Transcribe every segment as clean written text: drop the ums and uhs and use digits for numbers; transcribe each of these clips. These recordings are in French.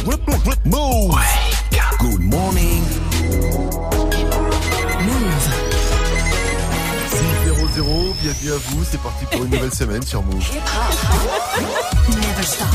Move. Good morning. Move. 6-0-0, bienvenue à vous, c'est parti pour une nouvelle semaine sur Move. Never stop.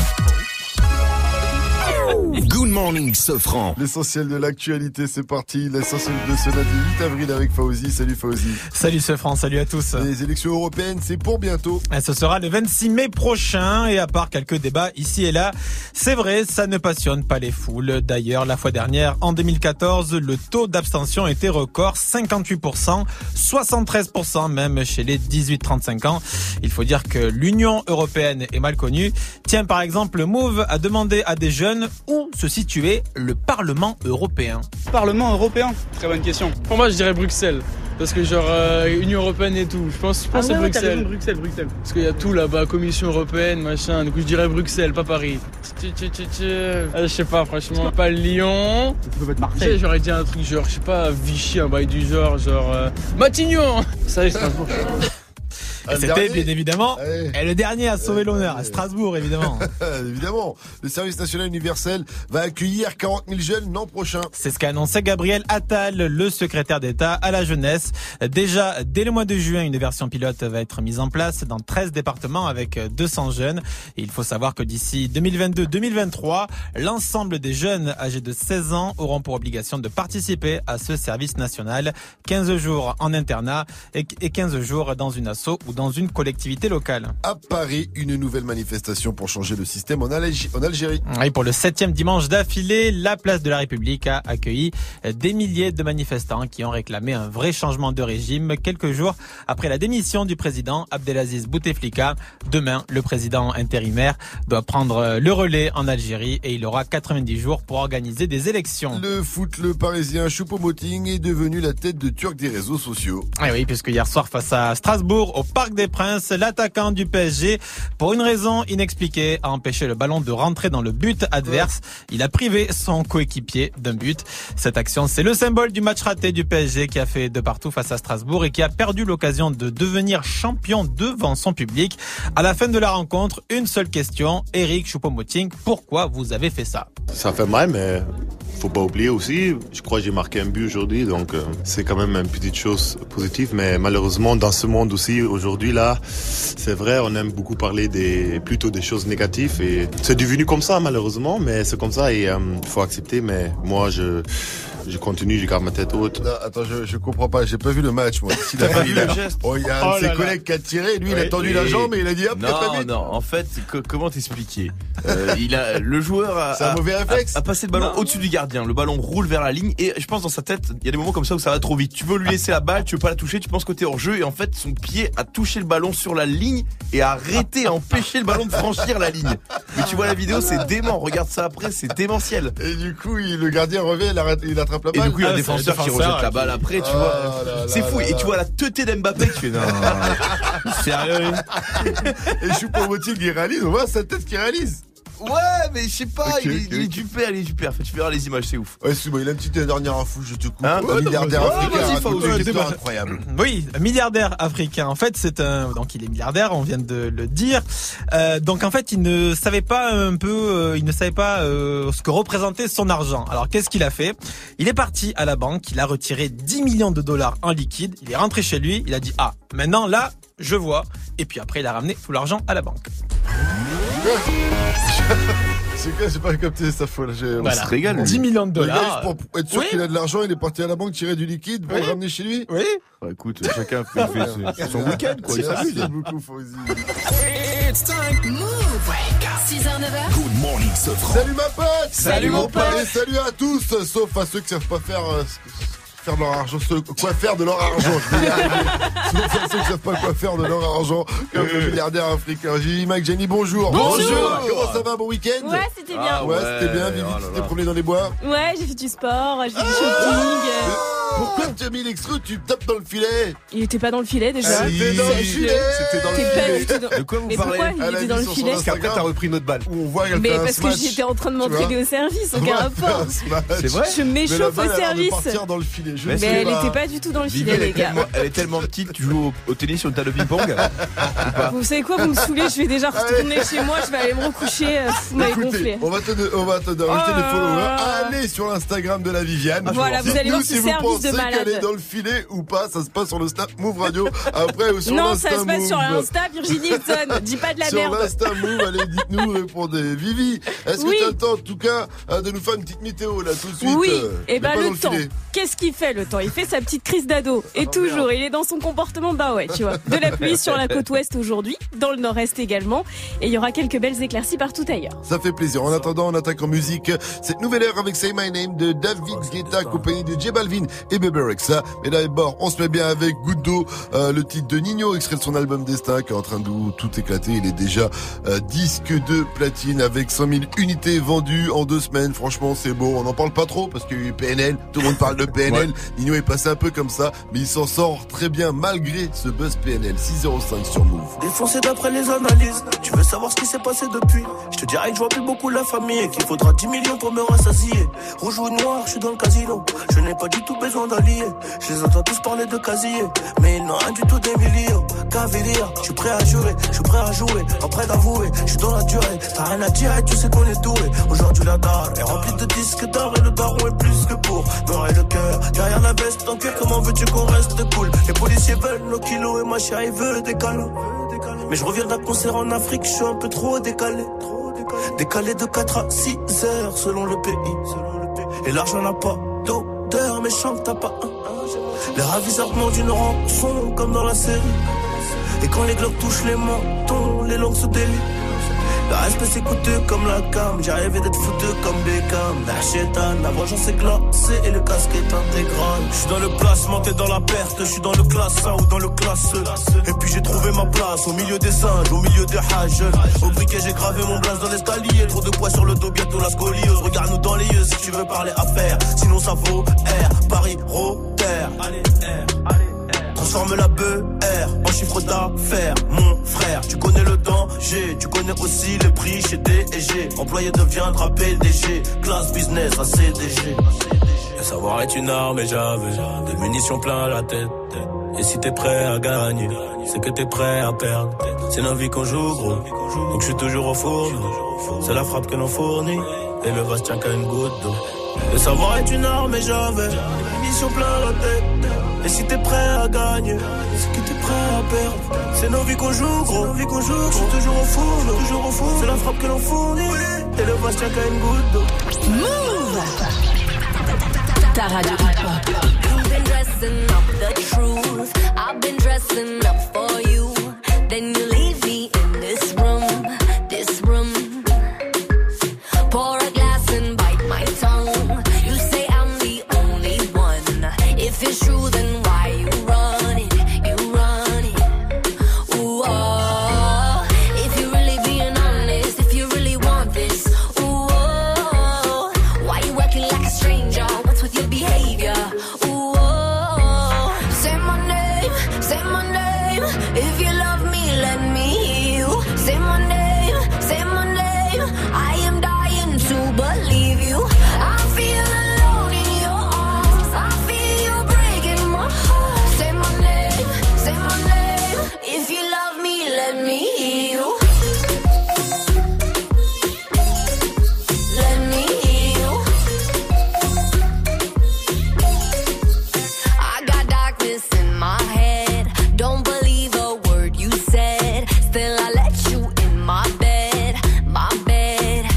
Good morning, Sofran. L'essentiel de l'actualité, c'est parti. L'essentiel de ce lundi 8 avril avec Fauzi. Salut Fauzi. Salut Sofran, salut à tous. Les élections européennes, c'est pour bientôt. Et ce sera le 26 mai prochain et à part quelques débats ici et là, c'est vrai, ça ne passionne pas les foules. D'ailleurs, la fois dernière, en 2014, le taux d'abstention était record, 58%, 73% même chez les 18-35 ans. Il faut dire que l'Union européenne est mal connue. Tiens, par exemple, Move a demandé à des jeunes où se situait le Parlement européen. Parlement européen ? Très bonne question. Pour moi, je dirais Bruxelles. Parce que genre Union européenne et tout. Je pense c'est Bruxelles. Bruxelles. Parce qu'il y a tout là-bas, Commission européenne, machin. Du coup, je dirais Bruxelles, pas Paris. Je sais pas, franchement. Pas Lyon. Ça peut être Marseille. J'aurais dit un truc genre, je sais pas, Vichy, un bail du genre Matignon. Ça y est, Strasbourg. Et c'était bien évidemment Ouais. le dernier à sauver l'honneur, à Strasbourg évidemment. Évidemment, le service national universel va accueillir 40 000 jeunes l'an prochain. C'est ce qu'a annoncé Gabriel Attal, le secrétaire d'État à la jeunesse. Déjà, dès le mois de juin, une version pilote va être mise en place dans 13 départements avec 200 jeunes. Et il faut savoir que d'ici 2022-2023, l'ensemble des jeunes âgés de 16 ans auront pour obligation de participer à ce service national. 15 jours en internat et 15 jours dans une asso ou dans une collectivité locale. À Paris, une nouvelle manifestation pour changer le système en Algérie. Et pour le 7e dimanche d'affilée, la place de la République a accueilli des milliers de manifestants qui ont réclamé un vrai changement de régime quelques jours après la démission du président Abdelaziz Bouteflika. Demain, le président intérimaire doit prendre le relais en Algérie et il aura 90 jours pour organiser des élections. Le foot, le parisien Choupo-Moting est devenu la tête de turc des réseaux sociaux. Et oui, puisque hier soir face à Strasbourg, au Parc des Princes, l'attaquant du PSG, pour une raison inexpliquée, a empêché le ballon de rentrer dans le but adverse. Il a privé son coéquipier d'un but. Cette action, c'est le symbole du match raté du PSG qui a fait de partout face à Strasbourg et qui a perdu l'occasion de devenir champion devant son public. À la fin de la rencontre, une seule question. Eric Choupo-Moting, pourquoi vous avez fait ça? Ça fait mal, mais faut pas oublier aussi, je crois que j'ai marqué un but aujourd'hui, donc c'est quand même une petite chose positive, mais malheureusement dans ce monde aussi, aujourd'hui là, c'est vrai, on aime beaucoup parler plutôt des choses négatives et c'est devenu comme ça malheureusement, mais c'est comme ça et faut accepter, mais moi je continue, je garde ma tête haute. Non, attends, je comprends pas, j'ai pas vu le match moi. T'as pas vu le geste? Oh, il y a un de ses collègues qui a tiré, lui il a tendu la jambe et il a dit hop, très vite. Non, en fait, comment t'expliquer? Le joueur C'est un mauvais réflexe. a passé le ballon au-dessus du gardien. Le ballon roule vers la ligne et je pense dans sa tête, il y a des moments comme ça où ça va trop vite. Tu veux lui laisser la balle, tu veux pas la toucher, tu penses que t'es hors jeu et en fait son pied a touché le ballon sur la ligne et a arrêté, a empêché le ballon de franchir la ligne. Mais tu vois la vidéo, c'est dément. Regarde ça après, c'est démentiel. Et du coup, le gardien revient, il attrape la Et balle. du coup, il y a un défenseur qui rejette la balle après, tu vois. C'est fou. Et tu vois la teuté d'Mbappé, tu fais non. Sérieux? Et Choupo-Moting, il réalise, on voit sa tête qui réalise. Ouais, mais je sais pas, Ok, il est du père. En fait, tu verras les images, c'est ouf. Ouais, c'est bon, il a une petite dernière info, je te coupe. Hein Un milliardaire africain, vas-y, raconte Fauzi, une histoire incroyable. Oui, un milliardaire africain. En fait, donc il est milliardaire, on vient de le dire. Donc en fait, il ne savait pas ce que représentait son argent. Alors qu'est-ce qu'il a fait? Il est parti à la banque, il a retiré 10 millions de dollars en liquide, il est rentré chez lui, il a dit maintenant là, je vois. Et puis après, il a ramené tout l'argent à la banque. C'est quoi, j'ai pas capté cette info là. On se régale. 10 millions de Le gars, dollars. juste pour être sûr qu'il a de l'argent, il est parti à la banque tirer du liquide pour le ramener chez lui. Oui. Bah, écoute, chacun fait son week-end, quoi. Il s'amuse. Merci beaucoup, Fauzi. It's time. Move. Wake up. 6h, 9h. Good morning, Sofran. Salut ma pote. Salut, mon pote. Et salut à tous, sauf à ceux qui savent pas faire de leur argent, quoi faire de leur argent. Je vais y arriver. Sauf à ceux qui savent pas quoi faire de leur argent, comme le milliardaire africain. J'ai Mike, Jenny, bonjour. Bonjour. Comment ça va, bon week-end? Ouais, c'était bien. Ouais, c'était bien. Vivi, tu t'es promené dans les bois? Ouais, j'ai fait du sport, j'ai fait du shopping. Pourquoi tu as mis l'extrait où tu tapes dans le filet? Il était pas dans le filet déjà. C'était dans le filet. C'était dans le T'es pas du filet. tout dans- De quoi vous Mais parlez? pourquoi il était dans le filet? Parce qu'après t'as repris notre balle. Où on voit qu'elle Mais fait un parce que smash. j'étais en train de Tu vois m'entraîner au service, aucun Ouais, rapport. un smash. C'est vrai? Je Mais la m'échauffe balle au a l'air de service. partir dans le filet. Je Mais sais Mais elle pas. était pas du tout dans le Vivi, filet, les gars. elle est tellement petite, tu joues au tennis sur le tas de ping-pong. Vous savez quoi, vous me saoulez, je vais déjà retourner chez moi, je vais aller me recoucher, vous m'avez Écoutez, gonflé. on va te rajouter des followers. Allez sur l'Instagram de la Viviane. Voilà, vous allez Dites-nous voir ce si vous service de pensez malade. qu'elle est dans le filet ou pas. Ça se passe sur le Snap Move Radio. Après ou sur Non, l'Insta ça se passe Move. sur l'Insta, Virginie Hilton, dis pas de la Sur merde. l'Insta Move, allez, dites-nous, répondez. Vivi, est-ce Oui. que tu as le temps, en tout cas, de nous faire une petite météo, là, tout de suite? Oui, mais et ben pas dans le temps. filet. Qu'est-ce qu'il fait le temps? Il fait sa petite crise d'ado. Et toujours, il est dans son comportement, bah ouais, tu vois. De la pluie sur la côte ouest aujourd'hui, dans le nord-est également. Et il y aura quelques belles éclaircies partout ailleurs. Ça fait plaisir. En attendant, on attaque en musique cette nouvelle heure avec Say My Name de David Guetta, accompagné de J Balvin et Bebe Rexha. Mais d'abord, on se met bien avec Goutte d'eau, le titre de Nino, extrait de son album Destin, qui est en train de tout éclater. Il est déjà disque de platine avec 100 000 unités vendues en 2 semaines. Franchement, c'est beau. On n'en parle pas trop parce qu'il y a eu PNL. Tout le monde parle de PNL. Ouais. Nino est passé un peu comme ça, mais il s'en sort très bien malgré ce buzz PNL. 605 sur Move. Défoncé d'après les analyses. Tu veux savoir ce qui s'est passé depuis? Je te dirais que je vois plus beaucoup la famille et qu'il faudra 10 millions pour me rassasier. Rouge ou noir, je suis dans le casino. Je n'ai pas du tout besoin d'alliés. Je les entends tous parler de casier, mais ils n'ont rien du tout des millions. Caviria, je suis prêt à jurer, je suis prêt à jouer, pas prêt d'avouer. Je suis dans la durée, t'as rien à dire et tu sais qu'on est doué. Aujourd'hui la dalle est remplie de disques d'or et le daron est plus que pour me le cœur. Derrière la veste en cuir, comment veux-tu qu'on reste cool? Les policiers veulent nos kilos et ma chérie veut des câlins. Mais je reviens d'un concert en Afrique, je suis un peu trop décalé. Décalé de 4 à 6 heures selon le pays. Et l'argent n'a pas d'odeur, mais chante t'as pas un. Les raviseurs demandent une rançon comme dans la série. Et quand les globes touchent les mentons, les langues se délient. Le respect c'est coûteux comme la cam. J'ai rêvé d'être foutu comme Beckham. La chétane, la vengeance est glacée et le casque est intégral. Je suis dans le classement, t'es dans la perte. Je suis dans le classe 1 ou dans le classe E. Et puis j'ai trouvé ma place au milieu des singes, au milieu des hages. Au briquet j'ai gravé mon blaze dans l'escalier. Trop de poids sur le dos, bientôt la scoliose. Regarde-nous dans les yeux si tu veux parler affaires. Sinon ça vaut R, Paris, Rotter. Allez R, allez. Transforme la BR en chiffre d'affaires. Mon frère, tu connais le danger. Tu connais aussi les prix chez D&G. Employé deviendra PDG. Classe business à CDG. Le savoir est une arme et j'avais des munitions plein la tête. Et si t'es prêt à gagner, c'est que t'es prêt à perdre. C'est nos vies qu'on joue gros, donc je suis toujours au fourneau. C'est la frappe que l'on fournit, et le vase tient qu'à une goutte d'eau. Le savoir est une arme et j'avais des munitions plein la tête. Et si t'es prêt à gagner, c'est que t'es prêt à perdre. C'est nos vies qu'on joue gros, je suis toujours au fourneau, c'est la frappe que l'on fournit, et le vase tient qu'à une goutte d'eau. Move! Ta radio hip-hop. You've been dressing up the truth. I've been dressing up for you. Then you leave me in this room. Pour a glass and bite my tongue. You say I'm the only one. If it's true, then why you run it? Ooh, oh. If you're really being honest, if you really want this, ooh, oh. Why you acting like a stranger? What's with your behavior? Ooh, oh. Say my name, if you love me, let me hear you. Say my name, I am dying to believe you. I feel alone in your arms. I feel you breaking my heart. Say my name, if you love me, let me hear you. Let me hear you. I got darkness in my head. Don't believe a word you said. Still I let you in my bed.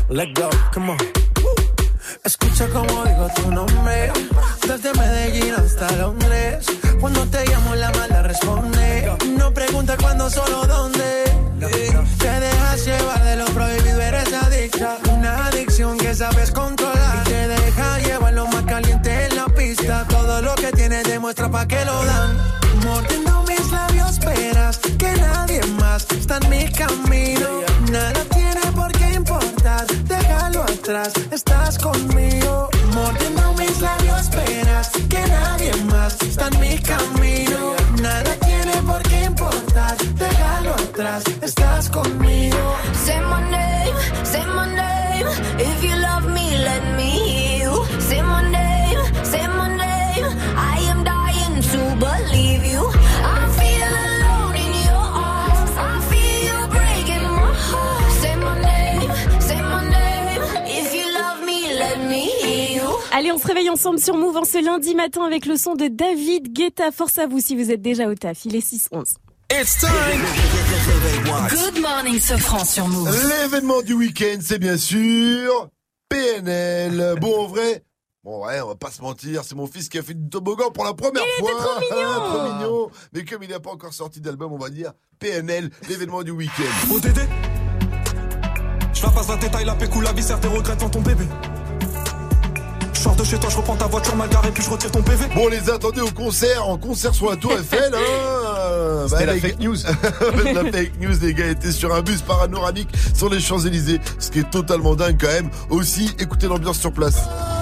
Let go, come on. Escucha como digo tu nombre, desde Medellín hasta Londres. Cuando te llamo la mala responde. No pregunta cuándo, solo dónde. Te dejas llevar de lo prohibido, eres adicta. Una adicción que sabes controlar. Y te deja llevar lo más caliente en la pista. Todo lo que tienes demuestra pa' que lo dan. Mordiendo mis labios, verás que nadie más está en mi camino. Nada tiene por qué importar, déjalo atrás, estás conmigo. Mordiendo mis labios, verás que nadie más está en mi camino. Nada tiene por qué importar, déjalo atrás, estás conmigo. Say my name, if you love me, let me hear you. Say my name, I am dying to believe you. I feel alone in your arms, I feel you breaking my heart. Say my name, if you love me, let me hear you. Allez, on se réveille ensemble sur Move en ce lundi matin avec le son de David Guetta. Force à vous si vous êtes déjà au taf. Il est 6-11. It's time. Good morning, Sofran sur Move. L'événement du week-end, c'est bien sûr PNL. Bon, en vrai, on va pas se mentir, c'est mon fils qui a fait du toboggan pour la première fois. Trop mignon. Trop mignon. Mais comme il n'a pas encore sorti d'album, on va dire PNL, l'événement du week-end. Oh Dédé, je la passe la détail, la pécou, la viscère, tes regrets devant ton bébé. Je sors de chez toi, je reprends ta voiture mal garée, puis je retire ton PV. Bon, les attendez au concert, en concert sur la Tour Eiffel, hein. C'était la fake news. La fake news, les gars étaient sur un bus panoramique sur les Champs-Élysées, ce qui est totalement dingue quand même. Aussi, écoutez l'ambiance sur place.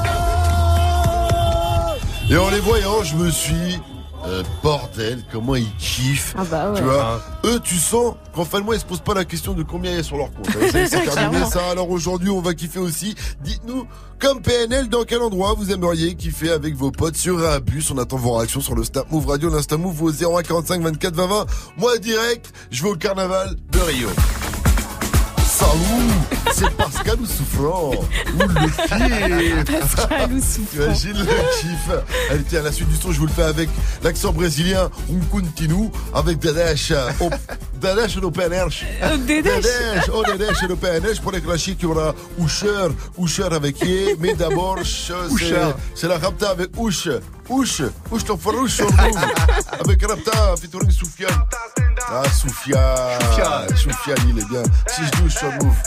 Et en les voyant, je me suis... bordel, comment ils kiffent. Ah bah ouais. Tu vois, eux, tu sens qu'en fin de mois, ils se posent pas la question de combien il y a sur leur compte. C'est terminé ça. Alors aujourd'hui, on va kiffer aussi. Dites-nous, comme PNL, dans quel endroit vous aimeriez kiffer avec vos potes sur un bus. On attend vos réactions sur le Snap Move Radio, l'Insta Move au 01 45 24 20 20. Moi, direct, je vais au carnaval de Rio. Salut, c'est Pascal ou Souffrant. Ou le kiff. Pascal ou Souffrant. Imagine le kiff. Allez, tiens, la suite du son, je vous le fais avec l'accent brésilien. On continue avec Dedesh. Dedesh no PNL. Dedesh no PNL. Pour les classiques, il y aura Usher avec Ye. Mais d'abord, c'est la Rapta avec Ouche ton farouche sur Move. Avec Rapta, featuring Soufiane. Ah, Soufiane, il est bien. Si je douche sur Move.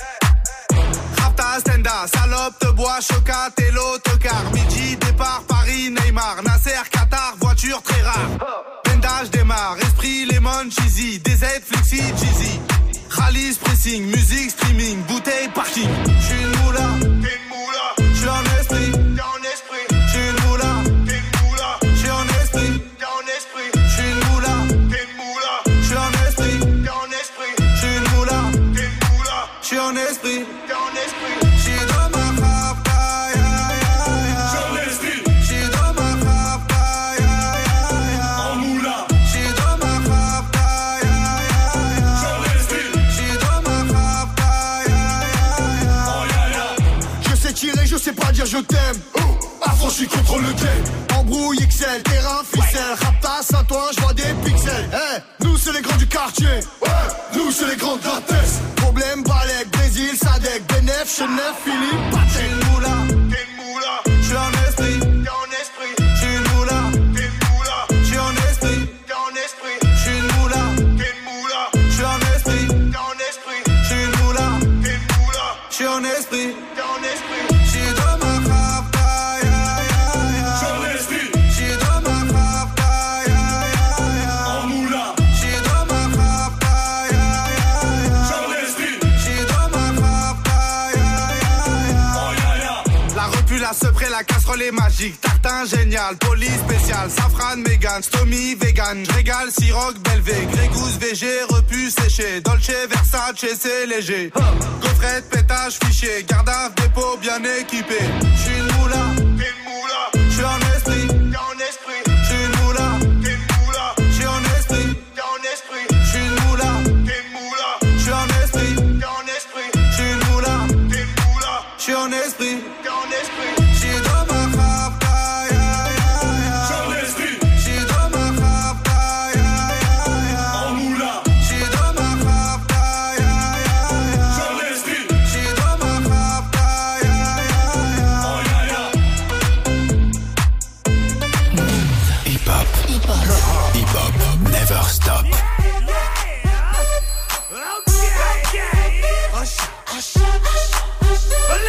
Rapta, Stenda, salope, te bois, chocat et l'autocar. Midi, départ, Paris, Neymar. Nasser, Qatar, voiture très rare. Bendage démarre, esprit, lemon, cheesy. DZ, flexi, cheesy. Rallye, pressing, musique, streaming, bouteille, parking. J'suis une moula, t'es une moula. J'suis en esprit, t'es en esprit. J'suis une moula, t'es une moula. J'suis en esprit, t'es en esprit. J'suis une moula, t'es une moula. J'suis en esprit, t'es en esprit. J'suis une moula, t'es une moula. J'suis en esprit, t'es en esprit. J'suis dans ma rapta, ya ya ya. J'suis en esprit. J'suis dans ma rapta, ya ya ya. En moula. J'suis dans ma rapta, ya ya ya. J'suis en esprit. J'suis dans ma rapta, ya ya ya. Oh ya ya. Je sais tirer, je sais pas dire je t'aime. À fond, j'suis contre le game. Embrouille XL, terrain, ficelle. Rapta, Saint-Ouen, j'vois des pixels. Nous c'est les grands du quartier. Ouais, nous c'est les grands de la tête. Problème, Balek, Brésil, Sadek, Benef, Chenef, Philippe, Patek. J'suis une moula, t'es une moula. J'suis en esprit, t'es en esprit. J'suis une moula, t'es une moula. J'suis en esprit, t'es en esprit. J'suis une moula, t'es une moula. J'suis en esprit, t'es en esprit. J'suis une moula, t'es une moula. J'suis en esprit, t'es en esprit. J'suis dans ma rapta, ya ya ya. J'suis en esprit. J'suis dans ma rapta, ya ya ya. En moula. J'suis dans ma rapta, ya ya ya. J'suis en esprit. J'suis dans ma rapta, ya ya ya. Oh ya ya. La repu, la sepré, la casserole est magique. Tartin génial, police spécial. Safran, Mégane, Stomy, vegan. J'régale, Ciroc, Belvé. Grégousse, VG, repu, séché. Dolce, Versace, c'est léger. Gaufrette, pétage, fichier. Gardave, dépôt, bien équipé. J'suis une moula, t'es une moula. J'suis en esprit, t'es en esprit. J'suis une moula, t'es une moula. J'suis en esprit, t'es en esprit. J'suis une moula, t'es une moula. J'suis en esprit, t'es en esprit. J'suis une moula, t'es une moula. J'suis en esprit, t'es en esprit. J'suis dans ma rapta, ya ya ya. J'suis en esprit. J'suis dans ma rapta, ya ya ya. En moula. J'suis dans ma rapta, ya ya ya. J'suis en esprit. J'suis dans ma rapta,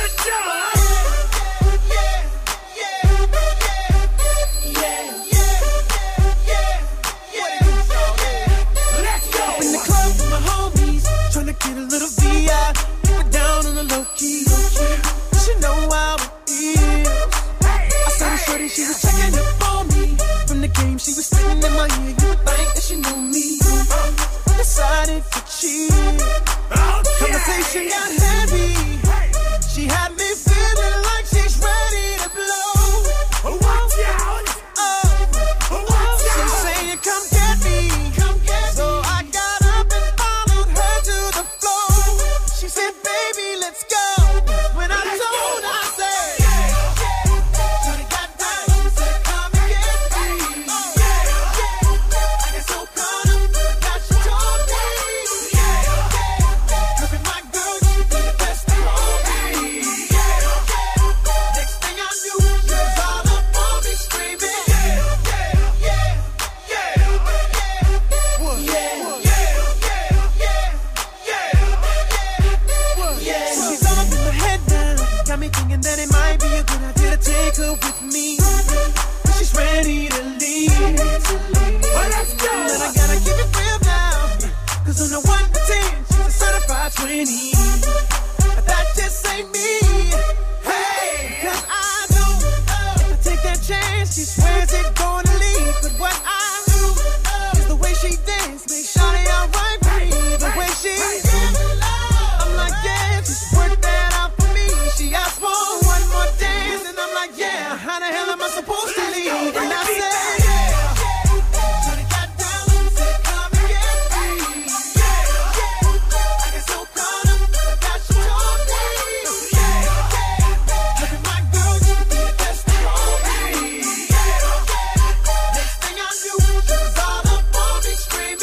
Get a little VI, keep it down on the low key. She know how it is. I saw the shorty, she was checking up on me. From the game, she was spitting in my ear. You would think that she know me. Decided to cheat. Conversation got heavy. She had me feeling like she's ready to blow. Watch out! She's saying, come get me. So I got up and followed her to the floor. She said, baby, let's go. When I told her, I said, Shorty got down, said, come and get me. I get so caught up, that she told me. Look at my girl, she be the best thing on me. Next thing I knew, she was all up on me screaming. She's all up in my head now. Got me thinking that it might be a good idea to take her with me. But she's ready to leave. Let's go. And I gotta keep it real now. Cause on the 1 to 10, she's a certified 20. But that just ain't me. Hey, cause I know if I take that chance, she swears it's gonna leave. But what I do is the way she dance, make shawty alright with me. The way she I'm like, yeah, just work that out for me. She asked for one more dance, and I'm like, yeah, how the hell am I supposed to leave? And I said, Shorty got down, said, come and get me. I get so caught up, that she told me. Look at my girl, she be the best thing on me. Next thing I knew, she was all up on me screaming.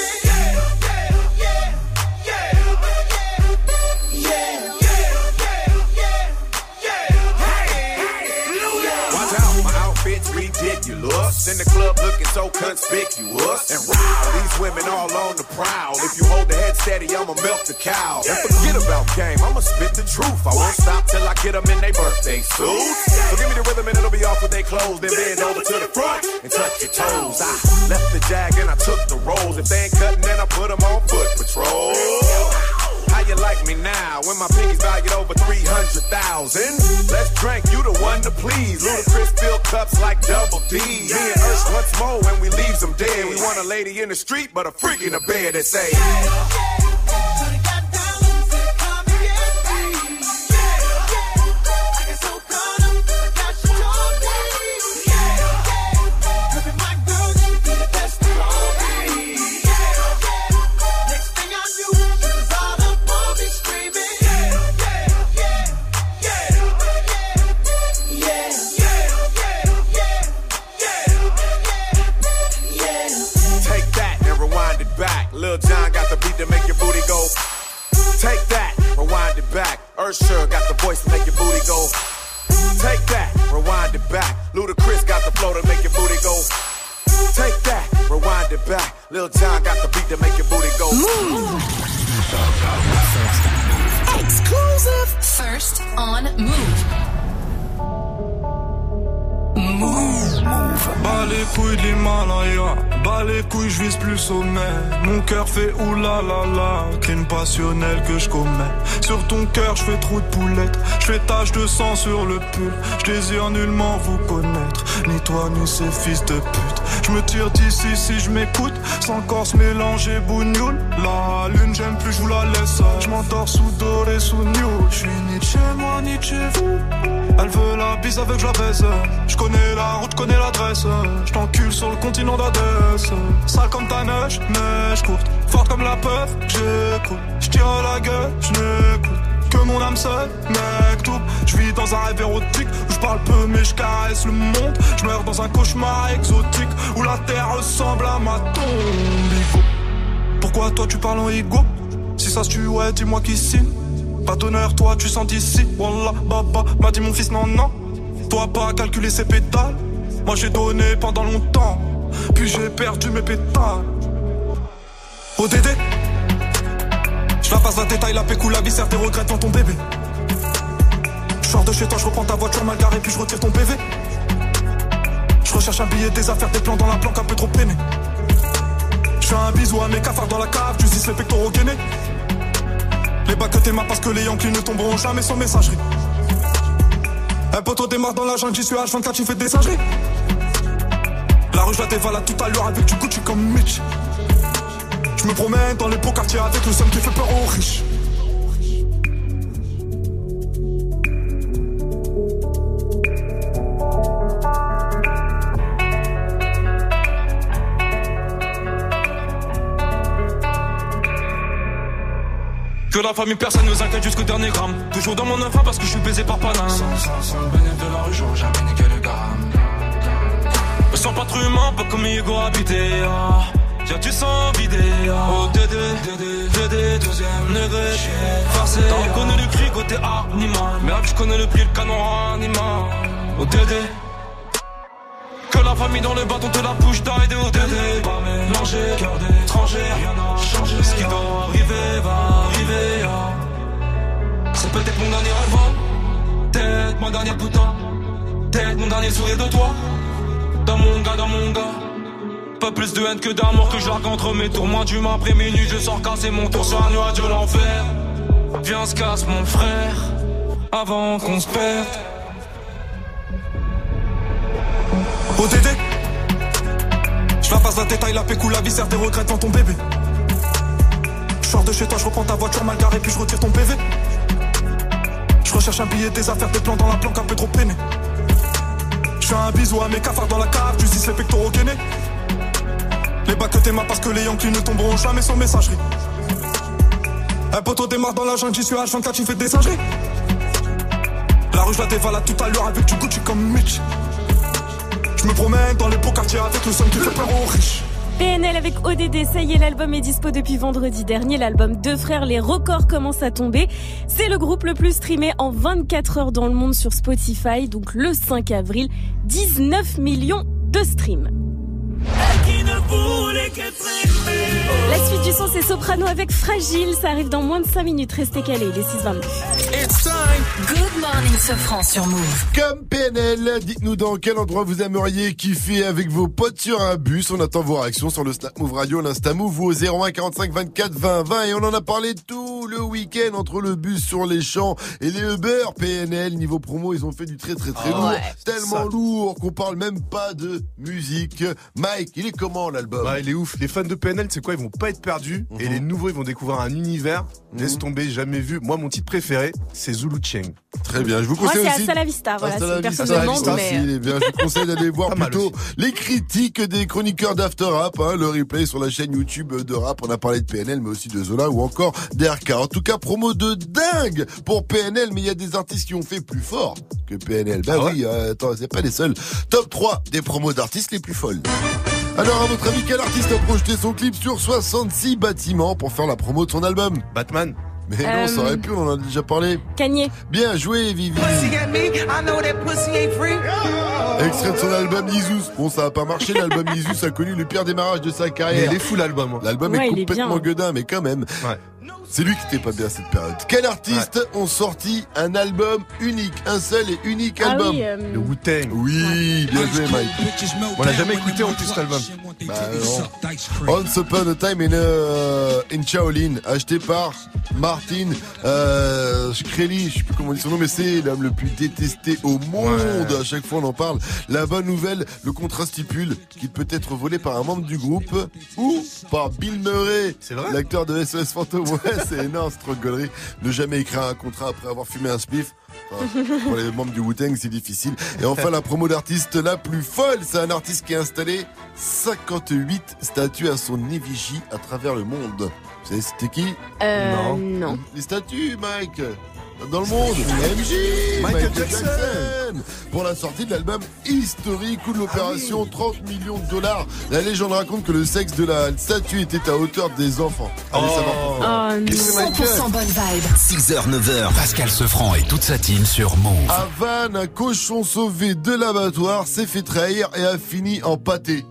Watch out, my outfit's ridiculous. In the club looking so conspicuous. And wow, these women all on the prowl. If you hold the head steady, I'ma milk the cow. And forget about game, I'ma spit the truth. I won't stop till I get them in their birthday suits. So give me the rhythm and it'll be off with their clothes. Then bend over to the front and touch your toes. I left the jag and I took the rolls. If they ain't cutting, then I put them on foot patrol. How you like me now when my pinky's valued over 300,000? Let's drink, you the one to please. Ludacris fill cups like Double D. Me and Ursh once more when we leaves them dead. We want a lady in the street, but a freak in the bed that say, Shorty got down, said, come and get me. I get so caught up, that she told me. Look at my girl, she be the best thing on me. Next thing I knew, she was all up on me screaming. take that and rewind it back. Lil Jon got the beat to make your booty go. Take that, rewind it back. Usher got the voice to make your booty go. Take that, rewind it back. Ludacris got the flow to make your booty go. Take that, rewind it back. Lil Jon got the beat to make your booty go. Exclusive. First on Move. Bas les couilles de l'Himalaya, bas les couilles, je vise plus sommet. Mon cœur fait oulalala, crime passionnel que je commets. Sur ton cœur, je fais trou de poulette, je fais tache de sang sur le pull. Je désire nullement vous connaître, ni toi ni ces fils de pute. Je me tire d'ici si je m'écoute, sans corps se mélanger bougnoule. La lune, j'aime plus, je vous la laisse. Je m'endors sous doré, sous new. Je suis ni chez moi, ni chez vous. Elle veut la bise avec je la baise. Je connais la route, je connais l'adresse. Je t'encule sur le continent d'Adès. Sale comme ta neige, neige courte. Forte comme la peuf, j'écoute. Je tire à la gueule, je n'écoute que mon âme seule, mec tout. Je vis dans un rêve érotique où je parle peu mais je caresse le monde. Je meurs dans un cauchemar exotique où la terre ressemble à ma tombe. Igo. Pourquoi toi tu parles en ego? Si ça se tue, ouais, dis-moi qui signe. Pas d'honneur, toi tu sens d'ici. Wallah, baba, m'a dit mon fils, non, non. Toi pas calculer ses pétales. Moi j'ai donné pendant longtemps, puis j'ai perdu mes pétales. ODD, je la passe la détail, la pécou, la viscère, tes regrets devant ton bébé. Je sors de chez toi, je reprends ta voiture mal garée, puis je retire ton PV. Je recherche un billet, des affaires, des plans dans la planque, un peu trop peiné. Je fais un bisou à mes cafards dans la cave, tu dis les pectoraux gainés. Les bacs que t'aimas parce que les Yankees ne tomberont jamais sans messagerie. Un poteau démarre dans la jungle, j'y suis H24, j'y fais des singeries. La rue je la dévalade tout à l'heure avec du Gucci comme Mitch. Je me promène dans les beaux quartiers avec le seum qui fait peur aux riches. Que la famille, personne nous inquiète jusqu'au dernier gramme. Toujours dans mon enfant parce que je suis baisé par Paname. Sans le bénéfice de la rue, j'aurais jamais niqué le gramme. Me sens pas trop humain, pas comme Hugo habité. Y'a du sang vidé. Oh Dédé, deuxième degré. Farcé. T'as reconnu le cri côté animal. Mais je connais le prix, le canon animal. Oh Dédé. Que la famille dans le bâton te la bouche d'aide au Dédé. Pas mélangé, cœur d'étranger. Rien n'a changé. Ce qui doit arriver va arriver. C'est peut-être mon dernier rêve. Peut-être ma dernière putain. Peut-être mon dernier sourire de toi. Dans mon gars. Pas plus de haine que d'amour que je largue entre mes tours. Moins d'humain après minuit, je sors casser mon tour sur un nuage de l'enfer. Viens, se casse mon frère. Avant qu'on se perde. Oh Dédé, je la passe la détail, la pécou, la viscère, des regrets devant ton bébé. Je sors de chez toi, je reprends ta voiture mal garée, puis je retire ton PV. Je recherche un billet, des affaires, des plans dans la planque, un peu trop peiné. Je fais un bisou à mes cafards dans la cave, tu dis les pectoraux gainés. Les bacs que t'aimas parce que les Yankees ne tomberont jamais sans messagerie. Un poteau démarre dans la jungle, j'y suis H24, j'y fais des singeries. La rue je la dévalade tout à l'heure avec du Gucci comme Mitch. Je me promène dans les beaux quartiers avec le son qui fait peur aux riches. PNL avec ODD, ça y est, l'album est dispo depuis vendredi dernier. L'album Deux Frères, les records commencent à tomber. C'est le groupe le plus streamé en 24 heures dans le monde sur Spotify. Donc le 5 avril, 19 millions de streams. La suite du son, c'est Soprano avec Fragile. Ça arrive dans moins de 5 minutes. Restez calés, les 6h22. Good morning, Sofran sur Move. Comme PNL, dites-nous dans quel endroit vous aimeriez kiffer avec vos potes sur un bus. On attend vos réactions sur le Snap Move Radio, l'Insta Move ou au 01 45 24 20 20. Et on en a parlé tout le week-end entre le bus sur les champs et les Uber. PNL, niveau promo, ils ont fait du très lourd. Ouais, tellement lourd qu'on parle même pas de musique. Mike, il est comment l'album? Bah, il est ouf. Les fans de PNL, c'est quoi? Ils vont pas être perdus. Et les nouveaux, ils vont découvrir un univers. Laisse tomber, jamais vu. Moi, mon titre préféré, c'est Zulu Cheng. Très bien, je vous conseille Moi, aussi. c'est Hasta la Vista, voilà, Hasta si la personne Vista, ne demande, mais. il est bien. Je vous conseille d'aller voir plutôt les critiques des chroniqueurs d'After Rap, hein, le replay sur la chaîne YouTube de Rap. On a parlé de PNL, mais aussi de Zola ou encore d'RK. En tout cas, promo de dingue pour PNL, mais il y a des artistes qui ont fait plus fort que PNL. Bah oui, attends, c'est pas les seuls. Top 3 des promos d'artistes les plus folles. Alors, à votre avis, quel artiste a projeté son clip sur 66 bâtiments pour faire la promo de son album? Batman. Mais non, ça aurait pu, on en a déjà parlé. Kanye. Bien joué, Vivi. Extrait de son album Yeezus. Bon, ça a pas marché, l'album Yeezus a connu le pire démarrage de sa carrière. Mais il est fou l'album. L'album est complètement gueudin, mais quand même. Ouais. C'est lui qui était pas bien à cette période. Quel artiste ont sorti un album unique, un seul et unique album? Oui, le Wu-Tang. Oui, bien joué, Mike. On l'a jamais écouté en plus cet album. Bah non. Once Upon a Time in Shaolin, acheté par Martin Shkreli, je sais plus comment on dit son nom, mais c'est l'homme le plus détesté au monde. À chaque fois on en parle. La bonne nouvelle, le contrat stipule qu'il peut être volé par un membre du groupe ou par Bill Murray, l'acteur de SOS Fantôme. Ouais, c'est énorme, c'est trop de gaulerie. Ne jamais écrire un contrat après avoir fumé un spliff. Enfin, pour les membres du Wu-Tang, c'est difficile. Et enfin, la promo d'artiste la plus folle, c'est un artiste qui a installé 58 statues à son effigie à travers le monde. Vous savez c'était qui? Non. Les statues, Mike, dans le monde. MJ, Michael Jackson. Pour la sortie de l'album historique ou de l'opération 30 millions de $. La légende raconte que le sexe de la statue était à hauteur des enfants. Allez savoir pourquoi. 100% bonne vibe. 6h, 9h, Pascal Sefranc et toute sa team sur Move. À Vannes, un cochon sauvé de l'abattoir s'est fait trahir et a fini en pâté.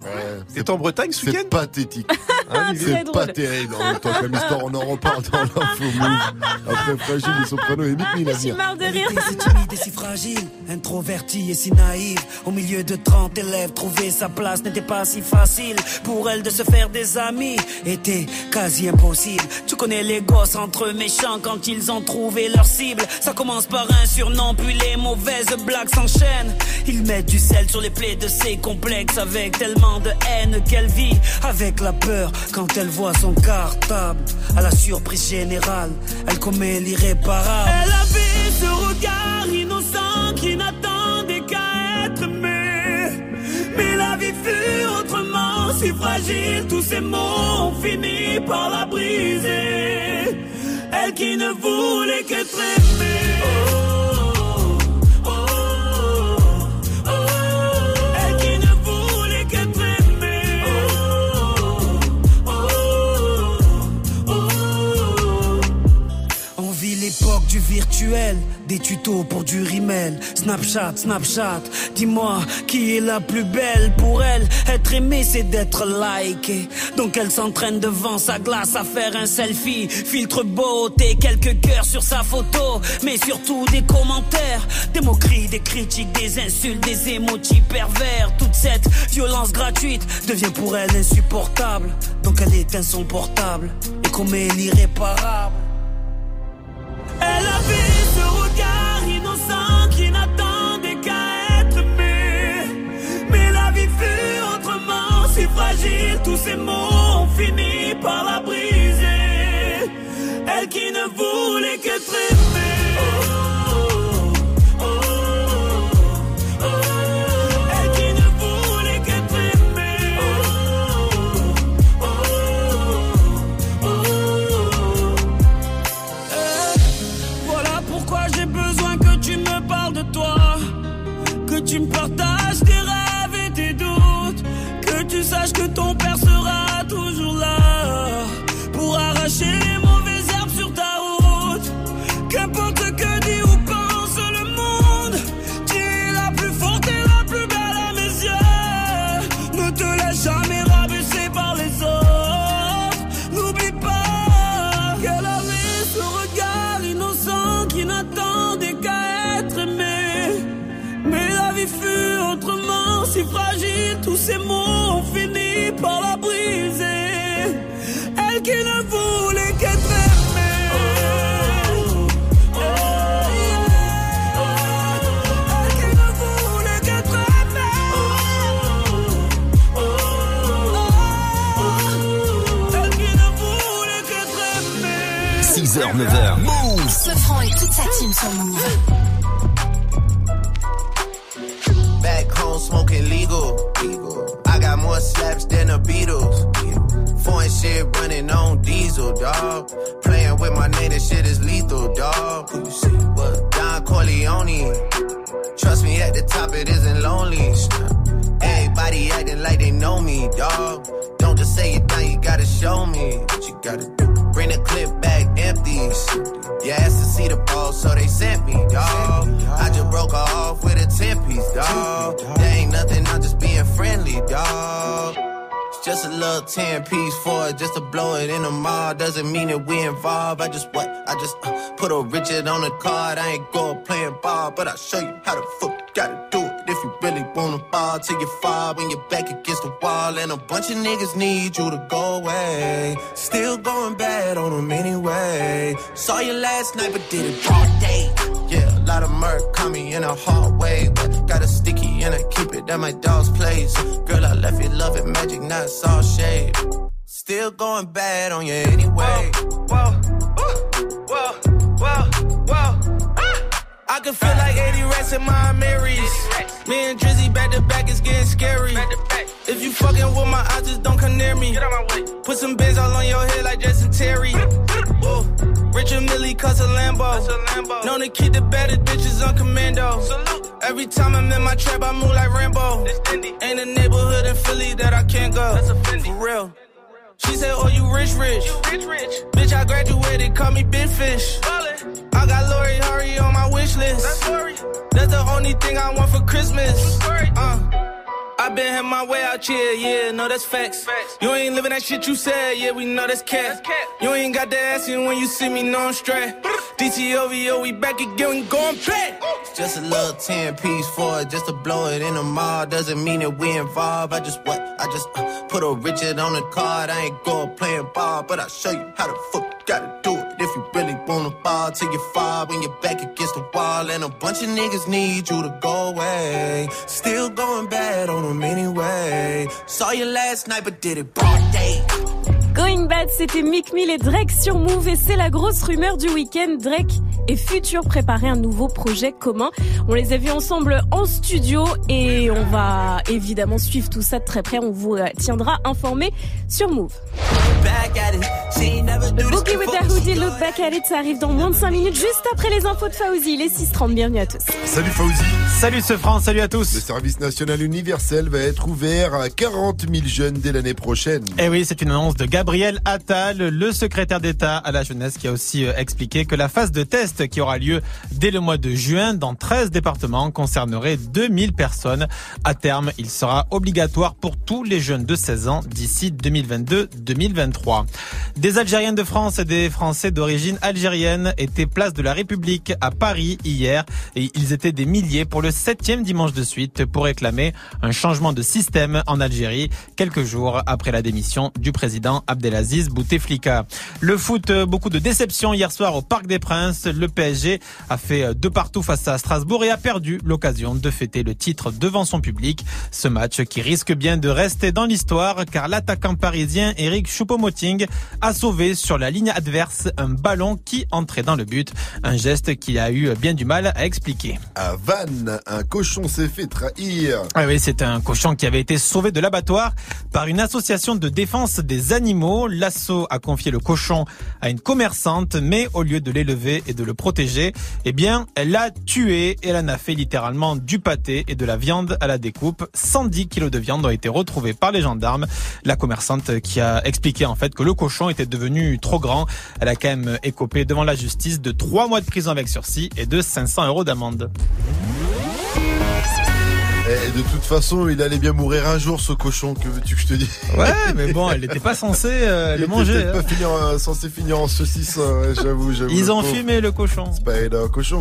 T'es en Bretagne ce week-end? C'est pathétique. Très drôle. Pas terrible. En même temps, comme histoire, on en reparle dans l'info move. Après Fragile, les Sopranos et Mitni Je suis marre de rire. Elle était si timide et si fragile, introvertie et si naïve. Au milieu de 30 élèves, trouver sa place n'était pas si facile. Pour elle de se faire des amis était quasi impossible. Tu connais les gosses entre eux méchants quand ils ont trouvé leur cible. Ça commence par un surnom, puis les mauvaises blagues s'enchaînent. Ils mettent du sel sur les plaies de ses complexes avec tellement de haine qu'elle vit avec la peur quand elle voit son cartable. À la surprise générale, elle commet l'irréparable. Elle avait ce regard innocent qui n'attendait qu'à être aimé. Mais la vie fut autrement, si fragile, tous ces mots ont fini par la briser. Elle qui ne voulait qu'être aimée. L'époque du virtuel, des tutos pour du rimel. Snapchat, dis-moi qui est la plus belle pour elle. Être aimée c'est d'être likée. Donc elle s'entraîne devant sa glace à faire un selfie. Filtre beauté, quelques cœurs sur sa photo. Mais surtout des commentaires, des moqueries, des critiques, des insultes, des emojis pervers. Toute cette violence gratuite devient pour elle insupportable. Donc elle éteint son portable et commet l'irréparable. Elle avait ce regard innocent qui n'attendait qu'à être aimé. Mais la vie fut autrement, si fragile, tous ces mots ont fini par la briser. Elle qui ne voulait qu'être aimée. Tu me partages tes rêves et tes doutes. Que tu saches que ton père sera toujours là pour arracher les mauvaises herbes sur ta route. Qu'importe ce que dit ou pense le monde, tu es la plus forte et la plus belle à mes yeux. Ne te laisse jamais rabaisser par les autres. N'oublie pas qu'elle avait ce regard innocent qui n'attendait qu'à être aimé. Mais la vie fut autrement, si fragile, tous ces mots ont fini par la briser. Elle qui ne voulait qu'être aimée. Elle qui ne voulait qu'être aimée. Elle qui ne voulait qu'être aimée. 6h, 9h, Move. Sofran et toute sa team sont Move. Back home smoking legal. I got more slaps than the Beatles. Foreign shit running on diesel, dawg. Playing with my name, this shit is lethal, dawg. Who you see? What? Don Corleone. Trust me, at the top it isn't lonely. Everybody acting like they know me, dawg. Don't just say it now, you gotta show me what you gotta do. Bring the clip back empty. You asked to see the ball, so they sent me, dawg. I just broke her off with a 10-piece, dawg. There ain't nothing, I'm just being friendly, dawg. It's just a little 10-piece for it, just to blow it in the mall. Doesn't mean that we involved. I just put a Richard on the card. I ain't go playing ball, but I'll show you how the fuck you gotta do it. If you really wanna ball till you fall when you're back against the wall. And a bunch of niggas need you to go away. Still going bad on them anyway. Saw you last night but did it all day. Yeah, a lot of murk caught me in a hard way. But got a sticky and I keep it at my dog's place. Girl, I left you love it magic, not all shade. Still going bad on you anyway. Whoa, whoa, whoa, whoa. I can feel like 80 rats in my Marys. Me and Drizzy back to back, it's getting scary. If you fucking with my eyes, just don't come near me. Put some bins all on your head like Jason Terry. Whoa. Richard Millie cuss a Lambo. Known to keep the better bitches on commando. Every time I'm in my trap, I move like Rambo. Ain't a neighborhood in Philly that I can't go. For real. She said, oh, you rich. Bitch, I graduated, call me Big Fish. I got Lori Hurry on my wish list. That's the only thing I want for Christmas. I been had my way out here, yeah, no, that's facts. You ain't living that shit you said, yeah, we know that's cat. You ain't got the ass in when you see me, no, I'm straight. DTOVO, we back again, we going back. Just a little 10-piece for it, just to blow it in the mall. Doesn't mean that we involved. I just put a Richard on the card. I ain't going playing ball, but I'll show you how the fuck you gotta do it. If you really wanna ball till you fall when you're back against the wall. And a bunch of niggas need you to go away. Still going bad on them anyway. Saw you last night, but did it broad day. Going Bad, c'était Meek Mill et Drake sur Move et c'est la grosse rumeur du week-end. Drake et Future préparaient un nouveau projet commun. On les a vus ensemble en studio et on va évidemment suivre tout ça de très près. On vous tiendra informés sur Move. Le Boogie with the Hoodie, Look Back at It, ça arrive dans moins de 5 minutes, juste après les infos de Fauzi. Il est 6h30, bienvenue à tous. Salut Fauzi. Salut ce France, salut à tous. Le service national universel va être ouvert à 40 000 jeunes dès l'année prochaine. Eh oui, c'est une annonce de Gabriel Attal, le secrétaire d'État à la jeunesse, qui a aussi expliqué que la phase de test qui aura lieu dès le mois de juin dans 13 départements concernerait 2000 personnes. À terme, il sera obligatoire pour tous les jeunes de 16 ans d'ici 2022-2023. Des Algériennes de France et des Français d'origine algérienne étaient place de la République à Paris hier et ils étaient des milliers pour le 7e dimanche de suite pour réclamer un changement de système en Algérie quelques jours après la démission du président Abdelaziz Bouteflika. Le foot, beaucoup de déceptions hier soir au Parc des Princes. Le PSG a fait 2-2 face à Strasbourg et a perdu l'occasion de fêter le titre devant son public. Ce match qui risque bien de rester dans l'histoire car l'attaquant parisien Eric Choupo-Moting a sauvé sur la ligne adverse un ballon qui entrait dans le but. Un geste qu'il a eu bien du mal à expliquer. À Vannes, un cochon s'est fait trahir. Ah oui, c'est un cochon qui avait été sauvé de l'abattoir par une association de défense des animaux. L'asso a confié le cochon à une commerçante, mais au lieu de l'élever et de le protéger, eh bien, elle l'a tué et elle en a fait littéralement du pâté et de la viande à la découpe. 110 kilos de viande ont été retrouvés par les gendarmes. La commerçante qui a expliqué en fait que le cochon était devenu trop grand. Elle a quand même écopé devant la justice de 3 mois de prison avec sursis et de 500 € d'amende. Et de toute façon, il allait bien mourir un jour, ce cochon. Que veux-tu que je te dise? Ouais, mais bon, elle n'était pas censée le manger. Il était pas censé finir en saucisse, j'avoue. Ils ont fumé le cochon. Spider cochon.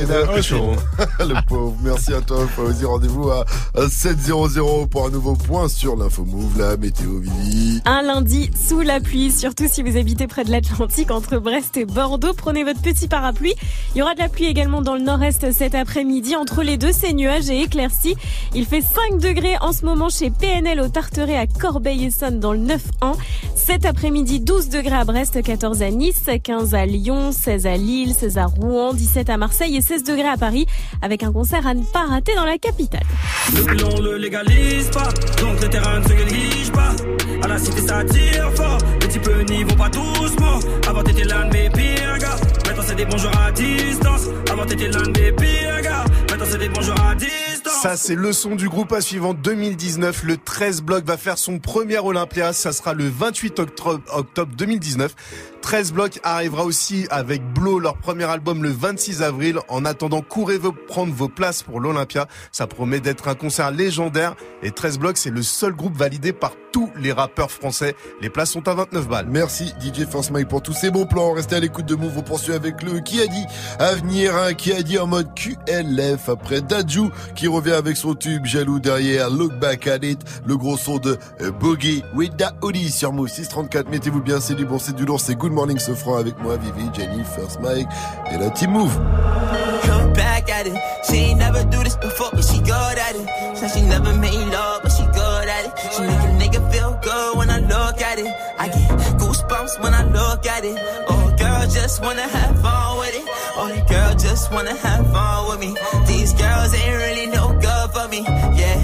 Le pauvre. Merci à toi, Fauzi. Rendez-vous à 7:00 pour un nouveau point sur l'info Move, la météo Vivi. Un lundi sous la pluie, surtout si vous habitez près de l'Atlantique, entre Brest et Bordeaux. Prenez votre petit parapluie. Il y aura de la pluie également dans le nord-est cet après-midi. Entre les deux, c'est nuages et éclaircies. Il fait 5 degrés en ce moment chez PNL au Tarteret à Corbeil-Essonnes dans le 9-1. Cet après-midi, 12 degrés à Brest, 14 à Nice, 15 à Lyon, 16 à Lille, 16 à Rouen, 17 à Marseille et 16 degrés à Paris avec un concert à ne pas rater dans la capitale. Le plan on le légalise pas, donc le terrain ne se néglige pas. À la cité ça tire fort, les types n'y vont pas tous morts. Avant t'étais l'un de mes pires gars, maintenant c'est des bonjours à distance. Avant t'étais l'un de mes pires gars, maintenant c'est des bonjours à distance. Ça c'est le son du groupe à suivre en 2019. Le 13 bloc va faire son premier Olympia, ça sera le 28 octobre 2019. 13 blocs arrivera aussi avec Blow, leur premier album le 26 avril. En attendant, courez prendre vos places pour l'Olympia. Ça promet d'être un concert légendaire. Et 13 blocs, c'est le seul groupe validé par tous les rappeurs français. Les places sont à 29 balles. Merci DJ Force Mike pour tous ces bons plans. Restez à l'écoute de Move. On poursuit avec le Qui a dit à venir, Qui a dit en mode QLF après Dadju qui revient avec son tube Jaloux derrière Look Back at It, le gros son de Boogie with the Hoodie sur Move 634. Mettez-vous bien, c'est du bon, c'est du lourd, c'est Good Morning Sofran avec moi, Vivi, Jenny, First Mike et la team Move. Look back at it. She ain't never do this before, but she good at it. Said she never made love, but she good at it. She make a nigga feel good when I look at it. I get goosebumps when I look at it. Oh, girl, just wanna have fun with it. Oh, the girl just wanna have fun with me. These girls ain't really no good for me. Yeah.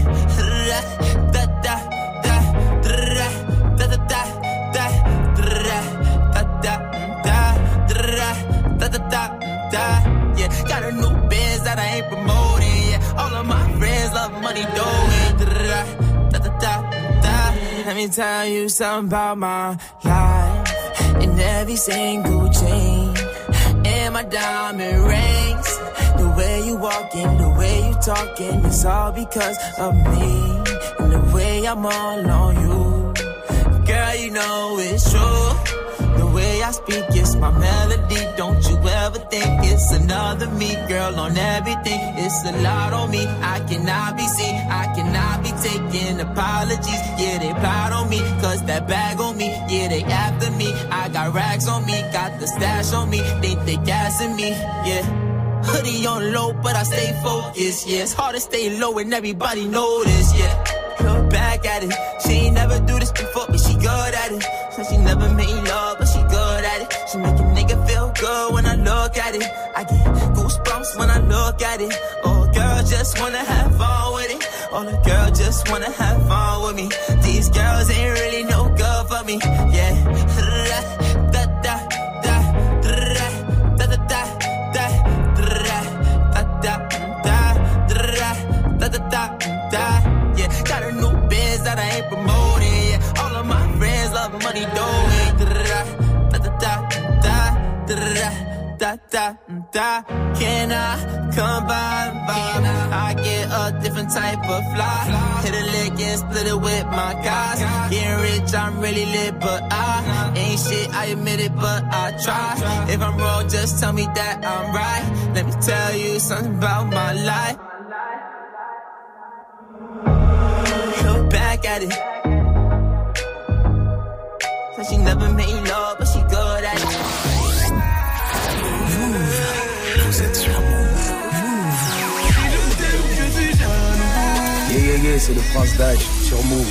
Da da da da da da da da yeah, got a new biz that I ain't promoting. Yeah, all of my friends love money doing. Let me tell you something about my life. In every single chain, in my diamond rings, the way you walking, the way you talking, it's all because of me. And the way I'm all on you. Girl, you know it's true. The way I speak, it's my melody. Don't you ever think it's another me, girl, on everything. It's a lot on me. I cannot be seen. I cannot be taking apologies. Yeah, they plot on me, cause that bag on me. Yeah, they after me. I got rags on me, got the stash on me. Think they gassing me, yeah. Hoodie on low, but I stay focused, yeah. It's hard to stay low and everybody know this, yeah. Look back at it. She ain't never do this before, but she good at it. So she never made love, but she good at it. She make a nigga feel good when I look at it. I get goosebumps when I look at it. Oh, girl just wanna have fun with it. Oh, the girl just wanna have fun with me. These girls ain't really no good for me, yeah. Da da da da da da da da da da da da. Yeah, got a new biz that I ain't promoting. Yeah, all of my friends love money, doing. Da da da da da da da da. Can I come by and vibe? I get a different type of fly. Hit a lick and split it with my guys. Getting rich, I'm really lit, but I ain't shit. I admit it, but I try. If I'm wrong, just tell me that I'm right. Let me tell you something about my life. Look back at it. So she never made love, but she good at it. Vous êtes sur Move. Yeah, c'est le Prince d'Age sur Move.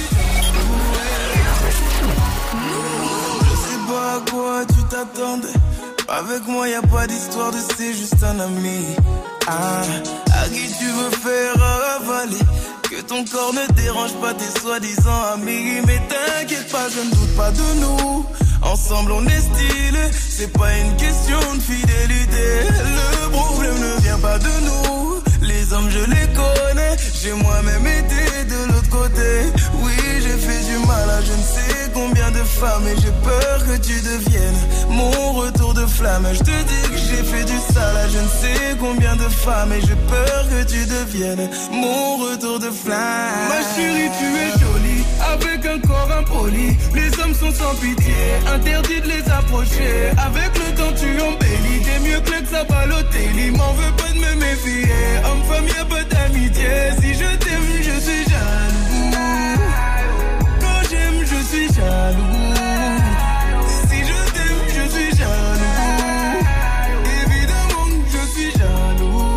Je sais pas à quoi tu t'attendais. Avec moi y'a pas d'histoire de c'est juste un ami. Ah, à qui tu veux faire avaler. Que ton corps ne dérange pas tes soi-disant amis. Mais t'inquiète pas, je ne doute pas de nous. Ensemble on est stylé. C'est pas une question de fidélité. Le problème ne vient pas de nous. Les hommes je les connais. J'ai moi-même été de l'autre côté. Oui, j'ai fait du mal à je ne sais combien de femmes. Et j'ai peur que tu deviennes mon retour de flamme. Je te dis que j'ai fait du sale à je ne sais combien de femmes. Et j'ai peur que tu deviennes mon retour de flamme. Ma chérie, tu es jolie, avec un corps impoli. Les hommes sont sans pitié, interdit de les approcher. Avec le temps tu embellis, t'es mieux que ça Balotelli. M'en veux pas de me méfier, homme-femme y'a pas d'amitié. Si je t'aime, je suis jaloux. Quand j'aime, je suis jaloux. Si je t'aime, je suis jaloux. Évidemment que je suis jaloux.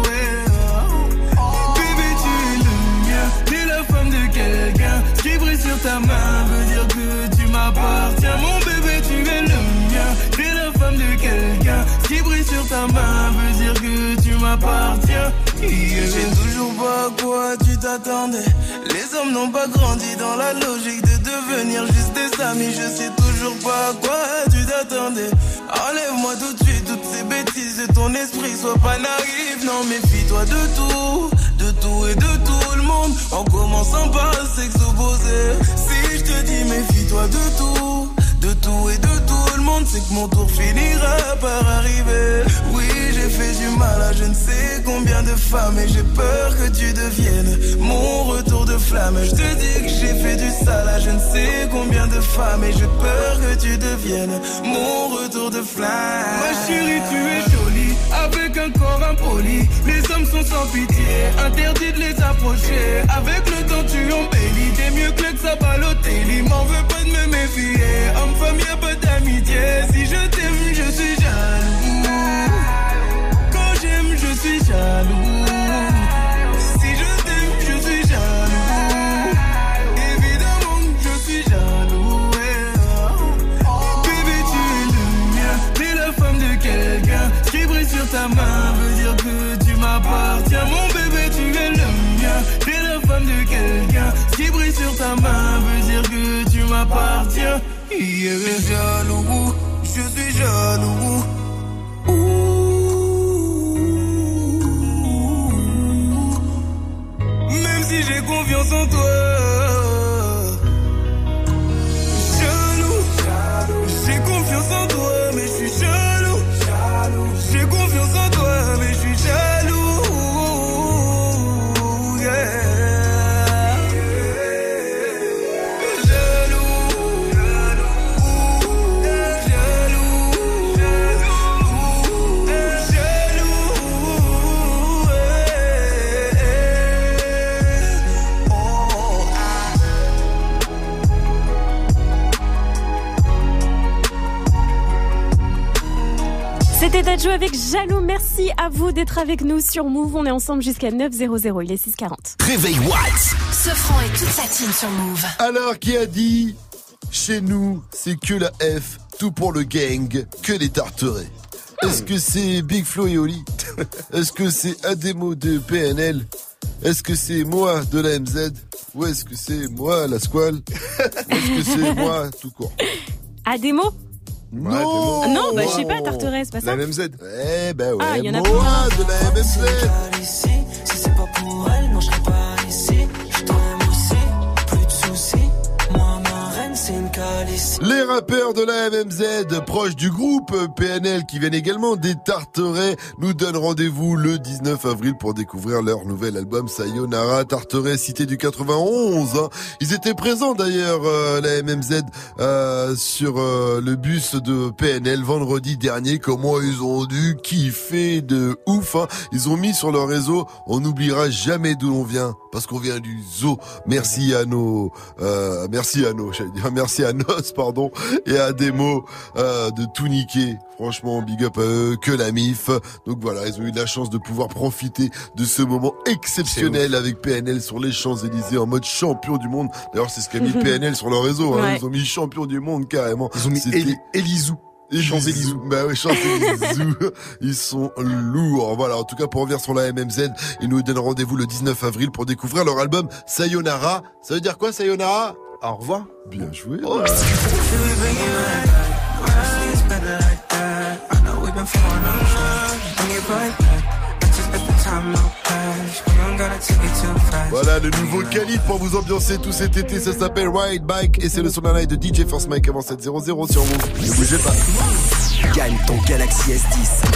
Bébé, tu es le mien, t'es la femme de quelqu'un. Ce qui brille sur ta main veut dire que tu m'appartiens. Mon bébé, tu es le mien, t'es la femme de quelqu'un. Ce qui brille sur ta main veut dire que tu m'appartiens. Je sais toujours pas à quoi tu t'attendais. Les hommes n'ont pas grandi dans la logique de devenir juste des amis. Je sais toujours pas à quoi tu t'attendais. Enlève-moi tout de suite toutes ces bêtises de ton esprit. Sois pas naïf, non méfie-toi de tout et de tout le monde. En commençant par le sexe opposé. Si je te dis méfie-toi de tout et de tout le monde, c'est que mon tour finira par arriver. Oui, j'ai fait du mal à je ne sais combien de femmes. Et j'ai peur que tu deviennes mon retour de flamme. Je te dis que j'ai fait du sale à je ne sais combien de femmes. Et j'ai peur que tu deviennes mon retour de flamme. Ma chérie, tu es jolie, avec un corps impoli. Les hommes sont sans pitié, interdit de les approcher. Avec le temps tu embellis, t'es mieux que ça Balotelli. M'en veux pas de me méfier, homme-femme y'a pas d'amitié. Si je t'aime, je suis jaloux. Quand j'aime, je suis jaloux. Si je t'aime, je suis jaloux. Évidemment que je suis jaloux. Bébé, tu es le mien, t'es la femme de quelqu'un. Ce qui brille sur ta main veut dire que tu m'appartiens. Mon bébé, tu es le mien, t'es la femme de quelqu'un. Ce qui brille sur ta main veut dire que tu m'appartiens. Je suis jaloux, je suis jaloux. Même si j'ai confiance en toi. Jaloux, j'ai confiance en toi, mais je suis jaloux. J'ai confiance en toi, mais je suis jaloux. Yeah. Joe avec Jaloux. Merci à vous d'être avec nous sur Move. On est ensemble jusqu'à 9h00. Il est 6h40. Réveil Watts. Sofran et toute sa team sur Move. Alors, qui a dit chez nous, c'est que la F, tout pour le gang, que les tarterets. Est-ce que c'est Big Flo et Oli? Est-ce que c'est Ademo de PNL? Est-ce que c'est moi de la MZ? Ou est-ce que c'est moi la Squale? Est-ce que c'est moi tout court? Ademo? Non, ah non, bah je sais pas, Tarteret, c'est pas ça? La MZ. Eh ben ouais, Ah, y en a moi plein. de la MZ. Si c'est pas pour elle, non je serais pas ici. Je t'aime aussi, plus de soucis. Moi ma reine c'est une calice. Les rappeurs de la MMZ, proches du groupe PNL, qui viennent également des Tarterets, nous donnent rendez-vous le 19 avril pour découvrir leur nouvel album Sayonara. Tarterets, cité du 91. Hein. Ils étaient présents d'ailleurs, la MMZ, sur le bus de PNL vendredi dernier. Comment ils ont dû kiffer de ouf. Hein. Ils ont mis sur leur réseau, on n'oubliera jamais d'où l'on vient, parce qu'on vient du zoo. Merci à nos, merci à Nos, pardon, et à Demo de tout niquer. Franchement, big up à eux, que la MIF. Donc voilà, ils ont eu la chance de pouvoir profiter de ce moment exceptionnel avec PNL sur les Champs-Élysées en mode champion du monde. D'ailleurs, c'est ce qu'a mis PNL sur leur réseau. Hein. Ouais. Ils ont mis champion du monde carrément. Ils ont mis Elisou. Champs-Élysées. Bah ouais, Champs-Élysées. Ils sont lourds. Voilà. En tout cas, pour revenir sur la MMZ, ils nous donnent rendez-vous le 19 avril pour découvrir leur album Sayonara. Ça veut dire quoi, Sayonara? Au revoir. Bien joué. Oh. Voilà le nouveau Khalid pour vous ambiancer tout cet été. Ça s'appelle Ride Bike et c'est le son de la night de DJ Force Mike avant 7:00 sur Move. Ne bougez pas. Gagne ton Galaxy S10.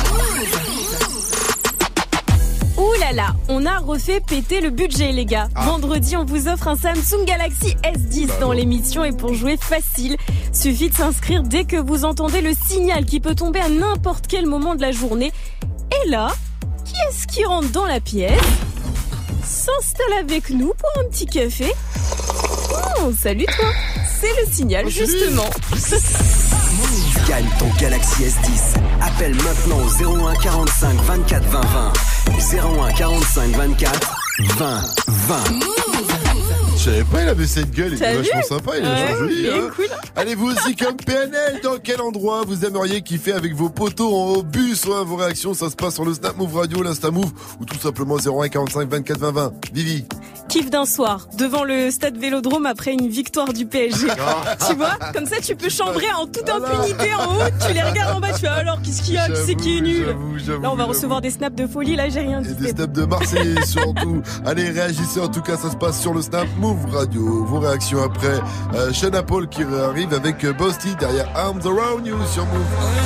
Ouh là là, on a refait péter le budget les gars. Vendredi, on vous offre un Samsung Galaxy S10 dans l'émission et pour jouer facile, suffit de s'inscrire dès que vous entendez le signal qui peut tomber à n'importe quel moment de la journée. Et là, qui est-ce qui rentre dans la pièce, s'installe avec nous pour un petit café? Oh, salut toi, c'est le signal justement. Gagne ton Galaxy S10. Appelle maintenant au 01 45 24 20 20. 01 45 24 20 20. Je savais pas, il avait cette gueule, il T'as est vachement vu? sympa, il est Ouais, vachement joli. il est Hein. cool. Allez, vous aussi comme PNL, dans quel endroit vous aimeriez kiffer avec vos potos en bus? Ouais, vos réactions, ça se passe sur le Snap Move Radio, l'Insta Move, ou tout simplement 01 45 24 20 20. Vivi. Kiff d'un soir, devant le stade Vélodrome après une victoire du PSG. Tu vois, comme ça tu peux chambrer en toute impunité en haut, tu les regardes en bas, tu fais alors qu'est-ce qu'il y a, qui c'est qui est nul. Là on va recevoir des snaps de folie, là j'ai rien dit. Et des snaps de Marseille surtout. Allez, réagissez, en tout cas ça se passe sur le Snap Move Radio. Vos réactions après Shana Paul qui arrive avec Bosti derrière Arms Around You sur Move.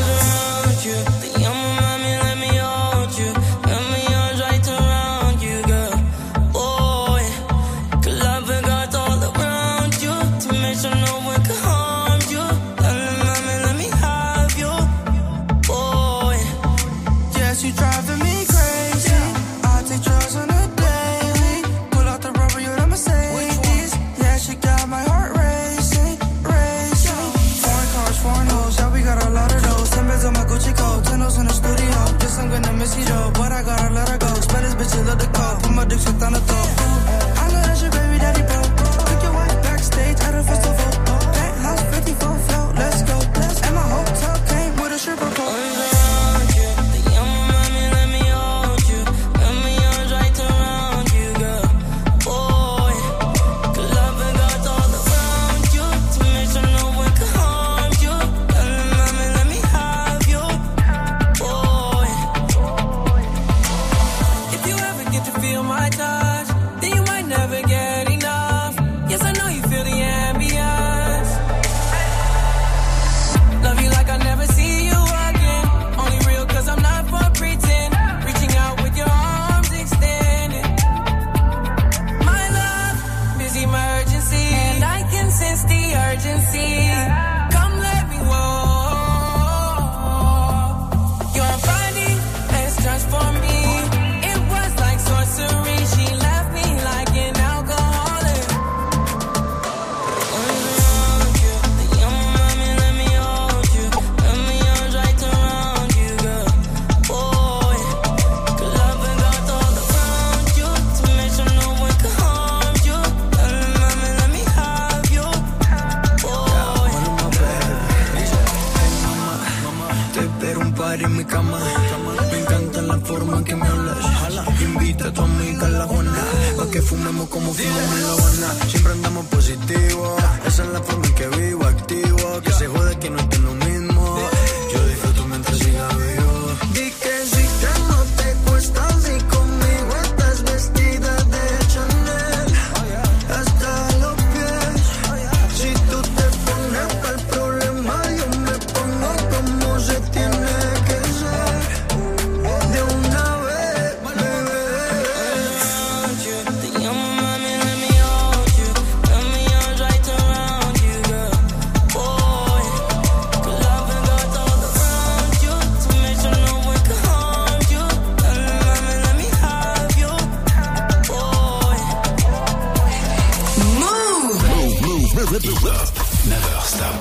But I gotta let her go. Spell this bitch and let her go. Put my dick shit on the throat. I know that's your baby daddy, bro. Took your wife backstage at a festival. Penthouse 54 float, let's go. And my hotel came with a stripper pole. She entre tu amiga en la Juana, pa' que fumemos como fumamos en La Habana. Siempre andamos positivo, esa es la forma en que vivo, activo, que se jode que no esté lo mismo. Yo disfruto mientras siga vivo. Di que sí que no te cuesta, si conmigo estás vestida de Chanel, hasta los pies. Si tú te pones pa'l problema, yo me pongo como se tiene que ser. De una vez, bebé. Te llamo mami, let me hold you. Got me arms right around you, girl. Boy, good love and God's all around you. To make sure no one can harm you. Mami, let me have you, boy. Move. Never stop.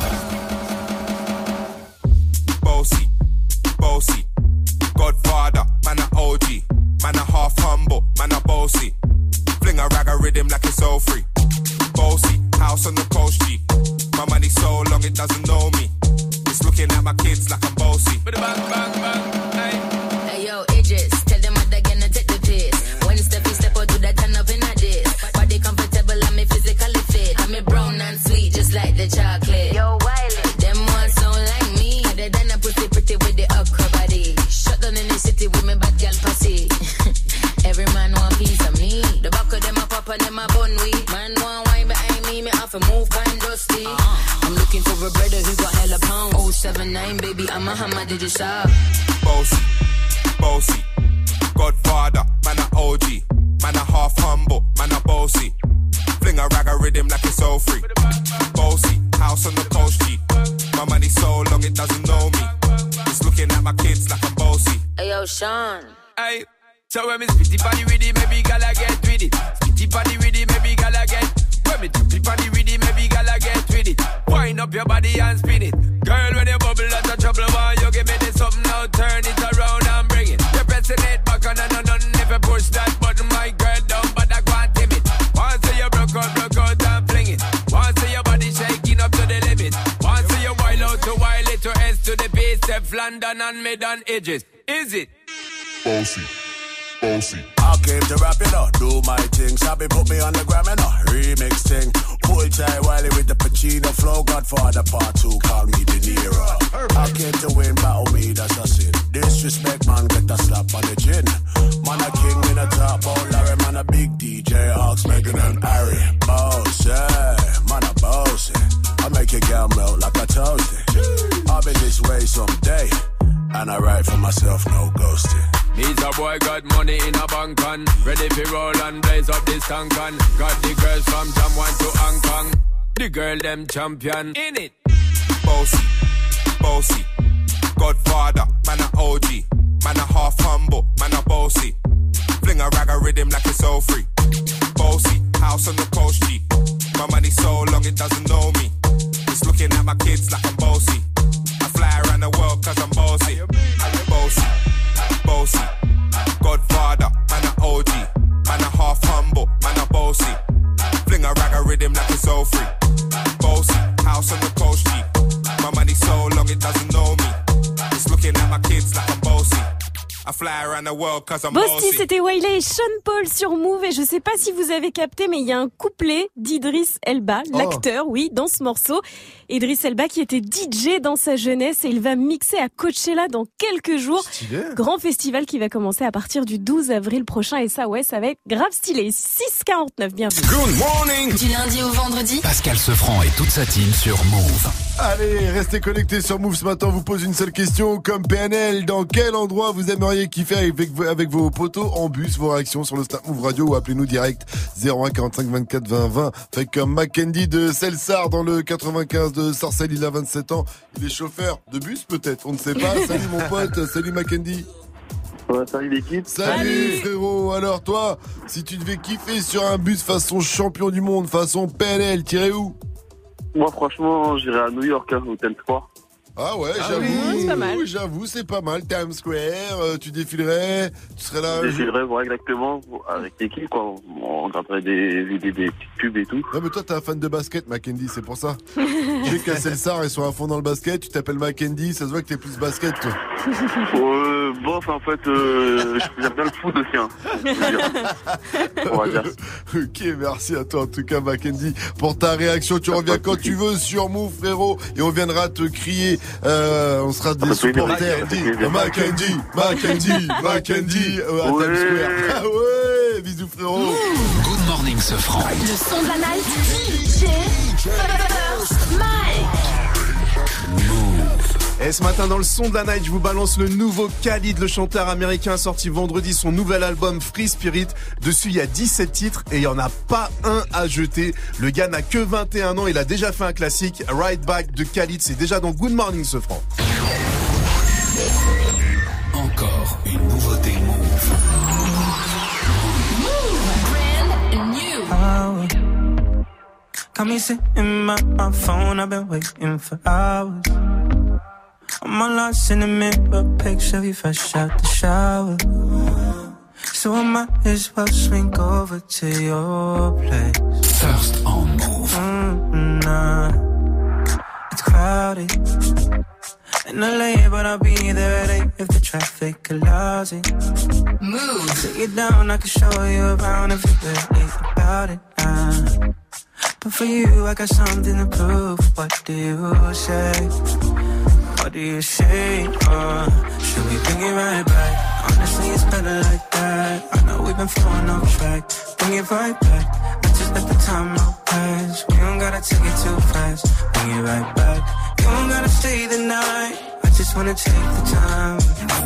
Bossy, bossy, Godfather, man a OG, man a half humble, man a bossy. Fling a rag a rhythm like it's all free. Bossy, house on the coast G. My money so long it doesn't know me. It's looking at my kids like I'm bossy. Bang, bang, bang, hey. Hey yo, Idris, tell them what they're gonna take the piss. When Steffi step out, do that turn up in a diss. Body comfortable, I'm physically fit. I'm a brown and sweet, just like the chocolate. Yo, Wiley, them ones sound like me. Other than a pretty with the upper body. Shut down in the city with me bad girl pussy. Every man want piece of me. The back of them a pop and them a bun weed. Man want wine behind me have to move kind dusty. I'm looking for a brother who got hella pound. 079, baby, I'm a hammer, did you stop? Bossy, bossy, Godfather, man a OG, man a half humble, man a bossy. Fling a rag a rhythm like it's all free. Bossy, house on the coast G. My money so long it doesn't know me. It's looking at my kids like I'm bossy. Hey yo, Sean. Hey, so when me spitty body with it, maybe gala get with it. Spitty body with it, maybe gala get. When me tippy body with it, maybe gala get with it. Wind up your body and spin it. Girl, when you bubble out of trouble, why you give me this something now? Turn it around and bring it. You're pressing it back on and on. If you push that button, my girl down, but I can't tame it. Once you broke out and fling it. Once your body shaking up to the limit. Once you wild out to wild it to S to the base, step London and mid on edges. Is it? Bossy, bossy. I came to rap it up, do my thing. Sabi put me on the gram and a remix thing. Pull tight Wiley with the Pacino flow. Godfather part 2, call me De Niro. I came to win, battle me, that's a sin. Disrespect, man, get a slap on the chin. Man a king in a top, oh Larry, man a big DJ, Hawks, Megan and Harry. Boss, yeah, man a boss, I make your girl melt like a toasty. I'll be this way someday, and I write for myself, no ghosting. Me's a boy got money in a bank on. Ready for roll and blaze up this tank on. Got the girls from Jamwan to Hong Kong. The girl them champion in it. Bossy, bossy, Godfather, man a OG, man a half humble, man a bossy. Fling a rag a rhythm like it's all free. Bossy, house on the coast G. My money so long it doesn't know me. It's looking at my kids like I'm bossy. I fly around the world cause I'm bossy. Bossy, bossy, Godfather, man a OG, man a half humble, man a bossy. Fling a rag a rhythm like it's all free. Bossy, house on the coast G. My money so long it doesn't know me. It's looking at my kids like I'm bossy. I fly around the world cause I'm Bossy, bossy. c'était Wiley et Sean Paul sur Move, et je sais pas si vous avez capté, mais il y a un couplet d'Idriss Elba, l'acteur, oui, dans ce morceau. Idriss Elba qui était DJ dans sa jeunesse, et il va mixer à Coachella dans quelques jours. Stylé. Grand festival qui va commencer à partir du 12 avril prochain, et ça, ouais, ça va être grave stylé. 6h49, bienvenue. Good morning. Du lundi au vendredi. Pascal Sefranc et toute sa team sur Move. Allez, restez connectés sur Move. Ce matin, on vous pose une seule question. Comme PNL, dans quel endroit vous aimeriez kiffer avec vos potos en bus? Vos réactions sur le Snap Move Radio ou appelez-nous direct 01 45 24 20 20. Fait comme Mackendy de Celsar dans le 95 de Sarcelles, il a 27 ans. Il est chauffeur de bus peut-être, on ne sait pas. Salut mon pote, salut Mackendy. Ouais, salut l'équipe. Salut frérot. Alors toi, si tu devais kiffer sur un bus façon champion du monde, façon PNL, t'irais où? Moi franchement, j'irais à New York, au Times Square. Ah ouais, j'avoue, c'est pas mal. Times Square, tu défilerais, tu serais là. Je défilerais, ouais, exactement, avec l'équipe, quoi. On regarderait des petites pubs et tout. Non, mais toi, t'es un fan de basket, Mackendy, c'est pour ça. J'ai cassé le sar, ils sont à fond dans le basket, tu t'appelles Mackendy, ça se voit que t'es plus basket, toi. Ouais, bof, en fait, j'aime bien le foot aussi, hein. On va dire. Ok, merci à toi en tout cas, Mackenzie, pour ta réaction. Tu reviens quand tu veux sur Move, frérot, et on viendra te crier. On sera des supporters. Mackenzie, à Times Square. Ah ouais, bisous, frérot. Good morning, Sofran. Le son de la night. DJ First Mike. Et ce matin dans le son de la night, je vous balance le nouveau Khalid, le chanteur américain, sorti vendredi son nouvel album Free Spirit. Dessus, il y a 17 titres et il n'y en a pas un à jeter. Le gars n'a que 21 ans, il a déjà fait un classique. Right Back de Khalid, c'est déjà dans Good Morning Sofran. Encore une nouveauté Move. Brand new. Got me sitting by my phone, I've been waiting for hours. I'm all lost in the mirror, picture of you fresh out the shower. So I might as well swing over to your place. First on Move. Nah, it's crowded in LA, but I'll be there at 8 if the traffic allows it. Move. Take it down, I can show you around if you're really about it. But for you, I got something to prove. What do you say? What do you say? Should we bring it right back? Honestly, it's better like that. I know we've been falling off track. Bring it right back. I just let the time go pass. We don't gotta take it too fast. Bring it right back. You don't gotta stay the night. I just wanna take the time.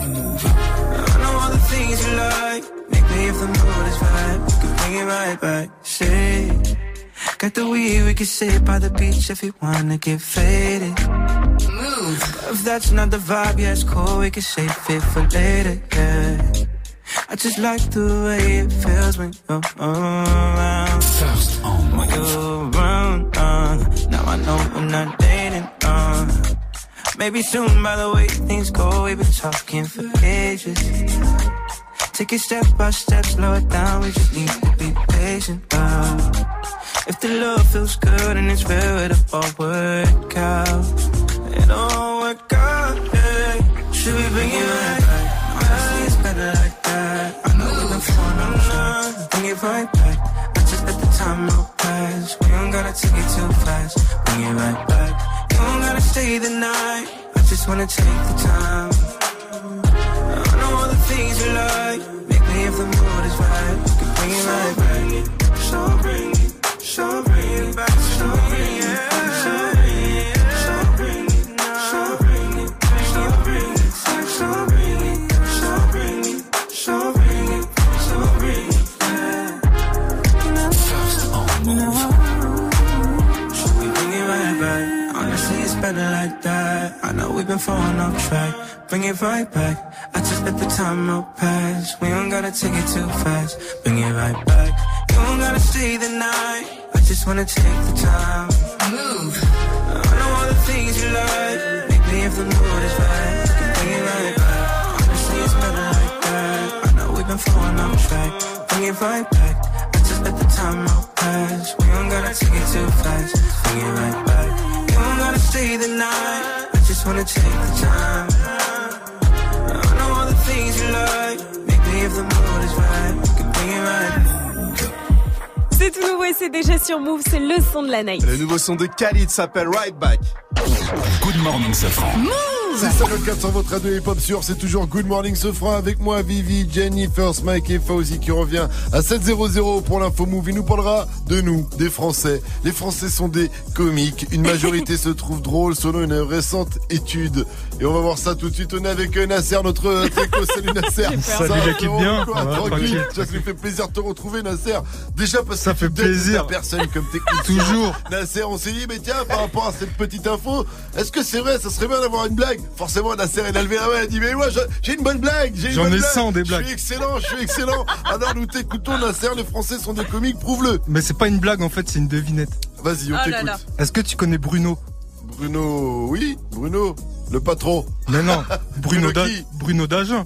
I know all the things you like. Maybe if the mood is right, we can bring it right back. Say, got the weed, we can sit by the beach if you wanna get faded. Move. If that's not the vibe, yeah, it's cool, we can save it for later, yeah. I just like the way it feels when you're around. First on When you're around, now I know we're not dating, maybe soon by the way things go, we've been talking for ages. Take it step by step, slow it down, we just need to be patient, if the love feels good and it's real, it'll all work out. It'll all work out, yeah. Should we bring it right back? Honestly, it's better like that. I know we've been falling on track. Bring it right back. I just let the time go pass. We don't gotta take it too fast. Bring it right back. You don't gotta stay the night. I just wanna take the time. I know all the things you like. Make me if the mood is right. We can bring it right back. So bring it. So bring it back, so bring it, so bring it, so bring it, so bring it, so bring it, so bring it, so bring it, so bring it, so bring it, First on Move. should we bring it right back? Honestly, it's better like that. I know we've been falling off track. Bring it right back. I just let the time go pass. We don't gotta take it too fast. Bring it right back. You don't gotta stay the night. I just wanna take the time. Move. I know all the things you like. Maybe if the mood is right, we can bring it right back. Honestly, it's better like that. I know we've been falling off track. Bring it right back. I just let the time go pass. We don't gotta take it too fast. Bring it right back. You don't gotta stay the night. I just wanna take the time. I know all the things you like. Maybe if the mood is right, we can bring it right back. C'est tout nouveau et c'est déjà sur Move, c'est le son de la night. Le nouveau son de Khalid s'appelle Right Back. Good morning, Sofran. C'est ça le 4 sur votre radio hip-hop sûr, c'est toujours Good Morning Sofran avec moi, Vivi, Jenny, First Mike et Fauzi qui revient à 7:00 pour l'info Move. Il nous parlera de nous, des Français. Les Français sont des comiques. Une majorité se trouve drôle selon une récente étude. Et on va voir ça tout de suite. On est avec Nasser, notre téco. Salut Nasser. Salut l'équipe, bien. Tranquille. Ça me fait plaisir de te retrouver Nasser. Déjà parce ça que fait plaisir. Personne comme technicien. Toujours. Nasser, on s'est dit, mais tiens, par rapport à cette petite info, est-ce que c'est vrai, ça serait bien d'avoir une blague? Forcément, Nasser, il a levé la main, il a dit, mais moi, j'ai une bonne blague. J'en ai 100 des blagues. Je suis excellent. Alors, nous t'écoutons, Nasser, les Français sont des comiques, prouve-le. Mais c'est pas une blague, en fait, c'est une devinette. Vas-y, on t'écoute. Est-ce que tu connais Bruno? Bruno, oui, Bruno, le patron. Mais non, Bruno Dagen.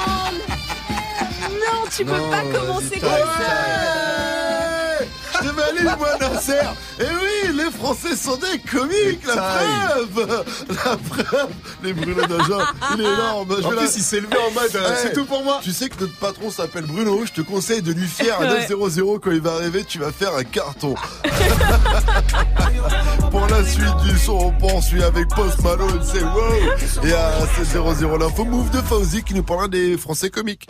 Non, tu peux pas commencer comme ça. Je te valide. Salut-moi Nasser. Et oui, les Français sont des comiques, la preuve. Les Bruno Dagen, il est énorme. En plus, il s'est levé en mode, c'est tout pour moi. Tu sais que notre patron s'appelle Bruno, je te conseille de lui faire un 900 quand il va arriver, tu vas faire un carton. Pour la suite du son, on poursuit avec Post Malone, c'est wow. Et à 700, l'info Move de Fauzi qui nous parlera des Français comiques.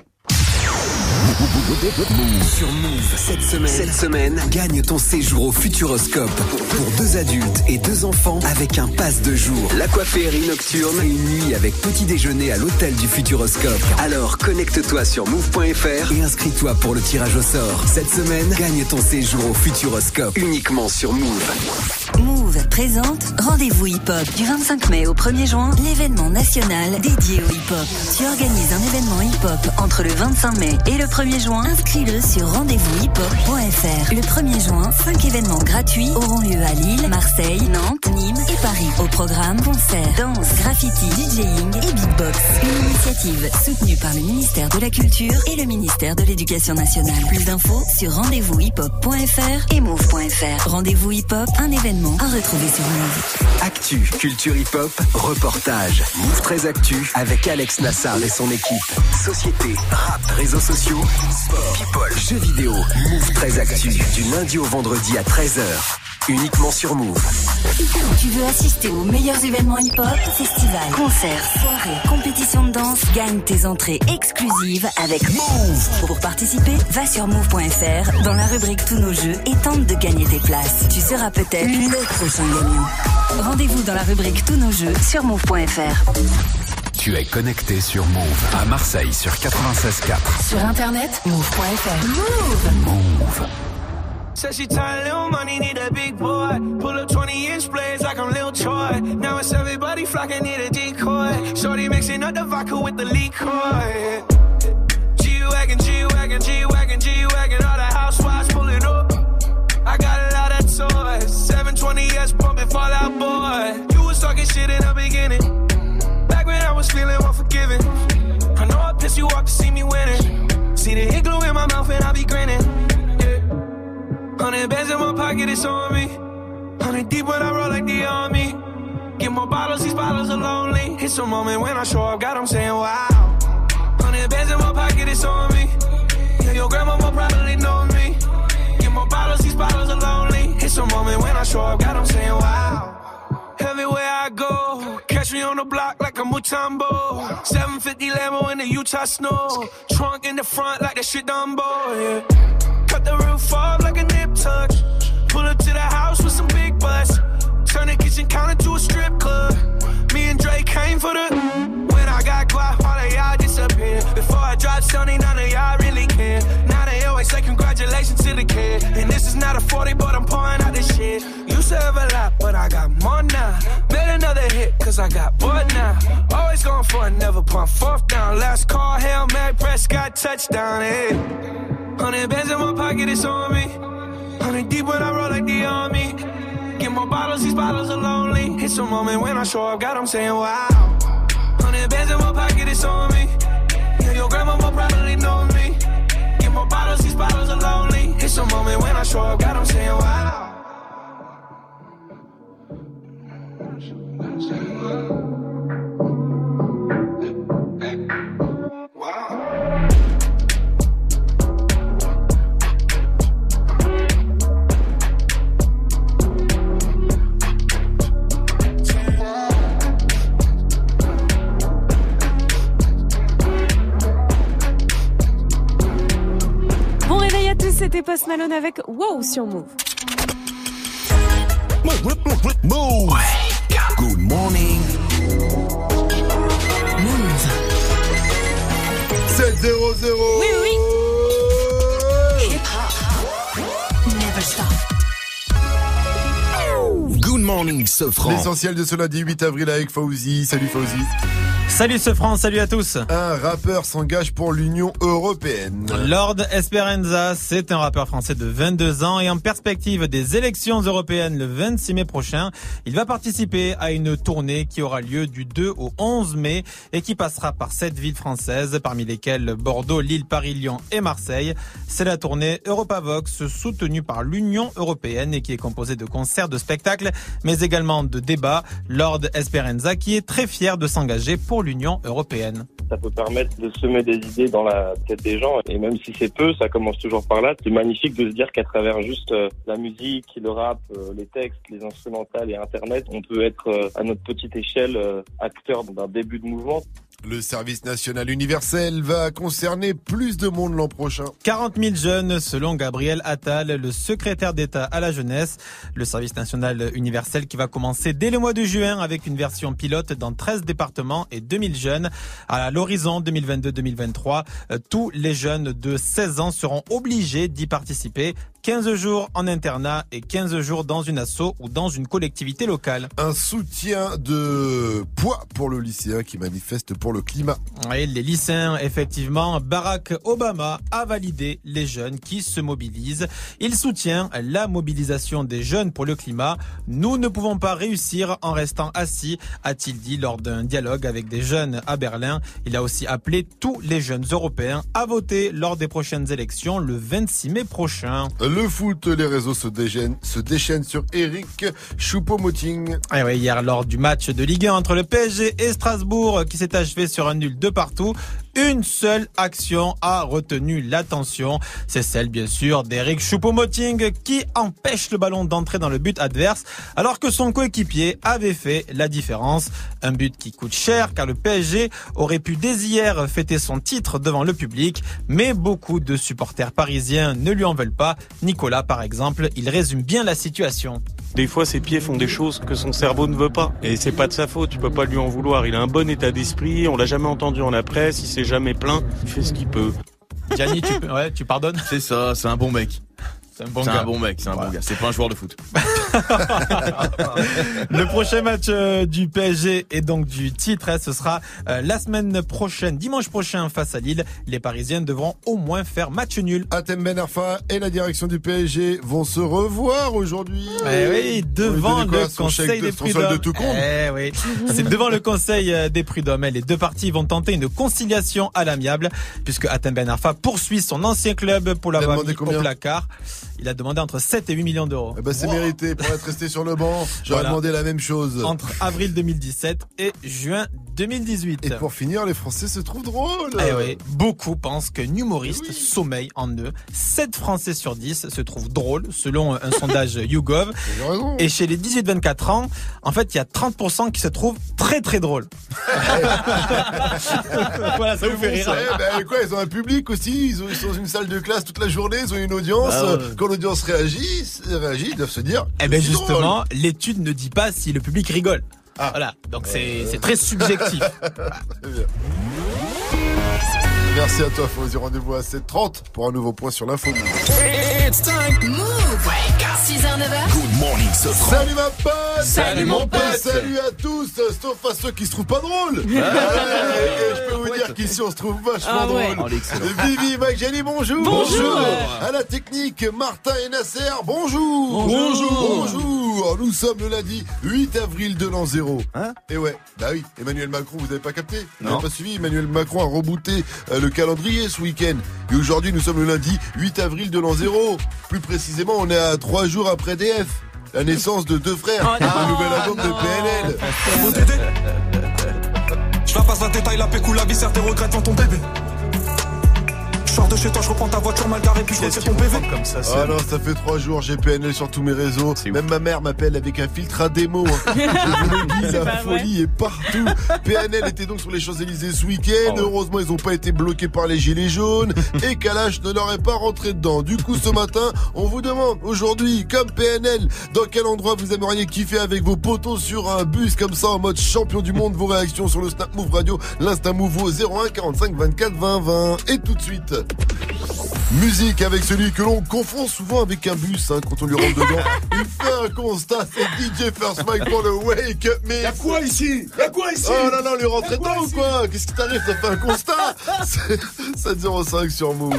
Sur Move, cette semaine, gagne ton séjour au Futuroscope pour 2 adultes et 2 enfants avec un pass de jour, l'aquaférie nocturne et une nuit avec petit déjeuner à l'hôtel du Futuroscope. Alors connecte-toi sur move.fr et inscris-toi pour le tirage au sort. Cette semaine, gagne ton séjour au Futuroscope uniquement sur Move. Move présente Rendez-vous Hip Hop du 25 mai au 1er juin, l'événement national dédié au hip hop. Tu organises un événement hip hop entre le 25 mai et le 1er juin. Inscris-le sur rendez-vous-hip-hop.fr. Le 1er juin, 5 événements gratuits auront lieu à Lille, Marseille, Nantes, Nîmes et Paris. Au programme, concerts, danse, graffiti, DJing et beatbox. Une initiative soutenue par le ministère de la Culture et le ministère de l'Éducation nationale. Plus d'infos sur rendez-vous-hip-hop.fr et move.fr. Rendez-vous hip-hop, un événement à retrouver sur Move. Actu, culture hip-hop, reportage. Move 13 Actu avec Alex Nassar et son équipe. Société, rap, réseaux sociaux, sport, people, jeux vidéo. Move 13 Actu, du lundi au vendredi à 13h. Uniquement sur Move. Tu veux assister aux meilleurs événements hip-hop, festivals, concerts, soirées, compétitions de danse? Gagne tes entrées exclusives avec Move. Pour participer, va sur move.fr dans la rubrique Tous nos jeux et tente de gagner tes places. Tu seras peut-être le prochain gagnant. Rendez-vous dans la rubrique Tous nos jeux sur move.fr. Tu es connecté sur Move à Marseille sur 96.4. Sur internet, move.fr. Move. Said she tired, little money, need a big boy. Pull up 20-inch blades like I'm Lil Troy. Now it's everybody flocking, need a decoy. Shorty mixing up the vodka with the liquor. G-Wagon, G-Wagon, G-Wagon, G-Wagon. All the housewives pulling up. I got a lot of toys. 720S pumping Fallout Boy. You was talking shit in the beginning. Back when I was feeling unforgiving. I know I pissed you off to see me winning. See the hit glue in my mouth and I be grinning. 100 bands in my pocket, it's on me. 100 deep when I roll like the army. Get more bottles, these bottles are lonely. It's a moment when I show up, God, I'm saying wow. 100 bands in my pocket, it's on me. Yeah, your grandma will probably know me. Get more bottles, these bottles are lonely. It's a moment when I show up, God, I'm saying wow. Everywhere I go, catch me on the block like a Mutombo. 750 Lambo in the Utah snow. Trunk in the front like that shit Dumbo, yeah. Cut the roof off like a nip tuck. Pull up to the house with some big butts. Turn the kitchen counter to a strip club. Me and Drake came for the. When I got guap, all of y'all disappear. Before I dropped Sony, none of y'all really care. Now they always say congratulations to the kid. And this is not a 40, but I'm pouring out this shit. Used to have a lot, but I got more now. Made another hit, cause I got bored now. Always going for it, never pump fourth down. Last call, Hail Mary, Prescott, touchdown, hey. 100 bands in my pocket, it's on me. 100 deep when I roll like the army. Get more bottles, these bottles are lonely. It's a moment when I show up, God, I'm saying wow. 100 bands in my pocket, it's on me. Yeah, your grandma will probably know me. Get more bottles, these bottles are lonely. It's a moment when I show up, God, I'm saying wow. C'était Post Malone avec Wow sur Move. Move. Good morning. Move. 700. Oui, oui. Hip hop. Never stop. Good morning, Sofran. L'essentiel de ce lundi 8 avril avec Fauzi. Salut Fauzi. Salut ce France, salut à tous. Un rappeur s'engage pour l'Union Européenne. Lord Esperanza, c'est un rappeur français de 22 ans et en perspective des élections européennes le 26 mai prochain, il va participer à une tournée qui aura lieu du 2 au 11 mai et qui passera par 7 villes françaises, parmi lesquelles Bordeaux, Lille, Paris, Lyon et Marseille. C'est la tournée Europavox soutenue par l'Union Européenne et qui est composée de concerts, de spectacles, mais également de débats. Lord Esperanza qui est très fier de s'engager pour l'Union Européenne. Ça peut permettre de semer des idées dans la tête des gens et même si c'est peu, ça commence toujours par là. C'est magnifique de se dire qu'à travers juste la musique, le rap, les textes, les instrumentales et Internet, on peut être à notre petite échelle acteur d'un début de mouvement. Le service national universel va concerner plus de monde l'an prochain. 40 000 jeunes selon Gabriel Attal, le secrétaire d'État à la jeunesse. Le service national universel qui va commencer dès le mois de juin avec une version pilote dans 13 départements et 2000 jeunes. À l'horizon 2022-2023, tous les jeunes de 16 ans seront obligés d'y participer. 15 jours en internat et 15 jours dans une asso ou dans une collectivité locale. Un soutien de poids pour le lycéen qui manifeste pour le climat. Oui, les lycéens, effectivement, Barack Obama a validé les jeunes qui se mobilisent. Il soutient la mobilisation des jeunes pour le climat. Nous ne pouvons pas réussir en restant assis, a-t-il dit lors d'un dialogue avec des jeunes à Berlin. Il a aussi appelé tous les jeunes européens à voter lors des prochaines élections le 26 mai prochain. Le foot, les réseaux se déchaînent sur Eric Choupo-Moting. Et oui, hier, lors du match de Ligue 1 entre le PSG et Strasbourg, qui s'est achevé sur un nul de partout, une seule action a retenu l'attention. C'est celle, bien sûr, d'Eric Choupo-Moting qui empêche le ballon d'entrer dans le but adverse alors que son coéquipier avait fait la différence. Un but qui coûte cher car le PSG aurait pu dès hier fêter son titre devant le public, mais beaucoup de supporters parisiens ne lui en veulent pas. Nicolas, par exemple, il résume bien la situation. Des fois, ses pieds font des choses que son cerveau ne veut pas. Et c'est pas de sa faute, tu peux pas lui en vouloir. Il a un bon état d'esprit, on l'a jamais entendu en la presse, il s'est jamais plaint, il fait ce qu'il peut. Gianni, tu pardonnes ? C'est ça, c'est un bon mec. C'est un bon mec, c'est un bon gars. C'est pas un joueur de foot. Le prochain match du PSG et donc du titre, ce sera la semaine prochaine, dimanche prochain face à Lille. Les Parisiens devront au moins faire match nul. Hatem Ben Arfa et la direction du PSG vont se revoir aujourd'hui. Eh oui, devant le Conseil des prud'hommes. De tout compte. Eh oui, c'est devant le Conseil des prud'hommes. Les deux parties vont tenter une conciliation à l'amiable puisque Hatem Ben Arfa poursuit son ancien club pour l'avoir mis au placard. Il a demandé entre 7 et 8 millions d'euros. Eh ben, c'est mérité. Pour être resté sur le banc, j'aurais demandé la même chose. Entre avril 2017 et juin 2018. Et pour finir, les Français se trouvent drôles. Eh oui, beaucoup pensent qu'un humoriste sommeille en eux. 7 Français sur 10 se trouvent drôles, selon un sondage YouGov. Et chez les 18-24 ans, en fait, il y a 30% qui se trouvent très très drôles. Voilà, ça vous fait rire. Quoi, ils ont un public aussi. Ils sont dans une salle de classe toute la journée. Ils ont une audience. Quand l'audience réagit, ils doivent se dire. Eh ben justement, l'étude ne dit pas si le public rigole. Voilà, donc c'est très subjectif. Très bien. Merci à toi, Fauzi. Rendez-vous à 7h30 pour un nouveau point sur l'info. It's time. Move. Wake up. 6h, 9h. Good morning, Salut ma pote. Salut mon pote. Salut à tous, sauf à ceux qui se trouvent pas drôles. Je peux vous dire qu'ici on se trouve vachement drôle. Vivi, Mike, Jenny, bonjour. Bonjour. À la technique, Martin et Nasser, bonjour. Bonjour. Nous sommes le lundi 8 avril de l'an 0. Et ouais, bah oui, Emmanuel Macron, vous avez pas capté? Vous n'avez pas suivi? Emmanuel Macron a rebooté le calendrier ce week-end. Et aujourd'hui, nous sommes le lundi 8 avril de l'an 0. Plus précisément, on est à 3 jours après DF. La naissance de deux frères. Le nouvel album de PNL. Je la passe la détail, la pécou, la viscère, tes regrets devant ton bébé. Je sors de chez toi, je reprends ta voiture mal garée, puis je retire ton PV. Comme ça, non, ça fait 3 jours, j'ai PNL sur tous mes réseaux. Même ma mère m'appelle avec un filtre à démo. Je vous le dis, la folie est partout. PNL était donc sur les Champs-Élysées ce week-end. Heureusement, ils n'ont pas été bloqués par les gilets jaunes. Et Kalash ne leur est pas rentré dedans. Du coup, ce matin, on vous demande aujourd'hui, comme PNL, dans quel endroit vous aimeriez kiffer avec vos potos sur un bus comme ça, en mode champion du monde. Vos réactions sur le Snap Move Radio, l'Insta Move au 01 45 24 20 20. Et tout de suite, Musique avec celui que l'on confond souvent avec un bus hein, quand on lui rentre dedans. Il fait un constat, c'est DJ First Mike pour le Wake Up Mix. Y'a quoi ici? Oh là là, lui rentrer dedans ou quoi? Qu'est-ce qui t'arrive? T'as fait un constat? C'est 705 sur Move.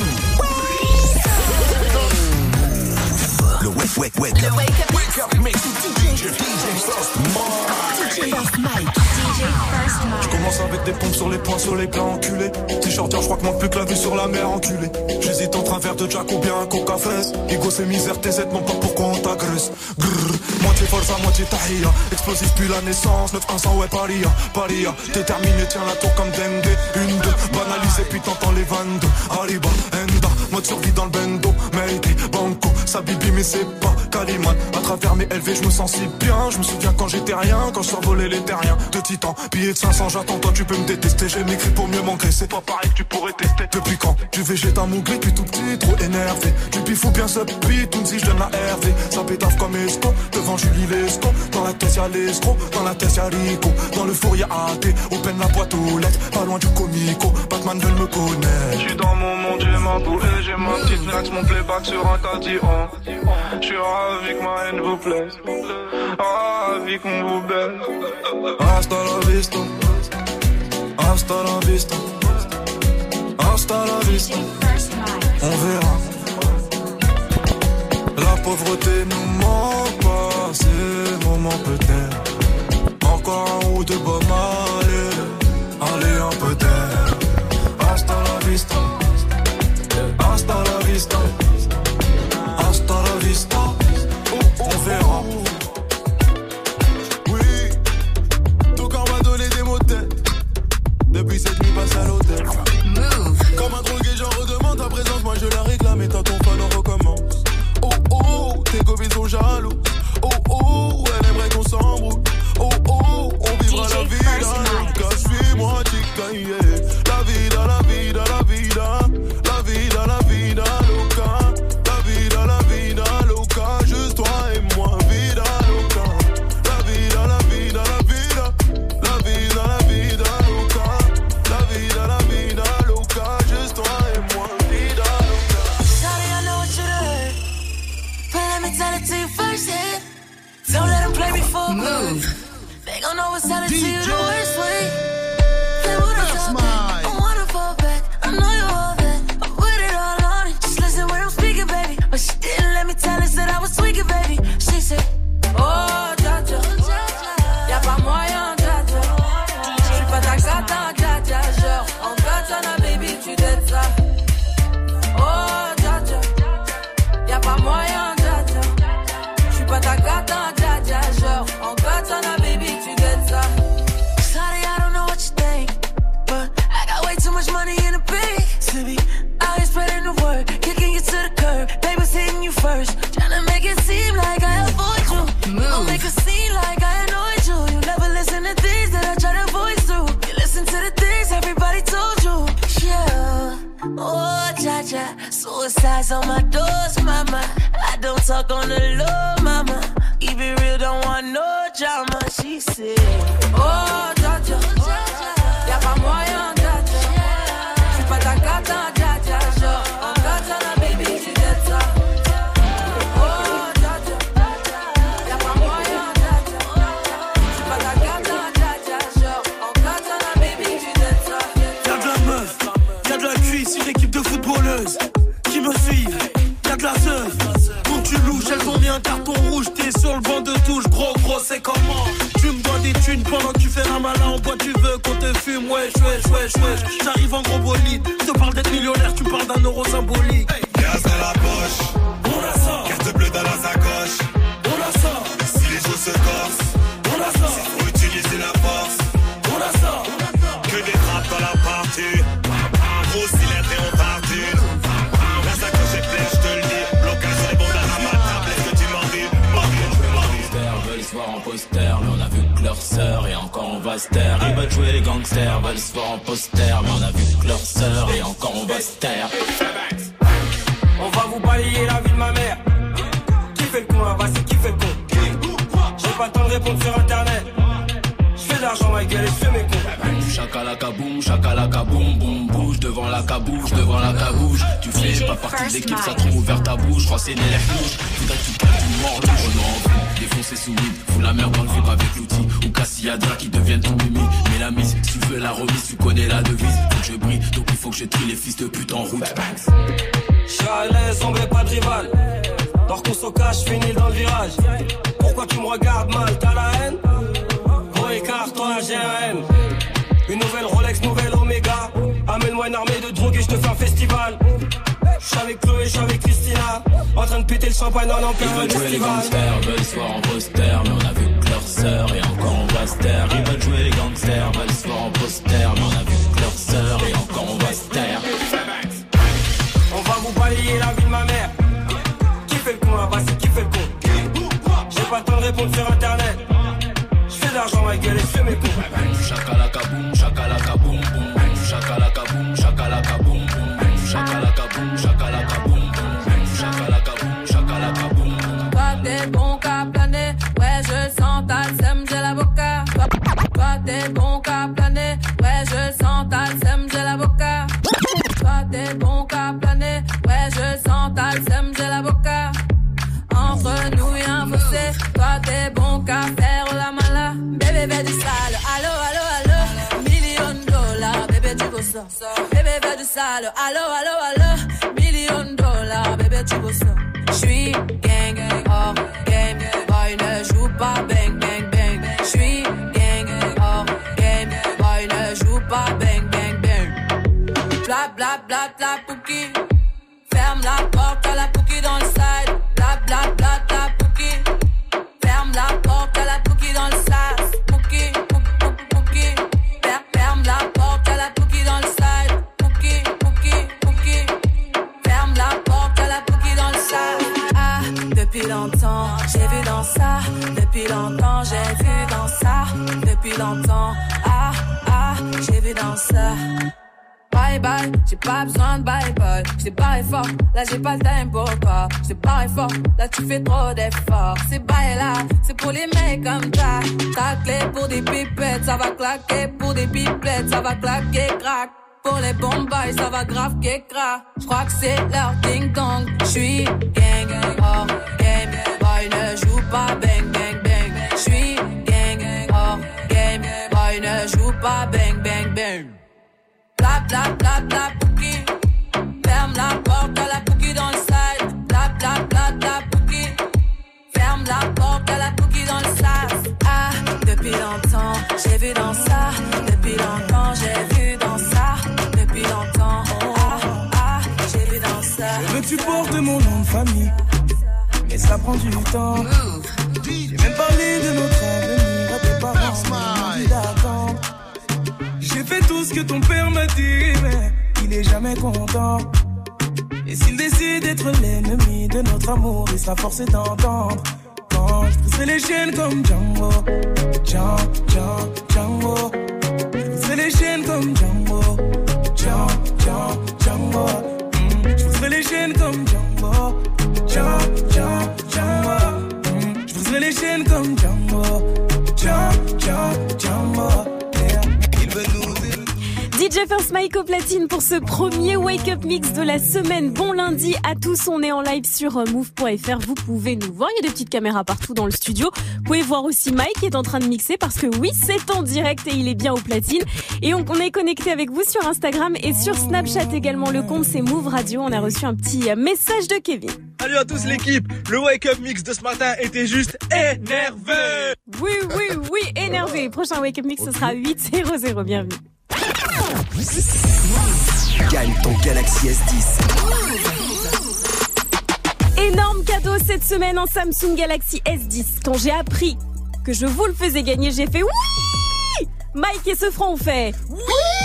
Le wake up mix. DJ First Mike. Je commence avec des pompes sur les poings, sur les plats enculés. T-shirt, je crois que manque plus que la vue sur la mer enculée. J'hésite entre un verre de Jack ou bien un coca fraise. Ego c'est misère, TZ, non pas pourquoi on t'agresse. Grrr, moitié forza, moitié tahia. Explosif puis la naissance, 9-100 ouais paria. Paria, déterminé, tiens la tour comme dengue. Une, deux, banalisé puis t'entends les 22. Arriba, enda, mode survie dans le bendo. Mayday, banco, ça bibi mais c'est pas Caliman. À travers mes LV, je me sens si bien. Je me souviens quand j'étais rien, quand je survolais les terriens. De titan, billet de 500, j'attends, toi tu peux me détester. J'ai m'écrit pour mieux m'engraisser. Pas pareil que tu pourrais tester. Depuis quand tu végètes un mougli, puis tout petit, trop énervé. Tu pifou bien ce pit, tout si je donne la RV. Ça pétave comme Esco, devant Julie Lesco. Dans la tête y'a l'escroc, dans la tête y'a Rico. Dans le four y'a AT, open la boîte aux lettres. Pas loin du comico, Batman veut me connaître. J'suis dans mon monde, j'ai ma bouée, j'ai ma petite nax, mon playback sur un tatillon. J'suis ravi que ma haine vous plaise, ravi qu'on vous baise. Hasta la vista, hasta la vista, hasta la vista. On verra. La pauvreté nous manque pas, c'est le moment peut-être. Encore un ou deux bombes, allez un peu d'air. Hasta la vista, hasta la vista, hasta la vista. On verra. Oui, ton corps m'a donné des mots de tête. Depuis cette nuit passe à l'hôtel. Comme un drogué j'en redemande ta présence. Moi je la réclame et tant ton fan on recommence. Oh oh, tes copines sont jalouses. Oh oh, elle aimerait qu'on s'embrouille. Oh oh, on vivra la vie dans le suis-moi chica, yeah. La vida, la vida, la vida. La vida, la vida, loca. La vida, la vida, loca. Juste toi et moi, vida, loca. La vida, la vida, la vida. La vida, la vida, loca. La vida, la vida, loca. Juste toi et moi, vida, loca. Shawty, I know what you did, but let me tell it to you first, yeah. Don't let them play me for good. They gon' know what's telling to you the worst way. They wanna fall back, I wanna fall back. I know you all that, I put it all on it. Just listen when I'm speaking, baby. But she didn't let me tell her, said I was tweaking, baby. She said, oh, dja-dja, y'a pas moyen, dja-dja. J'suis pas ta gata, dja-dja. Genre, en katana, baby, tu dettes ça. Oh, dja-dja, y'a pas moyen, dja-dja. J'suis pas ta gata, dja-dja. Genre, en katana, baby, tu dettes ça. Sorry, I don't know what you think, but I got way too much money in the bank to be out here spreading the word, kicking you to the curb. Papers hitting you first, tryna make it seem like I avoid you. Don't make it seem like I annoyed you. You never listen to things that I try to voice through. You listen to the things everybody told you. Yeah, oh, ja-ja, suicide's on my doors, mama. I don't talk on the low, mama. Keep it real, don't want no drama. She said, oh, ja-ja, y'a pas moyen, ja-ja. J'suis pas ta gata, ja-ja. Genre, en katana, baby, tu dettes ça. Oh, ja-ja, y'a pas moyen, ja-ja. J'suis pas ta gata, ja-ja. Genre, en katana, baby, tu dettes ça. Y'a de la meuf, y'a de la cuisse, une équipe de footballeuses qui me suivent. Y'a de la seuf, quand tu louches, elles ont mis un carton rouge. T'es sur le banc de touche, gros, c'est comment? Tu me dois des thunes pendant que tu fais un malin en bois. Tu veux qu'on te fume, wesh. J'arrive en gros bolide, je te parle d'être millionnaire, tu parles d'un euro symbolique. Gaz dans la poche, on a ça. Carte bleue dans la sacoche, on a ça. Si les choses se corsent, on a ça. c'est faut utiliser la force, on a ça. Que des frappes dans la partie, gros cylindre et on part d'une. La sacoche est pleine, je te le dis. L'occasion est bonne à ma table, est-ce que tu m'en dis? Veulent se voir en poster, mais on a vu que leur sœur et encore on va se taire. Ils veulent jouer les gangsters, veulent se voir en poster, mais on a vu que leur sœur et encore on va se taire. On va vous balayer la vie de ma mère. Qui fait le con là-bas, c'est qui fait le con? J'ai pas le temps de répondre sur internet. J'fais de l'argent, ma gueule, et je fais mes comptes. Chakalaka boum boum, bouge devant la cabouche, Tu fais pas partie de l'équipe, ça trouve ouvert ta bouche, je crois c'est nerf rouge. Faudrait que tu passes du mort, on en défoncer sous vide, fous la merde dans le vibre avec l'outil. Ou Cassiadra qui deviennent ton mimi. Mais la mise, si tu veux la remise, tu connais la devise. Faut que je brille, donc il faut que je trie les fils de pute en route. J'suis à l'aise, on met pas de rival. Dors qu'on se cache, finis dans le virage. Pourquoi tu me regardes mal, t'as la haine? Gros écart, ton AGM. Une nouvelle Rolex, nouvelle Omega. Amène-moi une armée de drogue et je te fais un festival. J'suis avec Chloé, j'suis avec Christina. En train de péter le champagne dans l'empire. Ils veulent jouer les gangsters, veulent se voir en poster. Mais on a vu que leur sœur et encore on va se taire. Ils veulent jouer les gangsters, veulent se voir en poster. Mais on a vu que leur sœur et encore on va se taire. On va vous balayer la vie de ma mère. Qui fait le con là-bas, c'est qui fait le con? J'ai pas le temps de répondre sur internet. J'fais de l'argent, ma gueule, et j'fais mes comptes. Chakalaka boum, chakalaka boum boum. Chakalaka boum, chakalaka boum boum. Chakalaka boum, chakalaka boum boum. Chakalaka boum, chakalaka boum boum. Toi t'es bon qu'à planer, ouais je sens ta sème, j'ai l'avocat. Toi t'es bon qu'à planer, ouais je sens ta sème, j'ai l'avocat. Toi t'es bon qu'à planer, ouais je sens ta sème, j'ai l'avocat. Entre nous y'a un fossé, toi t'es bon qu'à faire la mala. Bébé fais du sale, allo allo allo, $1,000,000, bébé tu go ça. Bébé fais du sale, allo allo allo, $1,000,000, bébé tu go ça. J'suis gang, hors game, boy ne joue pas bang bang bang. J'suis gang, hors game, boy ne joue pas bang bang bang. Bla bla bla bla pouki, ferme la porte à la pouki dans le side. Bla bla bla bla pouki, ferme la porte à la pouki dans le side. Pouki, pouki, pouki, ferme la porte à la pouki dans le side. Pouki, pouki, pouki, ferme la porte à la pouki dans le side. Ah, depuis longtemps, j'ai vu dans ça. Depuis longtemps, j'ai vu dans ça. Depuis longtemps, ah, ah, j'ai vu dans ça. Bye bye, j'ai pas besoin de bye bye. J't'ai barré fort, là j'ai pas le time pour toi. J't'ai barré fort, là tu fais trop d'efforts. C'est bye là, c'est pour les mecs comme ça. Ta clé pour des pipettes, ça va claquer. Pour des pipettes, ça va claquer, crack. Pour les bombes, ça va grave qu'écra. J'crois que c'est leur ding dong. J'suis gang, hors game, boy ne joue pas bang bang bang. J'suis gang, hors game, boy ne joue pas bang bang bang. Bla bla bla bla pouki, ferme la porte à la pouki dans le side. Bla bla bla bla pouki, ferme la porte à la pouki dans le side. Ah, depuis longtemps, j'ai vu dans ça. Depuis longtemps, j'ai vu dans ça. Depuis longtemps, ah, ah, j'ai vu dans ça. Je veux que tu portes mon nom de famille, mais ça prend du temps. J'ai même parlé de notre avenir à tes parents, mais ils m'ont dit d'attendre. J'ai fait tout ce que ton père m'a dit, mais il est jamais content. Et s'il décide d'être l'ennemi de notre amour, il sera forcé d'entendre. Quand je briserai les chaînes comme Django, Django. Je briserai les chaînes comme Django, Django. Je briserai les chaînes comme Django, Django. Je briserai les chaînes comme Django, Django. DJ First Mike au platine pour ce premier Wake Up Mix de la semaine. Bon lundi à tous, on est en live sur move.fr. Vous pouvez nous voir, il y a des petites caméras partout dans le studio. Vous pouvez voir aussi Mike qui est en train de mixer parce que oui, c'est en direct et il est bien au platine. Et on est connecté avec vous sur Instagram et sur Snapchat également. Le compte c'est Move Radio. On a reçu un petit message de Kevin. Salut à tous l'équipe, le Wake Up Mix de ce matin était juste énervé. Oui, énervé. Prochain Wake Up Mix ce sera 800. Bienvenue. Gagne ton Galaxy S10. Énorme cadeau cette semaine en Samsung Galaxy S10. Quand j'ai appris que je vous le faisais gagner, j'ai fait oui. Mike et Sefran ont fait oui.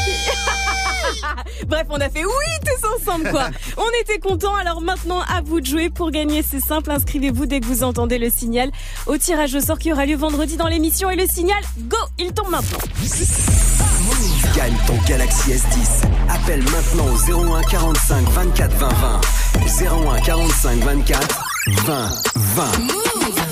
Bref, on a fait oui tous ensemble quoi. On était contents, alors maintenant à vous de jouer. Pour gagner, c'est simple, inscrivez-vous dès que vous entendez le signal au tirage au sort qui aura lieu vendredi dans l'émission. Et le signal, go, il tombe maintenant. Gagne ton Galaxy S10. Appelle maintenant au 01 45 24 20 20. 01 45 24 20 20.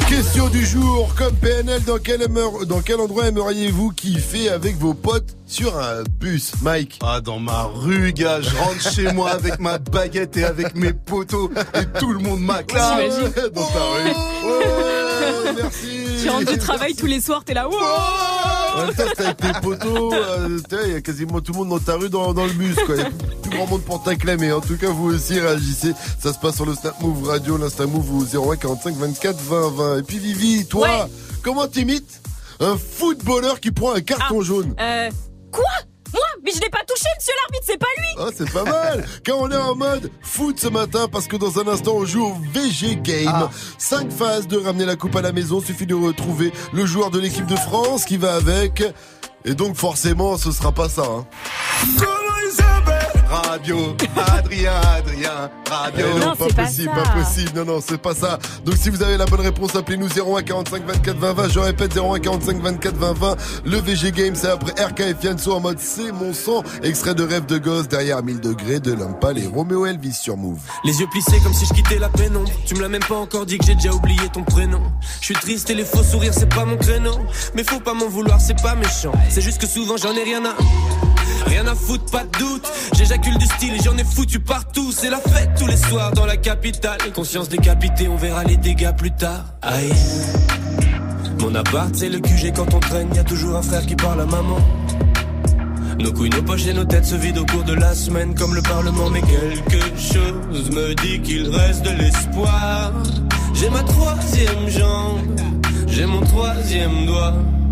Question du jour, comme PNL, dans quel endroit aimeriez-vous kiffer avec vos potes sur un bus, Mike? Ah, dans ma rue, gars, je rentre chez moi avec ma baguette et avec mes potos et tout le monde m'acclame. T'imagines? Dans ta rue. Ouais, merci. Tu rentres du travail tous les soirs, t'es là. En même temps, t'es avec tes potos, il y a quasiment tout le monde dans ta rue dans le bus, quoi. Il y a plus grand monde pour t'acclamer. En tout cas, vous aussi réagissez. Ça se passe sur le Snap Move Radio, l'Insta Move au 01 45 24 20 20. Et puis Vivi, toi, Ouais. comment t'imites un footballeur qui prend un carton jaune? Quoi? Moi? Mais je l'ai pas touché, monsieur l'arbitre, c'est pas lui! Ah, c'est pas mal. Quand on est en mode foot ce matin, parce que dans un instant on joue au VG Game. 5 phases de ramener la coupe à la maison. Suffit de retrouver le joueur de l'équipe de France qui va avec. Et donc forcément ce sera pas ça, hein. Comment il s'appelle? Radio, Adrien, Radio. Non, pas possible, pas possible. Non, c'est pas ça. Donc si vous avez la bonne réponse, appelez-nous 01 45 24 20 20. Je répète 01 45 24 20 20. Le VG Game, c'est après RK et Fianso en mode c'est mon sang. Extrait de Rêve de gosse derrière 1000 degrés de Lampal et Roméo Elvis sur Move. Les yeux plissés comme si je quittais la pénombre. Tu me l'as même pas encore dit que j'ai déjà oublié ton prénom. Je suis triste et les faux sourires c'est pas mon créneau. Mais faut pas m'en vouloir, c'est pas méchant. C'est juste que souvent j'en ai rien à foutre, pas de doute. J'éjacule du style et j'en ai foutu partout. C'est la fête tous les soirs dans la capitale. Conscience décapitée, on verra les dégâts plus tard. Aïe. Mon appart c'est le QG quand on traîne. Y'a toujours un frère qui parle à maman. Nos couilles, nos poches et nos têtes se vident au cours de la semaine comme le Parlement. Mais quelque chose me dit qu'il reste de l'espoir. J'ai ma 3e jambe, j'ai mon 3e doigt.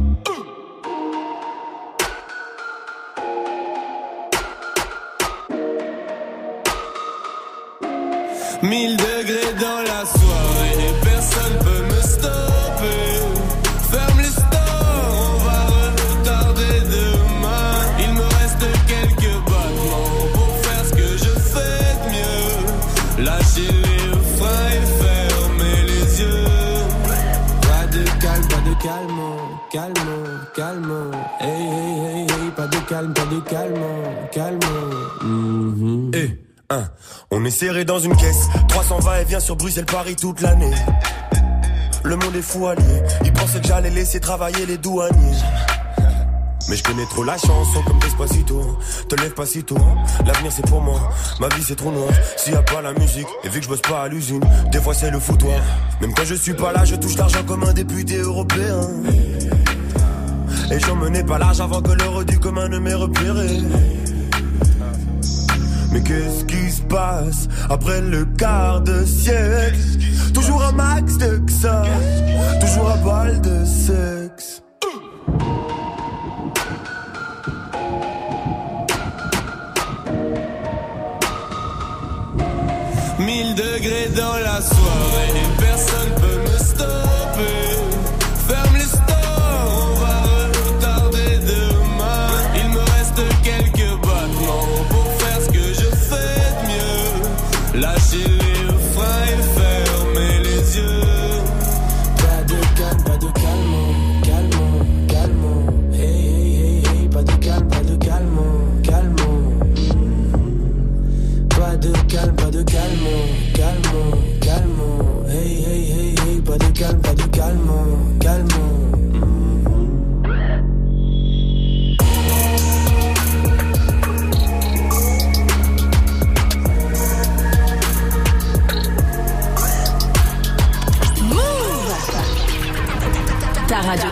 1000 degrés dans la soirée et personne peut me stopper. Ferme les stores, on va retarder demain. Il me reste quelques battements pour faire ce que je fais de mieux. Lâcher les freins et fermer les yeux. Pas de calme, pas de calme. Hey, pas de calme, calme. Hey. On est serré dans une caisse, 300 va-et-vient sur Bruxelles-Paris toute l'année. Le monde est fou allié, ils pensaient que j'allais laisser travailler les douaniers. Mais je connais trop la chanson comme Despacito. Te lève pas si tôt, l'avenir c'est pour moi. Ma vie c'est trop noir, s'il y a pas la musique. Et vu que je bosse pas à l'usine, des fois c'est le foutoir. Même quand je suis pas là, je touche l'argent comme un député européen. Et j'en menais pas large avant que l'heure du commun ne m'ait repéré. Mais qu'est-ce qui se passe après le quart de siècle? Toujours un max de ça, toujours un bal de sexe. 1000 degrés dans la soirée et personne peut me stopper. Ferme les stores, on va retarder demain. Il me reste quelques battements pour faire ce que je fais de mieux. Lâcher les freins et fermer les yeux. Pas de calme, hey, pas de calme, Pas de calme, hey, pas de calme, calme. Ta radio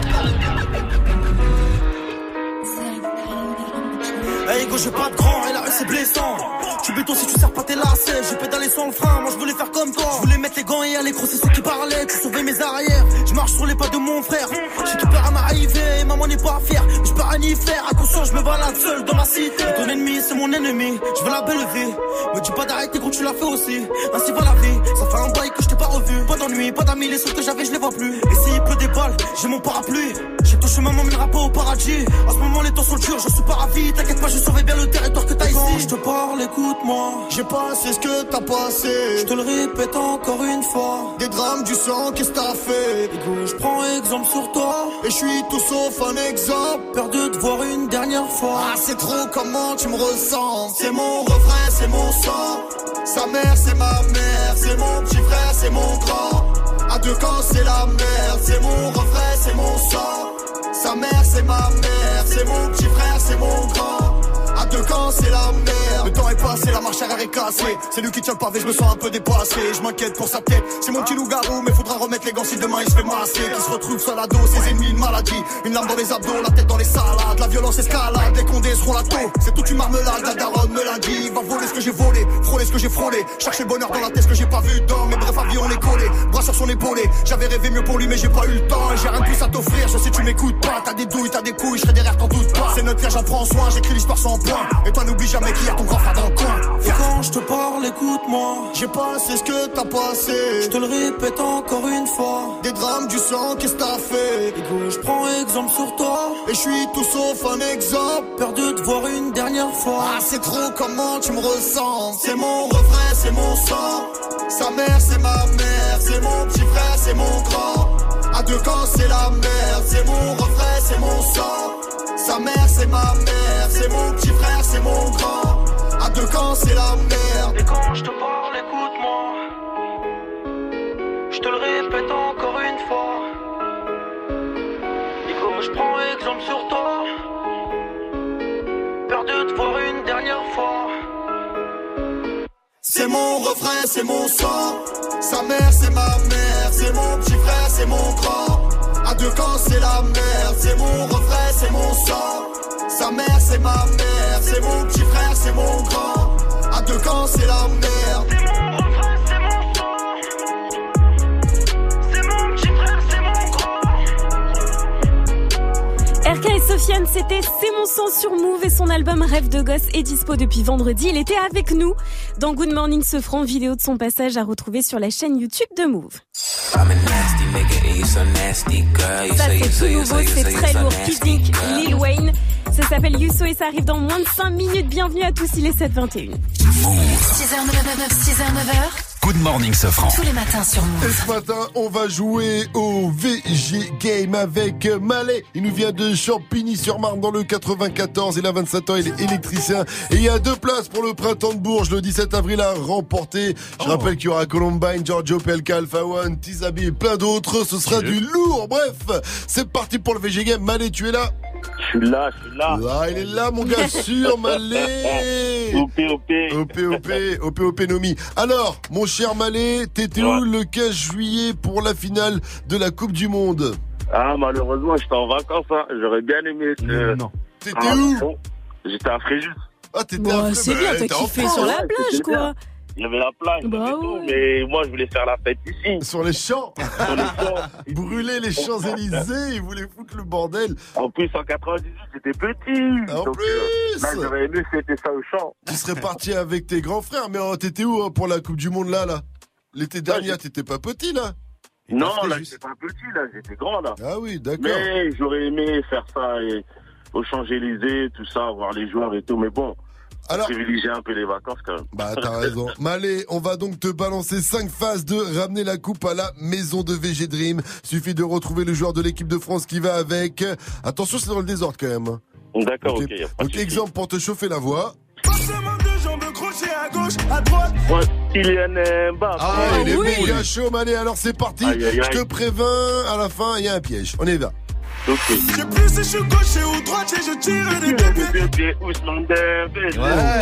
Hey go, j'ai pas de grand et la rue c'est blessant. Tu béton si tu sers pas tes lacets. J'ai pédalé sans le frein, moi je voulais faire comme toi. Je voulais mettre les gants et aller gros, c'est ceux qui parlaient. Tu sauvais mes arrières, je marche sur les pas de mon frère. J'ai tout peur à m'arriver et maman n'est pas fière. Mais je peux rien y faire, à conscience je me balade seul dans ma cité. Ton ennemi c'est mon ennemi, je veux la belle vie. Me dis pas d'arrêter gros, tu l'as fait aussi. Ainsi va la vie, ça fait un bail que je t'ai pas revu. Pas d'ennui, pas d'amis, les seuls que j'avais je les vois plus. Et s'il pleut des balles, j'ai mon parapluie. J'ai ton chemin m'emmènera pas au paradis. En ce moment les temps sont durs, je suis pas ravi. T'inquiète pas, je saurais bien le territoire que t'as ici. Quand je te parle, écoute-moi. J'ai passé ce que t'as passé. Je te le répète encore une fois. Des drames, du sang, qu'est-ce que t'as fait? Écoute, je prends exemple sur toi. Et je suis tout sauf un exemple. Peur de te voir une dernière fois. Ah, c'est trop comment tu me ressens. C'est mon refrain, c'est mon sang. Sa mère, c'est ma mère. C'est mon petit frère, c'est mon grand. À deux camps c'est la merde. C'est mon refrain, c'est mon sang. Sa mère c'est ma mère. C'est mon petit frère, c'est mon grand. À deux camps c'est la merde. Le temps est passé, la marche arrière est cassée. C'est lui qui tient le pavé, je me sens un peu dépassé. Je m'inquiète pour sa tête, c'est mon petit loup-garou. Mais faudra remettre les gants si demain il se fait masser. Qui se retrouve seul à dos, ses ennemis une maladie. Une lame dans les abdos, la tête dans les salades. La violence escalade, les condés seront la taux. C'est toute une marmelade, la daronne me l'a dit. Va voler ce que j'ai volé, frôler ce que j'ai frôlé. Chercher le bonheur dans la tête, ce que j'ai pas vu dans mes brefs avis on est collé. Bras sur son épaulé, j'avais rêvé mieux pour lui mais j'ai pas eu le temps. J'ai rien de plus à t'offrir, je sais tu m'écoutes pas. T'as des douilles, t'as des couilles, je serai derrière t'en doute pas. C'est notre frère, j'en prends soin, j'écris l'histoire sans point. Et toi n'oublie jamais qu'il y a ton grand frère dans le coin. Et quand je te parle, écoute-moi. J'ai passé ce que t'as passé. Je te le répète encore une fois. Des drames, du sang, qu'est-ce que t'as fait? Écoute, je prends exemple sur toi. Et je suis tout sauf un exemple. Peur de te voir une dernière fois. Ah c'est trop comment tu me ressens. C'est mon refrain, c'est mon sang. Sa mère c'est ma mère. C'est mon petit frère, c'est mon grand. À deux camps c'est la merde. C'est mon refrain, c'est mon sang. Sa mère c'est ma mère. C'est mon petit frère, c'est mon grand. À deux camps c'est la merde. Et quand je te parle, écoute-moi. Je te le répète encore une fois. Nico, je prends exemple sur toi. Peur de te voir une dernière fois. C'est mon refrain, c'est mon sang. Sa mère c'est ma mère. C'est mon petit frère, c'est mon grand. À deux camps c'est la merde. C'est mon refrain, c'est mon sang. Sa mère c'est ma mère. C'est mon petit frère, c'est mon grand. À deux camps c'est la merde. C'est mon refrain, c'est mon sang. C'est mon petit frère, c'est mon grand. RK et Sofiane, c'était C'est mon sang sur Move et son album Rêve de gosse est dispo depuis vendredi. Il était avec nous dans Good Morning Sofran, vidéo de son passage à retrouver sur la chaîne YouTube de Move. Ça c'est tout nouveau, c'est très lourd. Kid, Lil Wayne, ça s'appelle Yousso et ça arrive dans moins de 5 minutes. Bienvenue à tous, il est 7h21. 6h, 9h. Good Morning Sofran. Tous les matins sur Move. Et ce matin, on va jouer au VG Game avec Malais. Il nous vient de Champigny-sur-Marne dans le 94. Il a 27 ans, il est électricien. Et il y a 2 places pour le printemps de Bourges le 17 avril à remporter. Je rappelle qu'il y aura Columbine, Giorgio, PLK, Alpha One, Tizabi et plein d'autres. Ce sera du lourd. Bref, c'est parti pour le VG Game. Malais, tu es là? Je suis là. Ah, il est là, mon gars, sûr, Malais. OP, Nomi. Alors, mon cher Malais, t'étais où le 15 juillet pour la finale de la Coupe du Monde? Ah, malheureusement, j'étais en vacances, hein. J'aurais bien aimé. Non. T'étais où? J'étais à Fréjus. Ah, t'étais à Fréjus. C'est bien, t'as kiffé sur la plage, quoi. Il y avait la plage, tout, mais moi je voulais faire la fête ici. Sur les champs. Brûler les Champs-Élysées, ils voulaient foutre le bordel. En plus, en 98, j'étais petit. En plus là, j'aurais aimé fêter ça au champ. Tu serais parti avec tes grands frères, mais t'étais où pour la Coupe du Monde là? L'été dernier, t'étais pas petit là? Non, là, j'étais pas petit, là, j'étais grand là. Ah oui, d'accord. Mais j'aurais aimé faire ça aux Champs-Élysées, tout ça, voir les joueurs et tout, mais bon. Alors, privilégier un peu les vacances quand même. Bah t'as raison. Malais, on va donc te balancer 5 phases de ramener la coupe à la maison de VG Dream. Suffit de retrouver le joueur de l'équipe de France qui va avec. Attention, c'est dans le désordre quand même. D'accord, ok. Donc exemple pour te chauffer la voix. À gauche, à droite. Ouais, Kylian Mbappé. Ah, il est méga chaud, Malais. Alors c'est parti. Je te préviens, à la fin, il y a un piège. On y va. Ok. Je plus si je suis gaucher ou droite et je tire des bébés. Ousmane Dembélé.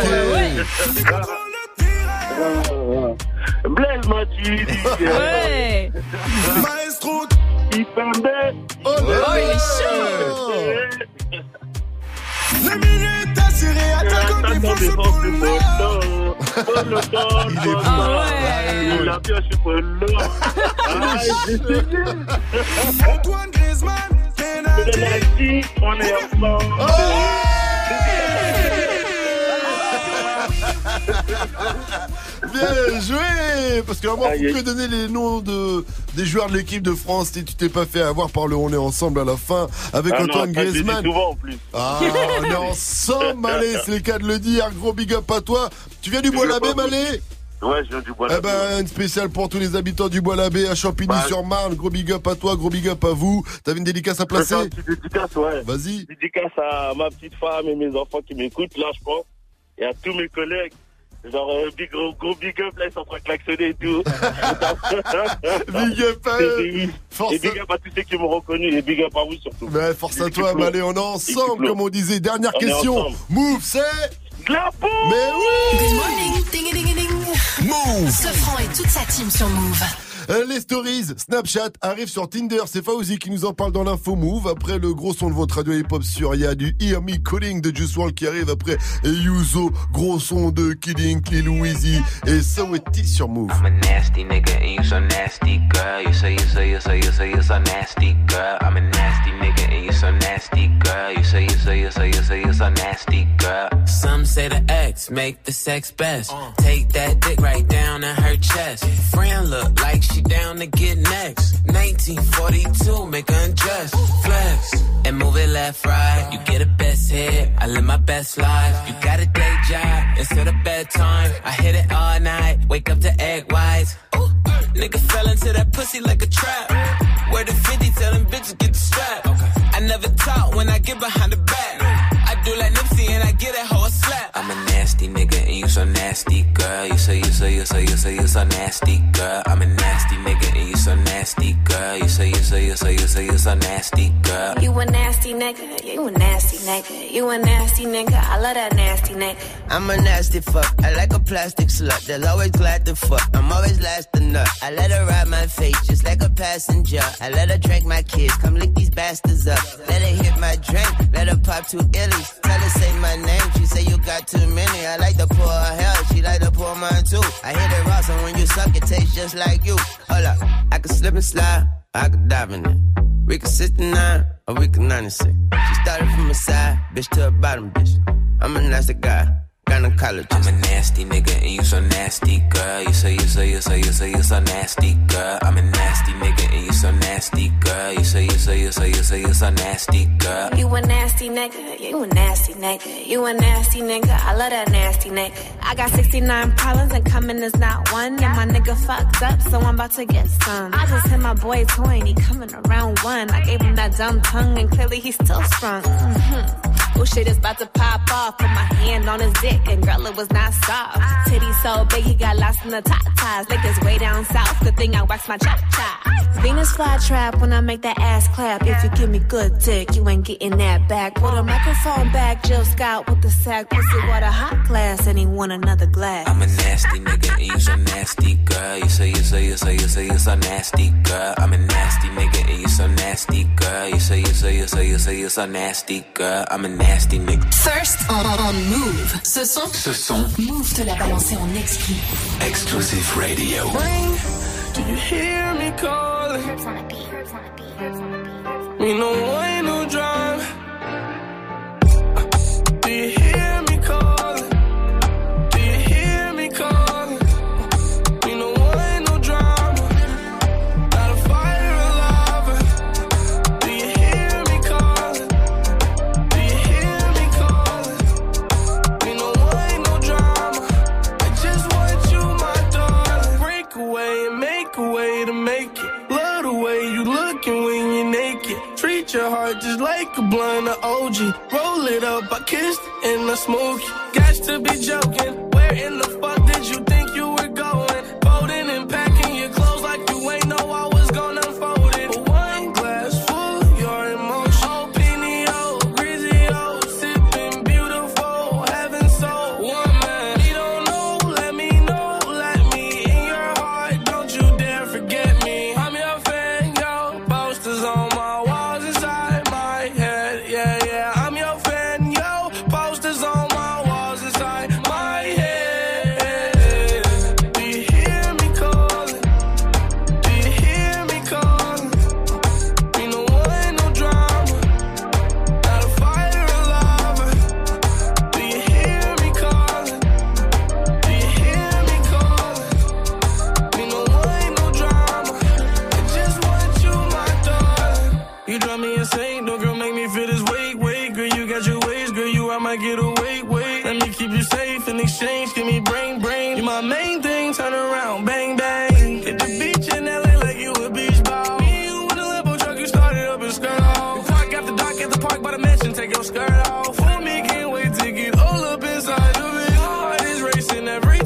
Blaise Matuidi. Ouais. Maestro. Ipembe. Oh, il est chaud. Le milieu est assuré, attaquant défense pour l'eau. Il a bien chez Polo. Antoine Griezmann, penalty. On est ensemble. Bien joué. Parce que vraiment, faut que donner les noms des joueurs de l'équipe de France. Tu t'es pas fait avoir par le On est ensemble à la fin avec Antoine Griezmann. Souvent en plus. Ah, on est ensemble, Malais, c'est le cas de le dire. Gros big up à toi. Tu viens du Bois-l'Abbé, Malais? Ouais, je viens du Bois-l'Abbé. Eh ben, une spéciale pour tous les habitants du Bois-l'Abbé à Champigny-sur-Marne. Gros big up à toi, gros big up à vous. T'avais une dédicace à placer? Une petite dédicace, ouais. Vas-y. Dédicace à ma petite femme et mes enfants qui m'écoutent, là, je pense. Et à tous mes collègues. Genre, gros big up, là, ils sont en train de klaxonner et tout. Big up à eux. Et big up à tous ceux qui m'ont reconnu, et big up à vous surtout. Mais force à toi, mais allez, on est ensemble, comme on disait. Dernière question. Move, c'est... De la boue. Mais oui. Good morning, ding ding ding. Move. Sofran et toute sa team sur Move. Les stories Snapchat arrivent sur Tinder. C'est Fauzi qui nous en parle dans l'info Move. Après le gros son de votre radio hip-hop sur, il y a du Hear Me Calling de Juice WRLD qui arrive après. Et Yuzo, gros son de Kidding, Lil Weezy et Saweetie sur Move. I'm a nasty nigga and you so nasty girl. You say so nasty girl. I'm a nasty nigga and you so nasty girl. You say so nasty girl. Some say the X make the sex best. Take that dick right down in her chest. Friend look like she down to get next. 1942, make her undress. Flex and move it left, right. You get a best hit, I live my best life. You got a day job instead of bedtime. I hit it all night, wake up to egg whites. Ooh, nigga fell into that pussy like a trap. Where the 50, tell them bitches get the strap. I never talk when I get behind the back. I do like Nipsey and I get that hoe a slap. I'm a nasty nigga and you so nasty girl. You say so nasty girl. I'm a nasty nigga and you so nasty girl. You say so nasty girl. You a nasty nigga, you a nasty nigga, you a nasty nigga, I love that nasty nigga. I'm a nasty fuck, I like a plastic slut. They'll always glad to fuck, I'm always last to nut. I let her ride my face just like a passenger. I let her drink my kids, come lick these bastards up. Let her hit my drink, let her pop 2 illies. Tell her say my name, she say you got too many. I like to pour her hair, she like to pour mine too. I hit it raw, so when you suck it tastes just like you. Hold up, I can slip and slide, I can dive in it. We can 69 or we can 96. She started from the side, bitch to a bottom, bitch. I'm a nasty guy, gynecologist. I'm a nasty nigga and you so nasty girl. You say so nasty girl. I'm a nasty nigga and you so nasty girl. You say so nasty girl. You a nasty nigga, you a nasty nigga, you a nasty nigga, I love that nasty nigga. I got 69 problems and coming is not one. And my nigga fucked up, so I'm about to get some. I just hit my boy toy and he coming around 1. I gave him that dumb tongue and clearly he's still sprung. Oh shit is about to pop off. Put my hand on his dick and girl it was not soft. Titty so big he got lost in the top ties. Like it's way down south, good thing I waxed my cha-cha. Venus flytrap when I make that ass clap. If you give me good dick, you ain't getting that back. Put a microphone back, Jill Scott with the sack. Pussy water hot glass and he want another glass. I'm a nasty nigga and you so nasty girl. You say so nasty girl. I'm a nasty nigga and you so nasty girl. You say so nasty girl. I'm a nasty nigga. First on Move. Ce son, Move te l'a balancé en exclu. Exclusive Radio. Ring, do you hear me calling? Me no way, no drive. Do you hear me calling? Do you hear me calling? Me no way, no drama. Not a fire alive. Do you hear me calling? Do you hear me calling? Me no way, no drama. I just want you, my darling. Break away and make a way to make it. Love the way you looking when you're naked. Treat your heart just like a blunt of OG. Roll it up, I kissed and I smoke it. Got to be joking. Where in the fuck did you think you were going? Folding and packing your clothes like you ain't know I was gonna unfold it. But one glass full of your emotion. Oh, Pinio, Grizio, sipping beautiful, heaven so one man. You don't know, let me know, let me in your heart. Don't you dare forget me. I'm your fan, yo. Posters on my walls inside my head. Yeah, yeah, I'm your fan, yo. Posters on my walls inside my head. Do you hear me calling? Do you hear me calling? Me no one, no drama. Not a fire alive. Do you hear me calling? Do you hear me calling? Me no one, no drama. I just want you, my darling. You drive me insane, no girl, make me feel this weight. Girl, you got your ways, girl, I might get away, wait. Let me keep you safe in exchange, give me brain. You my main thing, turn around, bang, bang. Hit the beach in LA like you a beach ball. Me and you in the limbo truck, you started up and skirt off. Park after dark at the park by the mansion, take your skirt off. For me, can't wait to get all up inside of it. Heart is racing every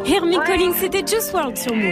Hermie Collins, c'était Juice WRLD sur Move.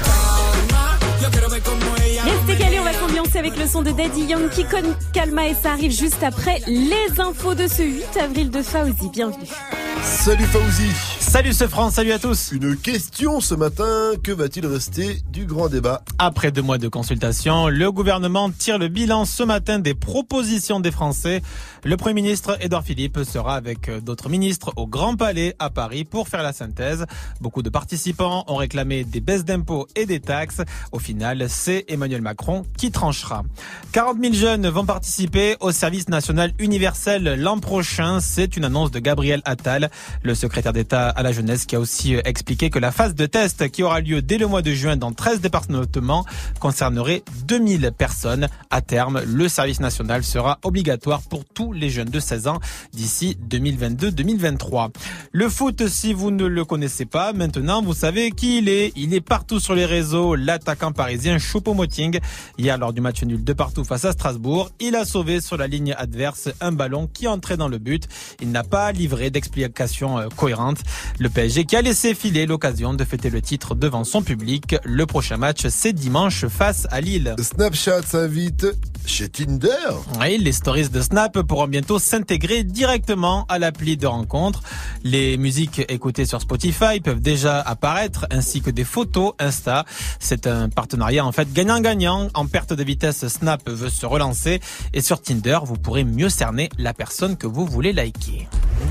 Restez calés, on va s'ambiancer avec le son de Daddy Yankee, Con Calma, et ça arrive juste après les infos de ce 8 avril de Fauzi. Bienvenue. Salut Fauzi. Salut ce France, salut à tous. Une question ce matin, que va-t-il rester du grand débat? Après 2 mois de consultation, le gouvernement tire le bilan ce matin des propositions des Français. Le Premier ministre Édouard Philippe sera avec d'autres ministres au Grand Palais à Paris pour faire la synthèse. Beaucoup de participants ont réclamé des baisses d'impôts et des taxes. Au final, c'est Emmanuel Macron qui tranchera. 40 000 jeunes vont participer au service national universel l'an prochain. C'est une annonce de Gabriel Attal, le secrétaire d'État à la jeunesse, qui a aussi expliqué que la phase de test qui aura lieu dès le mois de juin dans 13 départements concernerait 2000 personnes. À terme, le service national sera obligatoire pour tous les jeunes de 16 ans d'ici 2022-2023. Le foot, si vous ne le connaissez pas, maintenant vous savez qui il est. Il est partout sur les réseaux, l'attaquant parisien Choupo-Moting. Hier, lors du match nul de partout face à Strasbourg, il a sauvé sur la ligne adverse un ballon qui entrait dans le but. Il n'a pas livré d'explication cohérente. Le PSG qui a laissé filer l'occasion de fêter le titre devant son public. Le prochain match, c'est dimanche face à Lille. Snapchat s'invite chez Tinder. Oui, les stories de Snap pourront bientôt s'intégrer directement à l'appli de rencontre. Les musiques écoutées sur Spotify peuvent déjà apparaître, ainsi que des photos Insta. C'est un partenariat en fait gagnant-gagnant. En perte de vitesse, Snap veut se relancer. Et sur Tinder, vous pourrez mieux cerner la personne que vous voulez liker.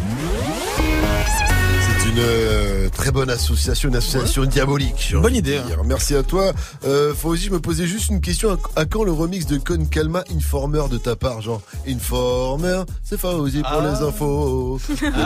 Une très bonne association, une association diabolique. Bonne idée. Hein. Merci à toi. Fauzi, je me posais juste une question. À quand le remix de Con Calma, Informer de ta part? Genre, Informer, c'est Fauzi pour les infos. Il y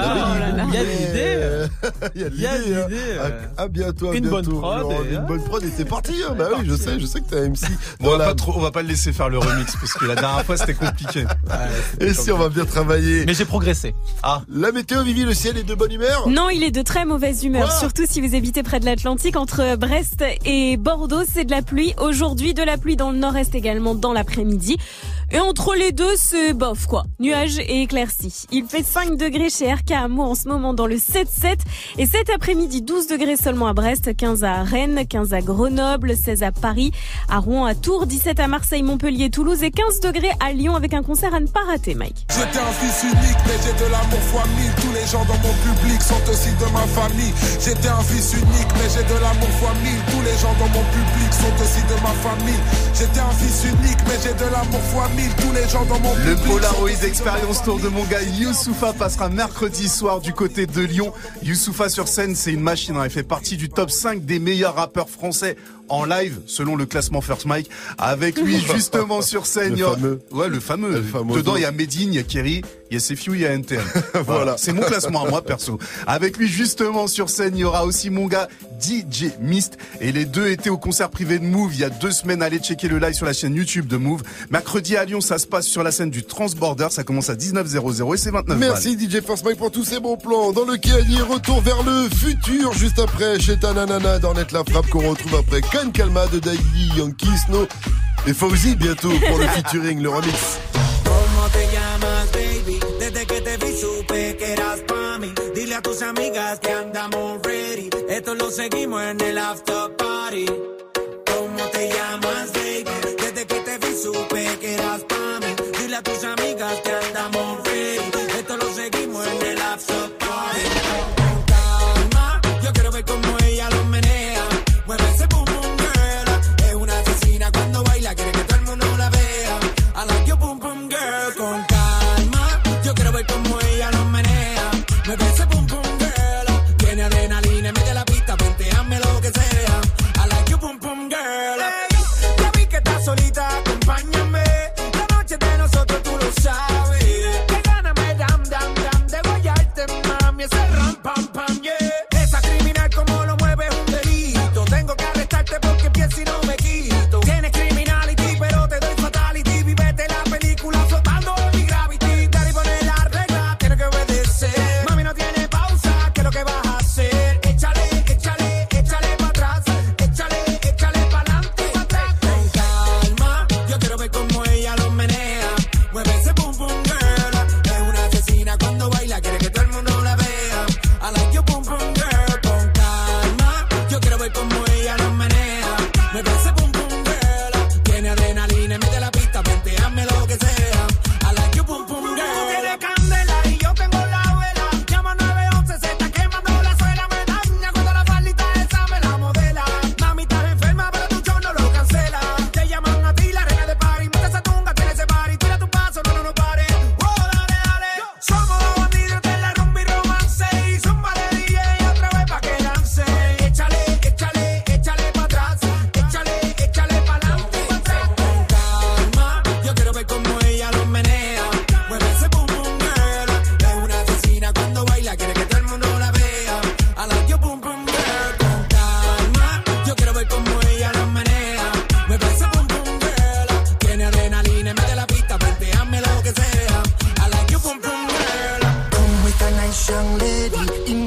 a l'idée. Il y a l'idée. À bientôt. Une bonne prod. Une bonne prod et c'est parti. Hein. Bah oui, je sais que t'es MC. On va pas le laisser faire le remix parce que la dernière fois c'était compliqué. Et si on va bien travailler. Mais j'ai progressé. La météo, Vivi, le ciel est de bonne humeur? Non, il est de très mauvaise humeur, surtout si vous habitez près de l'Atlantique. Entre Brest et Bordeaux, c'est de la pluie. Aujourd'hui, de la pluie dans le nord-est également dans l'après-midi. Et entre les deux, c'est bof quoi. Nuages et éclaircies. Il fait 5 degrés chez RKAMO en ce moment dans le 7-7. Et cet après-midi, 12 degrés seulement à Brest, 15 à Rennes, 15 à Grenoble, 16 à Paris, à Rouen, à Tours, 17 à Marseille, Montpellier, Toulouse et 15 degrés à Lyon avec un concert à ne pas rater, Mike. J'étais un fils unique, mais j'ai de l'amour fois 1000. Tous les gens dans mon public sont aussi de ma famille. J'étais un fils unique, mais j'ai de l'amour fois 1000. Tous les gens dans mon public sont aussi de ma famille. J'étais un fils unique, mais j'ai de l'amour fois 1000. Tous les gens dans mon public. Le Polaroid Experience Tour de mon gars Youssoupha passera mercredi soir du côté de Lyon. Youssoupha sur scène, c'est une machine. Il fait partie du top 5 des meilleurs rappeurs français en live, selon le classement First Mike. Avec lui, justement, sur scène. Le fameux. Dedans, il y a Medine, il y a Kerry, il y a Sefiu, il y a NTM. Voilà. C'est mon classement à moi, perso. Avec lui, justement, sur scène, il y aura aussi mon gars DJ Mist. Et les deux étaient au concert privé de Move il y a 2 semaines. Allez checker le live sur la chaîne YouTube de Move. Mercredi à Lyon, ça se passe sur la scène du Transborder. Ça commence à 19h00 et c'est 29h. Merci DJ First Mike pour tous ces bons plans. Dans le Kiani, retour vers le futur. Juste après, chez Tananana, d'Ornette La Frappe, qu'on retrouve après Con Calma de Daddy Yankee, Snow et Fauzi bientôt pour le featuring, le remix. ¿Cómo te llamas, baby? Desde que te vi supe que eras pa' mí. Dile a tus amigas que andamos ready. Esto lo seguimos en el after party. ¿Cómo te llamas, baby? Desde que te vi supe que eras pa' mí. Dile a tus amigas que andamos ready. Esto lo seguimos en el after party. Con calma, yo quiero ver cómo ella lo menea. Mueve ese boom boom girl. Es una asesina cuando baila, quiere que todo el mundo la vea. I like your boom boom girl. Con calma, yo quiero ver cómo ella lo menea. Mueve ese boom boom girl. Tiene adrenalina, mete la pista, venteame lo que sea. I like your boom boom girl. Hey, ya vi que estás solita, acompáñame. La noche de nosotros tú lo sabes. Que gana me dam dam dam de guayarte, mami. Ese ram pam pam yeah. Esa criminal como lo mueve es un delito. Tengo que arrestarte porque empiezo y no me quito. Tienes criminality pero te doy fatality. Vivete la película flotando en mi gravity. Daddy pone la regla, tiene que obedecer. Mami no tiene pausa, ¿qué es lo que vas a hacer? Échale, échale, échale para atrás. Échale, échale para adelante. Con calma, yo quiero ver cómo ella lo menea. Mueve ese boom boom girl. Es una asesina cuando baila, quiere que todo el mundo la vea.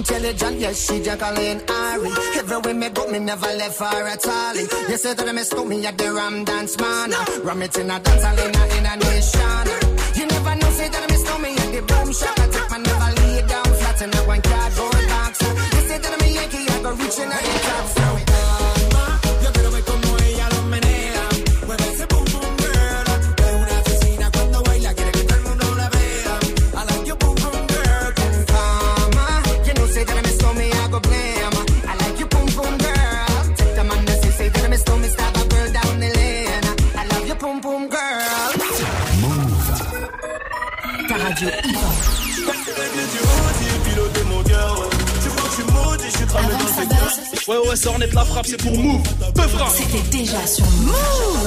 intelligent, yes, she Jacqueline Ari. Everywhere me go, me never left her at all. You say that I miss me at the Ram Dance Man. Ram it in a dance hall in a nation. You never know, say that I miss me at the Boom Shop. I take my never lay down flat in a one cardboard box. You say that I'm a Yankee, I go reaching out the top. So yo quiero ver como ella lo menea. Mueve ese boom boom girl. Es una asesina cuando baila, quiere que todo el mundo la vea. I like your boom boom girl. Con fama, you know say that I miss me, I go blame. I like your boom boom girl. Take the man that say that I miss me, stab a girl down the lane. I love your boom boom girl. Ta radio Ouais, ça ornette la frappe, c'est pour Move. Peu frappe. C'était déjà sur Move.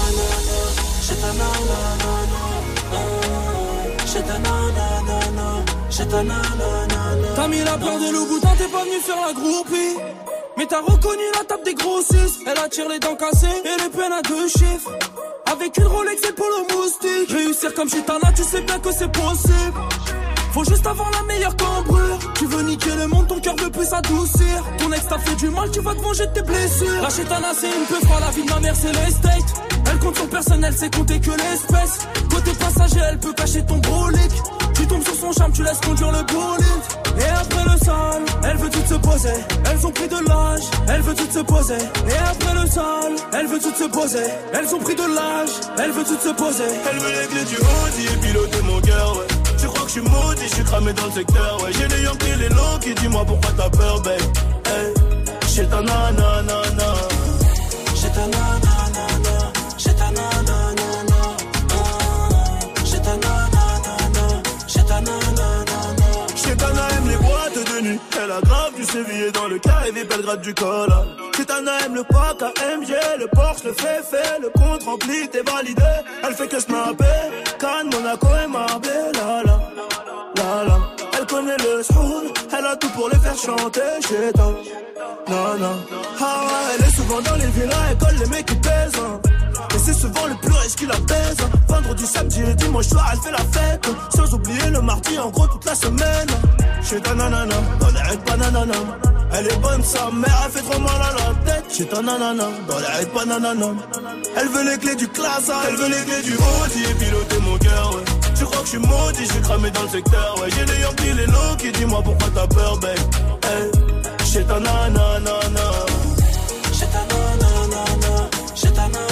T'as mis la peur de loup boutin, t'es pas venu faire la groupie. Mais t'as reconnu la table des grossistes. Elle attire les dents cassées et les peines à 2 chiffres. Avec une Rolex et pour le moustique. Réussir comme Chitana, tu sais bien que c'est possible. Faut juste avoir la meilleure cambrure. Tu veux niquer le monde, ton cœur veut plus s'adoucir. Ton ex t'a fait du mal, tu vas te venger de tes blessures. La Chitana c'est une peu froide, la vie de ma mère c'est l'estate. Elle compte son personnel, c'est compter que l'espèce. Côté passager, elle peut cacher ton brolic. Tu tombes sur son charme, tu laisses conduire le bolide. Et après le sale, elle veut tout se poser. Elles ont pris de l'âge, elle veut tout se poser. Et après le sale, elle veut tout se poser. Elles ont pris de l'âge, elle veut tout se poser. Elle veut les clés du Audi et piloter mon cœur, ouais. Tu crois que je suis maudit, je suis cramé dans le secteur, ouais. J'ai les Yankees, les low qui dis-moi pourquoi t'as peur, babe. Hey, j'ai ta nanana, j'ai ta nanana, j'ai ta nanana, j'ai ta nanana, j'ai ta nanana. Chetana aime les boîtes de nuit, elle a grave du sévillé dans le carré, Belgrade du col. Chetana aime le pack AMG, le Porsche, le fait, le compte rempli, t'es validé. Elle fait que snapper, Cannes, Monaco et Marbella, la. Elle connaît le soul, elle a tout pour les faire chanter, Chetana. Non. Ah ouais, elle est souvent dans les villas, elle colle les mecs qui pèsent. Et c'est souvent le plus riche qui la baise. Vendredi, samedi et dimanche soir, elle fait la fête. Sans oublier le mardi, en gros toute la semaine. Chez ta nanana, dans les règles bananana. Elle est bonne sa mère, elle fait trop mal à la tête. Chez ta nanana, dans les règles bananana. Elle veut les clés du classe, elle veut les clés du Audi et piloter mon cœur, ouais. Tu crois que je suis maudit, je suis cramé dans le secteur, ouais. J'ai les Yankees, les low qui dis-moi pourquoi t'as peur, babe. Hey, chez ta nanana, chez ta nanana, chez ta nanana.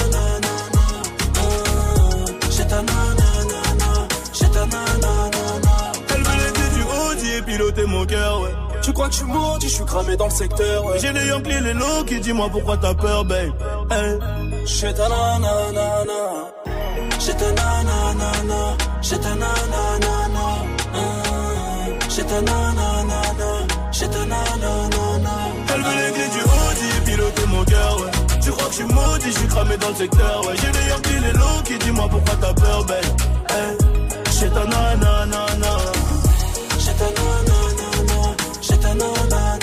Elle veut les clés du Audi et piloter mon cœur, ouais. Tu crois que je suis maudit, je suis cramé dans le secteur, ouais. J'ai les Yankees, les low qui dis-moi pourquoi t'as peur, babe. Hey. J'ai ta nanana, j'ai ta nanana, j'ai ta nanana, j'ai ta nanana, j'ai ta nanana. Elle veut les clés du Audi et piloter mon cœur, ouais. Tu crois que je suis maudit, je suis cramé dans le secteur, ouais. J'ai les Yankees, les low qui dis-moi pourquoi t'as peur, babe. Hey. J'ai ta nanana, j'ai ta nanana, j'ai ta nanana,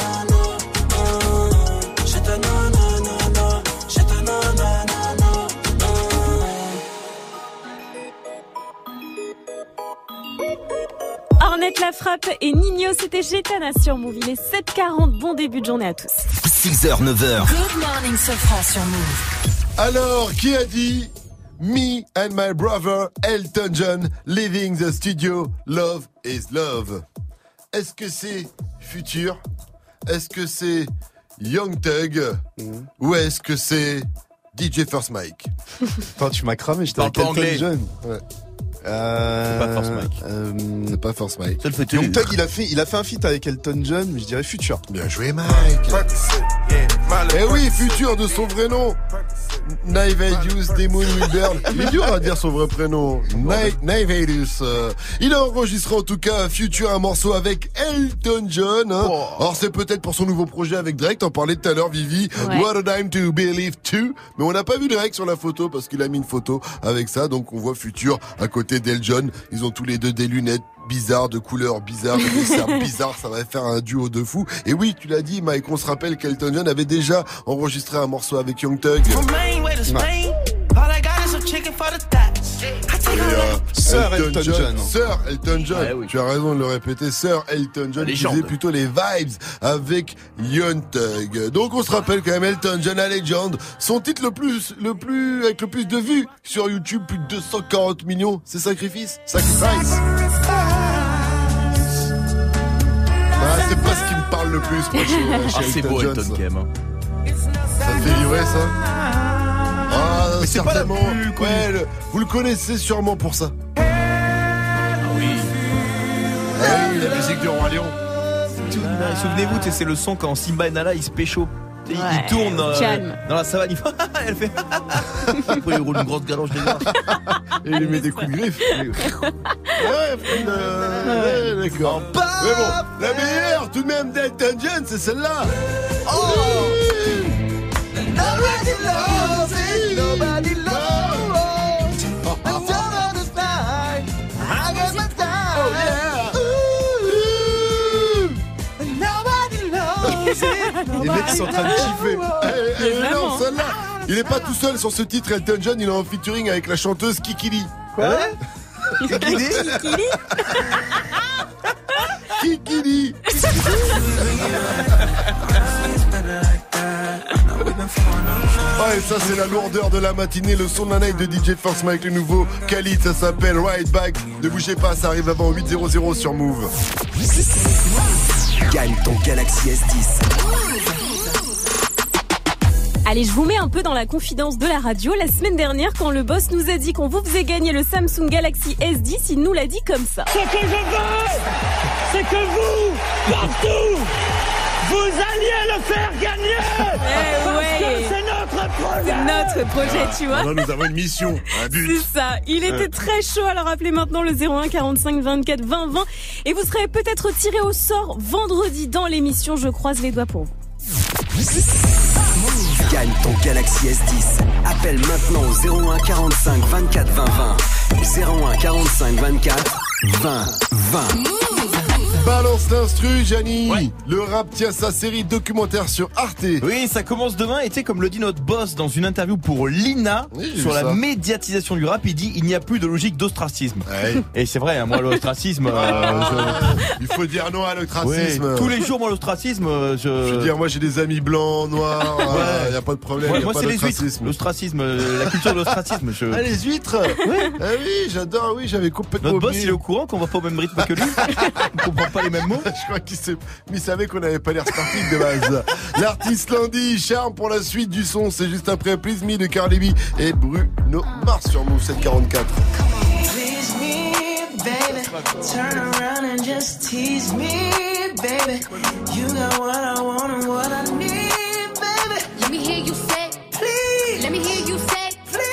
j'ai ta nanana, j'ai ta nanana. Ornette la frappe et Nino, c'était Gétana sur Move. Il est 7h40, bon début de journée à tous. 6h, 9h. Good morning, Sofran sur Move. Alors, qui a dit Me and my brother Elton John leaving the studio, love is love? Est-ce que c'est Future? Est-ce que c'est Young Thug? Ou est-ce que c'est DJ First Mike? Attends, tu m'as cramé, j'étais avec Elton John. Ouais. C'est pas First Mike. Pas First Mike. Young Thug, il a fait un feat avec Elton John, mais je dirais Future. Bien joué, Mike. Eh oui, Future de son vrai nom. Nayvadius Demon Wilburn. Il est dur à dire son vrai prénom. Nayvadius. Il a enregistré en tout cas Future un morceau avec Elton John. Alors c'est peut-être pour son nouveau projet avec Drake. T'en parlais tout à l'heure, Vivi. Ouais. What a time to believe too. Mais on n'a pas vu Drake sur la photo parce qu'il a mis une photo avec ça. Donc on voit Future à côté d'Elton. Ils ont tous les deux des lunettes bizarres, de couleurs bizarres, des desserts bizarres, ça va faire un duo de fou. Et oui, tu l'as dit, Mike, on se rappelle qu'Elton John avait déjà enregistré un morceau avec Young Thug. Sir Elton John. Sir Elton John. Ah, oui. Tu as raison de le répéter. Sir Elton John qui faisait plutôt les vibes avec Young Thug. Donc on se rappelle quand même Elton John, la légende. Son titre avec le plus de vues sur YouTube, plus de 240 millions. C'est Sacrifice. Sacrifice. C'est pas ce qui me parle le plus, moi, chez c'est Elton beau, John. Elton, quand même. Ça te fait vibrer, ça? Ah, mais c'est pas la certainement. plus Ouais, vous le connaissez sûrement pour ça. Ah oui. La musique du Roi Lion. Souvenez-vous, c'est le son quand Simba et Nala ils se pécho. Il tourne dans la savane, elle fait. Après il roule une grosse galoche derrière. Et il lui met des coups de griffe. Ouais, d'accord. Mais bon, la meilleure tout de même d'Elton John, c'est celle-là. Oh! Nobody loves it, nobody loves it. I got my time. Oh yeah. Nobody loves it. Les mecs sont en train de kiffer. Non, celle-là. Il est pas tout seul sur ce titre, Elton John, il est en featuring avec la chanteuse Kikili. Quoi? Kikili? Kikili. Ouais, ça c'est la lourdeur de la matinée, le son de la night de DJ First Mike, le nouveau Khalid, ça s'appelle Right Back. Ne bougez pas, ça arrive avant 8:00 sur Move. Gagne ton Galaxy S10. Allez, je vous mets un peu dans la confidence de la radio. La semaine dernière, quand le boss nous a dit qu'on vous faisait gagner le Samsung Galaxy S10, il nous l'a dit comme ça. Ce que je veux, c'est que vous, partout, vous alliez le faire gagner. Parce que c'est notre projet. C'est notre projet, tu vois. Alors, nous avons une mission, un but. C'est ça. Il était très chaud. Alors appelez maintenant le 01 45 24 20 20 et vous serez peut-être tiré au sort vendredi dans l'émission. Je croise les doigts pour vous. Gagne ton Galaxy S10. Appelle maintenant au 01 45 24 20 20. 01 45 24 20 20. Balance l'instru, Gianni. Ouais. Le rap tient sa série documentaire sur Arte. Oui, ça commence demain et tu sais, comme le dit notre boss dans une interview pour Lina, sur la médiatisation du rap, il dit il n'y a plus de logique d'ostracisme. Ouais. Et c'est vrai, hein, moi l'ostracisme... Il faut dire non à l'ostracisme. Ouais, tous les jours, moi l'ostracisme... Je veux dire, moi j'ai des amis blancs, noirs, il n'y a pas de problème. Ouais, moi c'est les huîtres, l'ostracisme, la culture de l'ostracisme. Ah, les huîtres. Ouais. Ah oui, j'adore, oui, j'avais complètement Notre boss, il est au courant qu'on va pas au même rythme que lui. On comprend pas les mêmes mots. Je crois qu'il savait qu'on n'avait pas l'air sportif de base. L'artiste Landy, charme pour la suite du son. C'est juste après Please Me de Carly B et Bruno Mars sur Move 744. Please me, baby. Turn around and just tease me, baby. You got what I want and what I need, baby. Let me hear you say, please. Let me hear you say,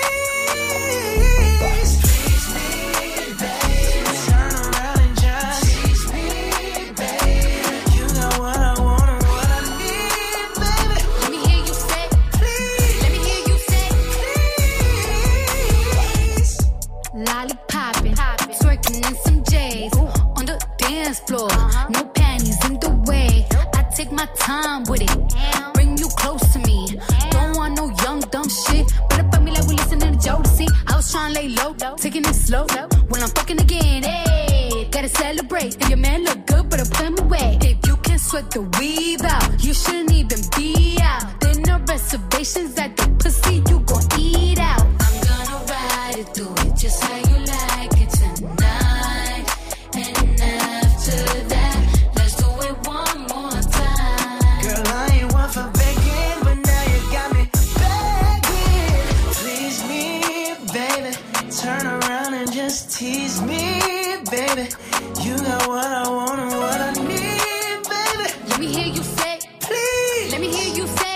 lollipopping, twerking in some J's on the dance floor. No panties in the way. I take my time with it. Bring you close to me. Don't want no young dumb shit. Better fuck me like we listening to Jodeci. I was trying to lay low, taking it slow. When I'm fucking again, hey, gotta celebrate. If your man look good, better put him away. If you can sweat the weave out, you shouldn't even be out. There no reservations at the pussy, you gon' eat out. I'm gonna ride it, do it just how you like it tonight. And after that, let's do it one more time. Girl, I ain't one for begging, but now you got me begging. Please me, baby. Turn around and just tease me, baby. You got what I want and what I need, baby. Let me hear you say, please. Let me hear you say,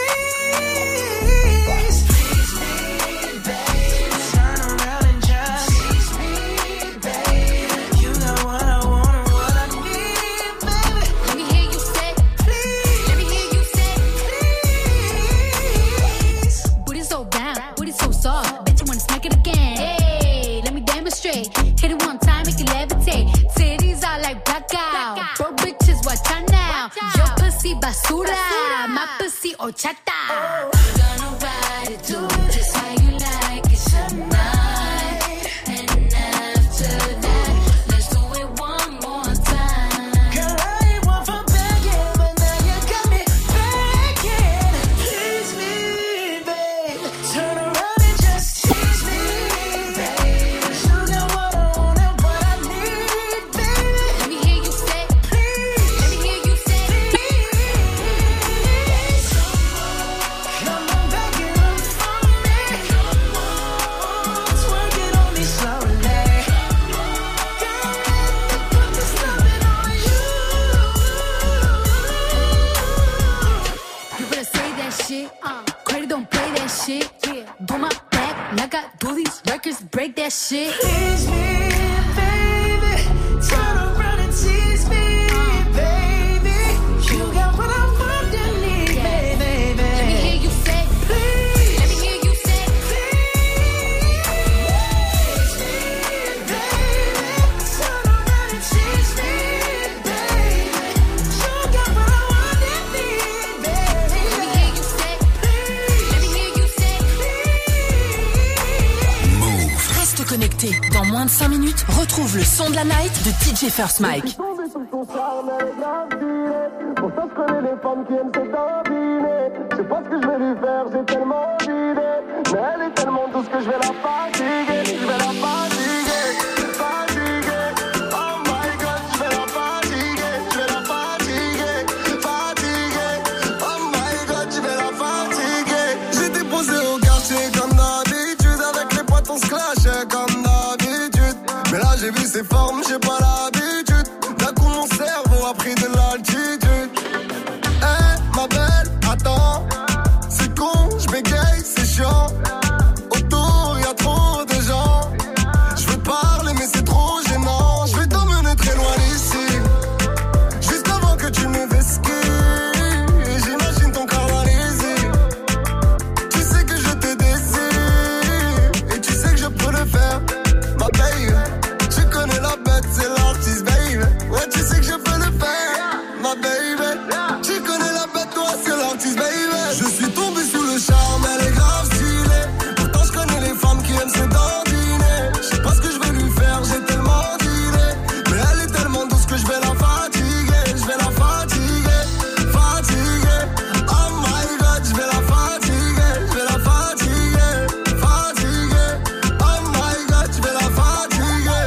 hit it one time, make it levitate. Titties are like blackout. Broke bitches, watch out now. Your pussy basura, my pussy horchata. Oh. I'm gonna ride it, do it just how you like it tonight. And like that shit. Tease me, baby. Turn around and tease me, baby. You got what I want and need, baby. Let me hear you say, please. Let me hear you say, please. Tease me, baby. Turn around and tease me, baby. You got what I want and need, baby. Let me hear you say, please. Let me hear you say, please. Move. Reste connecté. Dans moins de 5 minutes, retrouve le son de la night de DJ First Mike. Pour ça, je connais les femmes qui aiment se dandiner. Je sais pas ce que je vais lui faire, j'ai tellement d'idées. Mais elle est tellement douce que je vais la fatiguer. Je vais la fatiguer, fatiguer. Oh my god, je vais la fatiguer. Je vais la fatiguer, fatiguer. Oh my god, je vais la fatiguer. J'étais posé au quartier comme d'habitude. Avec les potes on se clashait comme d'habitude. Mais là j'ai vu ses formes, j'ai pas l'habitude. D'un coup mon cerveau a pris de l'altitude. Eh ma belle, attends. C'est con, je bégaye, c'est chiant. Autour y'a trop de gens. Je veux parler mais c'est trop gênant. Je vais t'emmener très loin d'ici. Juste avant que tu me vesquilles. J'imagine ton corps dans les yeux. Tu sais que je te désire. Et tu sais que je peux le faire. Ma baby, tu connais la bête, c'est l'artiste, baby. Ouais, tu sais que je peux le faire. Ma baby, tu connais la bête, toi, c'est l'artiste, baby. Je suis tombé sous le charme, elle est grave stylée. Pourtant, je connais les femmes qui aiment se dandiner. Je sais pas ce que je vais lui faire, j'ai tellement d'idées. Mais elle est tellement douce que je vais la fatiguer. Je vais la fatiguer, fatiguer. Oh my god, je vais la fatiguer. Je vais la fatiguer, fatiguer. Oh my god, je vais la fatiguer.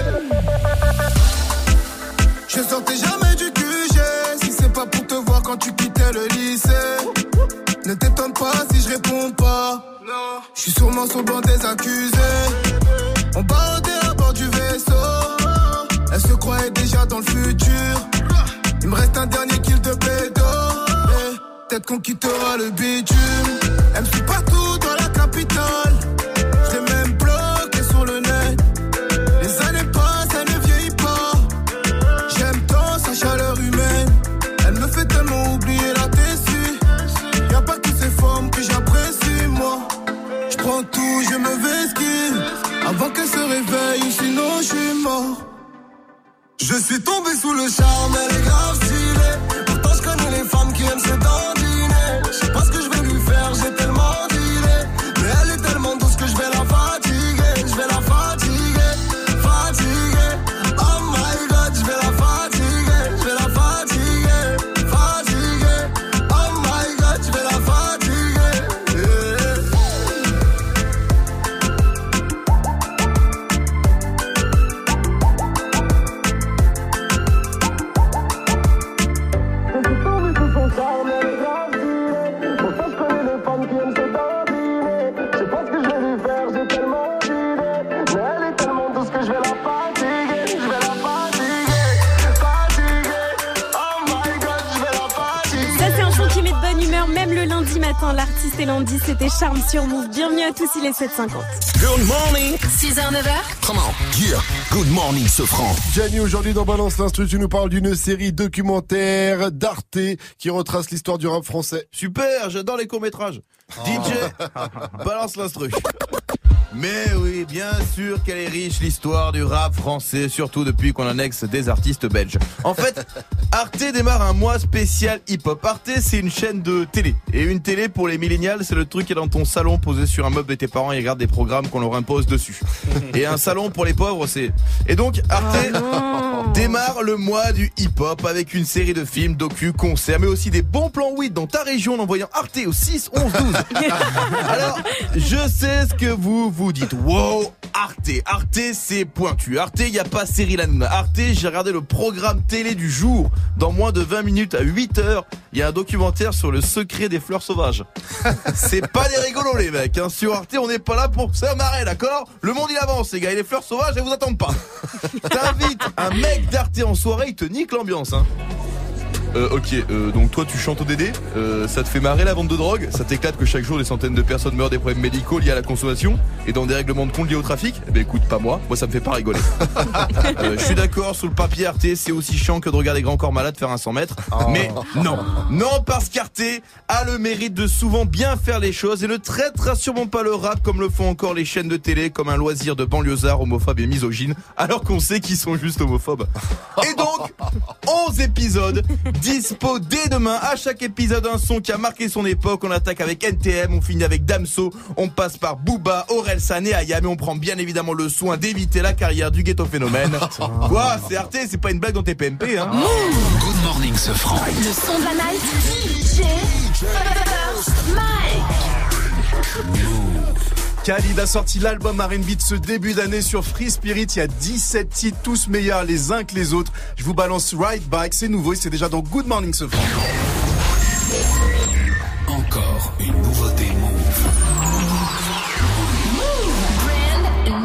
Je sortais jamais du QG. Si c'est pas pour te voir quand tu quittais le lycée. Ne t'étonne pas si je réponds pas. Je suis sûrement sur le banc des accusés. On barodait à bord du vaisseau. Elle se croyait déjà dans le futur. Il me reste un dernier kill de pédo. Peut-être qu'on quittera le bitume. Elle me suit partout dans la capitale. Je l'ai même bloqué sur le net. Les années passent, elle ne vieillit pas. J'aime tant sa chaleur humaine. Elle me fait tellement oublier la tessie. Y'a pas que ces formes que j'apprécie, moi. Je prends tout, je me vesquille. Avant qu'elle se réveille, ou sinon je suis mort. Je suis tombé sous le charme, elle est grave stylée. Pourtant je connais les femmes qui aiment se dandiner. Je sais pas ce que je vais lui faire, j'ai tellement d'idées. Mais elle est tellement douce que je vais la fatiguer. Je vais la fatiguer, fatiguer. Oh my god, je vais la fatiguer. Je vais la fatiguer, fatiguer. Oh my god, je vais la fatiguer. Je suis tombé sous son charme, elle est grave stylée. Pour ça je connais les femmes qui aiment se dandiner. Je sais pas ce que je vais lui faire, j'ai tellement d'idées. Mais elle est tellement douce que je vais la fatiguer. Je vais la fatiguer, fatiguer. Oh my god, je vais la fatiguer. Ça c'est un son qui met de bonne humeur même le lundi matin. L'artiste et lundi, c'était Charme sur Move. Bienvenue à tous, il est 7h50. Good morning. 6h, 9h. Come on. Yeah. Good morning, Sofran. Gianni, aujourd'hui dans Balance l'Instru, tu nous parles d'une série documentaire d'Arte qui retrace l'histoire du rap français. Super, j'adore les courts-métrages. DJ, balance l'instru. Mais oui, bien sûr qu'elle est riche l'histoire du rap français, surtout depuis qu'on annexe des artistes belges. En fait, Arte démarre un mois spécial hip-hop. Arte, c'est une chaîne de télé. Et une télé pour les millénials, c'est le truc qui est dans ton salon posé sur un meuble de tes parents et regarde des programmes qu'on leur impose dessus. Et un salon pour les pauvres, c'est... Et donc, Arte démarre le mois du hip-hop avec une série de films, docus, concerts, mais aussi des bons plans weed dans ta région en envoyant Arte au 6 11 12. Alors, je sais ce que vous dites. Wow, Arte, c'est pointu. Arte, y a pas Cyril Hanouna. Arte, j'ai regardé le programme télé du jour. Dans moins de 20 minutes, à 8h, il y a un documentaire sur le secret des fleurs sauvages. C'est pas des rigolos, les mecs. Hein. Sur Arte, on n'est pas là pour se marrer, d'accord? Le monde, il avance, les gars. Et les fleurs sauvages, elles vous attendent pas. T'invites un mec d'Arte en soirée, il te nique l'ambiance. Hein. Ok, donc toi tu chantes au DD, ça te fait marrer la vente de drogue, ça t'éclate que chaque jour des centaines de personnes meurent des problèmes médicaux liés à la consommation et dans des règlements de compte liés au trafic. Eh ben écoute, pas moi ça me fait pas rigoler. Je suis d'accord, sur le papier Arte c'est aussi chiant que de regarder Grand Corps Malade faire un 100 mètres, mais non parce qu'Arte a le mérite de souvent bien faire les choses et ne traitera sûrement pas le rap comme le font encore les chaînes de télé comme un loisir de banlieusards homophobes et misogynes alors qu'on sait qu'ils sont juste homophobes. Et donc 11 épisodes dispo dès demain, à chaque épisode un son qui a marqué son époque. On attaque avec NTM, on finit avec Damso, on passe par Booba, Orelsan et Ayam et on prend bien évidemment le soin d'éviter la carrière du ghetto phénomène. Quoi, c'est Arte, c'est pas une blague dans tes PMP hein. Good morning ce franc. Le son de la night. DJ First Mike. Khalid a sorti l'album R&B de ce début d'année sur Free Spirit. Il y a 17 titres, tous meilleurs les uns que les autres. Je vous balance Right Back, c'est nouveau et c'est déjà dans Good Morning ce franc. Encore une nouveauté Move. Brand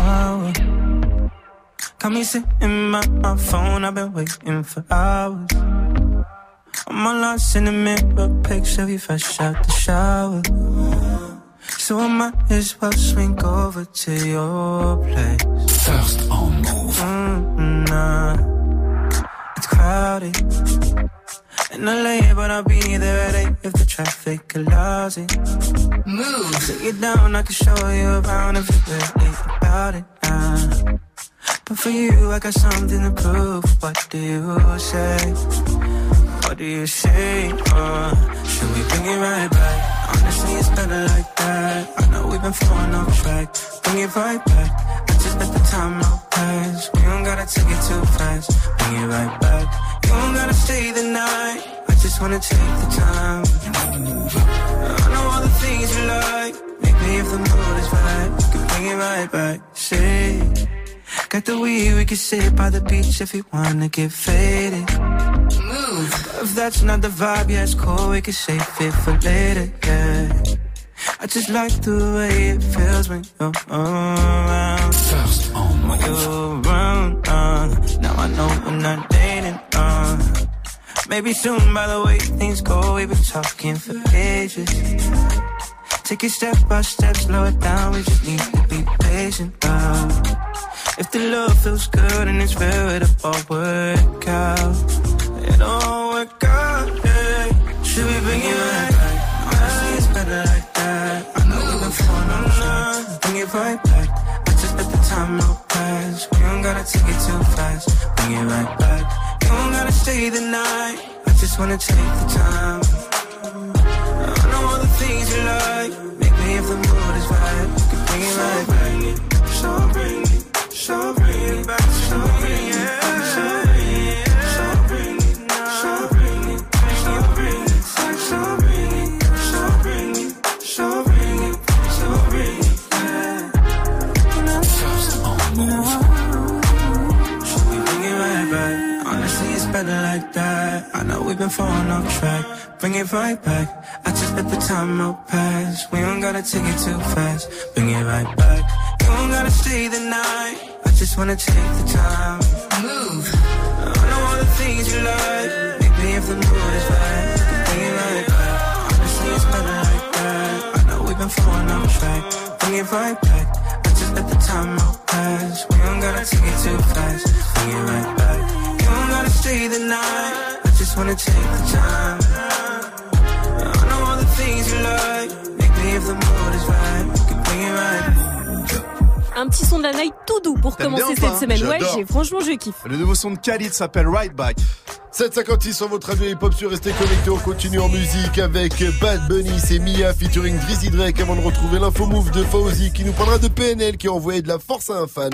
new. Got me sitting by my phone, I've been waiting for hours. I'm all lost in the mirror, picture of you fresh out the shower. So I might as well swing over to your place. First on Move. Nah, it's crowded in LA, but I'll be there at 8 if the traffic allows it. Move. Take it down, I can show you around if you're really about it now. But for you, I got something to prove. What do you say? What do you say? Should we bring it right back? Honestly, it's better like that. I know we've been falling off track. Bring it right back. I just let the time out pass. We don't gotta take it too fast. Bring it right back. You don't gotta stay the night. I just wanna take the time. I know all the things you like. Maybe if the mood is right, we can bring it right back. Say, got the weed, we can sit by the beach if you wanna get faded. Move. If that's not the vibe, yeah, it's cool, we can save it for later, yeah. I just like the way it feels when you're around. First on Move. When you're around, now I know we're not dating, maybe soon, by the way things go, we've been talking for ages. Take it step by step, slow it down, we just need to be patient, if the love feels good and it's real, it'll all work out. It'll all work out, yeah. Should we bring it right back? Honestly, it's better like that. I know we've been falling on track. Bring it right back. I just let the time out pass. We don't gotta take it too fast. Bring it right back. You don't gotta stay the night. I just wanna take the time. I know all the things you like. Maybe if the mood is right, we can bring it right back. So bring it. So bring it back, so bring it, so bring it, so bring it, so bring it, so bring it, so bring it, so bring it, so bring it, so bring it, yeah. First on Move. Should we bring it right back? Honestly, it's better like that. I know we've been falling off track. Bring it right back. I just let the time out pass. We don't gotta take it too fast. Bring it right back. You don't gotta stay the night. I just wanna take the time. Move. I know all the things you like. Maybe if the mood is right, we can bring it right back. Honestly, it's better like that. I know we've been falling off track. Bring it right back. I just let the time out pass. We don't gotta take it too fast. Bring it right back. You don't gotta stay the night. I just wanna take the time. I know all the things you like. Maybe if the mood is right, we can bring it right back. Un petit son de la night tout doux pour T'aimes commencer bien, cette semaine. Ouais, J'adore. franchement, je kiffe. Le nouveau son de Khalid s'appelle Right Back. 7h56 sur votre radio hip-hop sur Restez Connectés. On continue en musique avec Bad Bunny, c'est Mia featuring Drizzy Drake avant de retrouver l'info move de Fauzi qui nous parlera de PNL qui a envoyé de la force à un fan.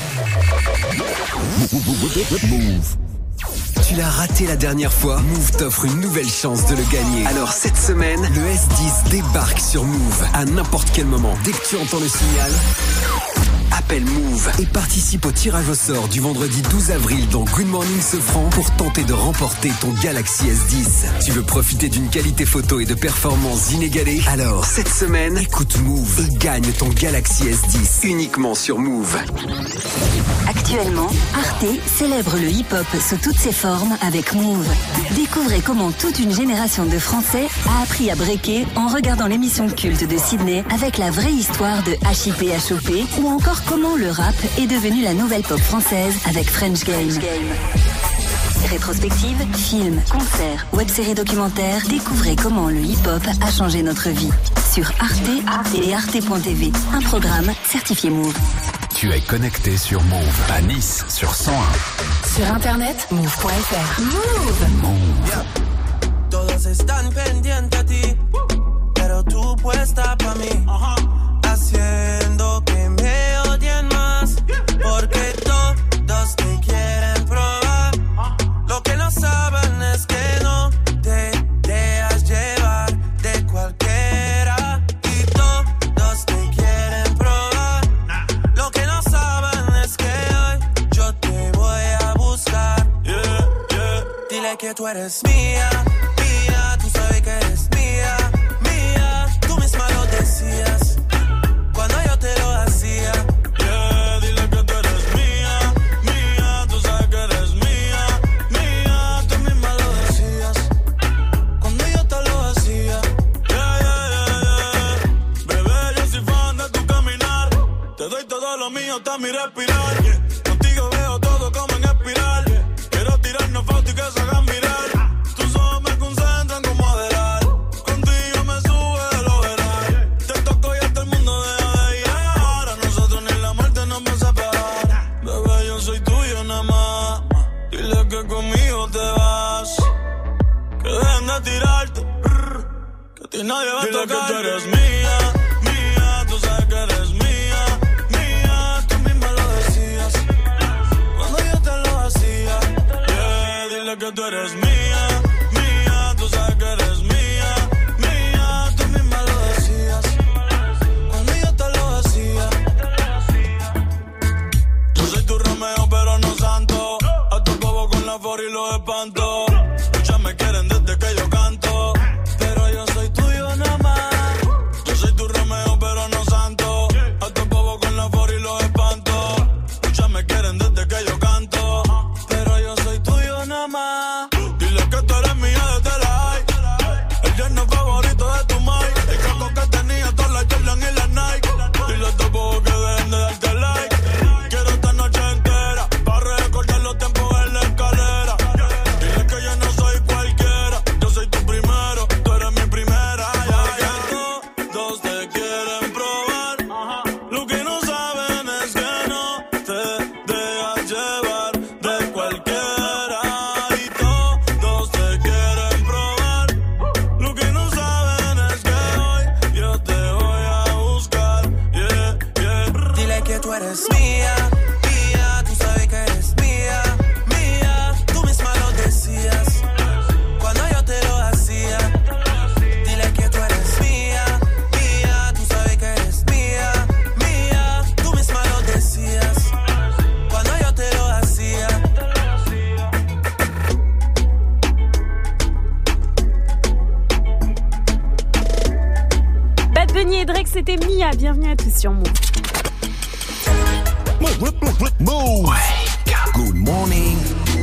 Move. Tu l'as raté la dernière fois, Move t'offre une nouvelle chance de le gagner. Alors cette semaine, le S10 débarque sur Move. À n'importe quel moment, dès que tu entends le signal, appelle Move et participe au tirage au sort du vendredi 12 avril dans Good Morning Sofran pour tenter de remporter ton Galaxy S10. Tu veux profiter d'une qualité photo et de performances inégalées? Alors, cette semaine, écoute Move et gagne ton Galaxy S10 uniquement sur Move. Actuellement, Arte célèbre le hip-hop sous toutes ses formes avec Move. Découvrez comment toute une génération de Français a appris à breaker en regardant l'émission culte de Sydney avec la vraie histoire de HIP HOP ou encore comment le rap est devenu la nouvelle pop française avec French Game. Rétrospective, films, concerts, web-séries documentaires, découvrez comment le hip-hop a changé notre vie. Sur Arte et arte.tv, un programme certifié Move. Tu es connecté sur Move à Nice sur 101. Sur internet, move.fr. Move. Todos están pendientes a ti, pero tú puesta pa' mí, haciendo que me odien más, porque todos te quieren probar. Lo que no saben es que no te dejas llevar de cualquiera, y todos te quieren probar. Lo que no saben es que hoy yo te voy a buscar. Dile que tú eres mía. Tú sabes que eres mía, mía. Tú misma lo decías cuando yo te lo hacía. Dile que tú eres mía, mía. Tú sabes que eres mía, mía. Tú misma lo decías cuando yo te lo hacía. Bebé, yo soy fan de tu caminar. Te doy todo lo mío hasta mi respirar. Contigo veo todo como en espiral. Quiero tirarnos fotos y que se hagan mirar. Tirarte, que a ti nadie va a tocar. Dile que tú eres mía, mía. Tú sabes que eres mía, mía. Tú misma lo decías cuando yo te lo hacía. Dile que tú eres mía, mía. Tú sabes que eres mía, mía. Tú misma lo decías cuando yo te lo hacía. Yo soy tu Romeo pero no santo. A tu bobo con la for y los espanto. Muchas me quieren desde que yo canto, pero yo soy tuyo nada más. Yo soy tu Romeo pero no santo. A tu bobo con la for y los espanto. Muchas me quieren desde que yo canto, pero yo soy tuyo nada más. Dile que tú eres mía desde la high. El yerno favorito de tu mai. El coco que tenía todas las Jordan y las Nike. Dile a tu bobo que dejen de darte like. Quiero esta noche entera para recordar los tiempos en la escalera. Dile que yo no soy cualquiera, yo soy tu primero, tú eres mi primera. Todos te quieren probar. Lo que no saben es que no te dejas llevar de cualquiera. Y todos te quieren probar. Lo que no saben es que hoy yo te voy a buscar. Dile que tú eres mía, mía. Tú sabes que eres mía, mía. Tú misma lo decías cuando yo te lo hacía. Dile que tú eres mía, mía. Tú sabes que eres mía, mía. Tú misma lo decías cuando yo te lo hacía. Bad Bunny et Drake, c'était Mia. Bienvenue à tous sur Move. Move. Good morning.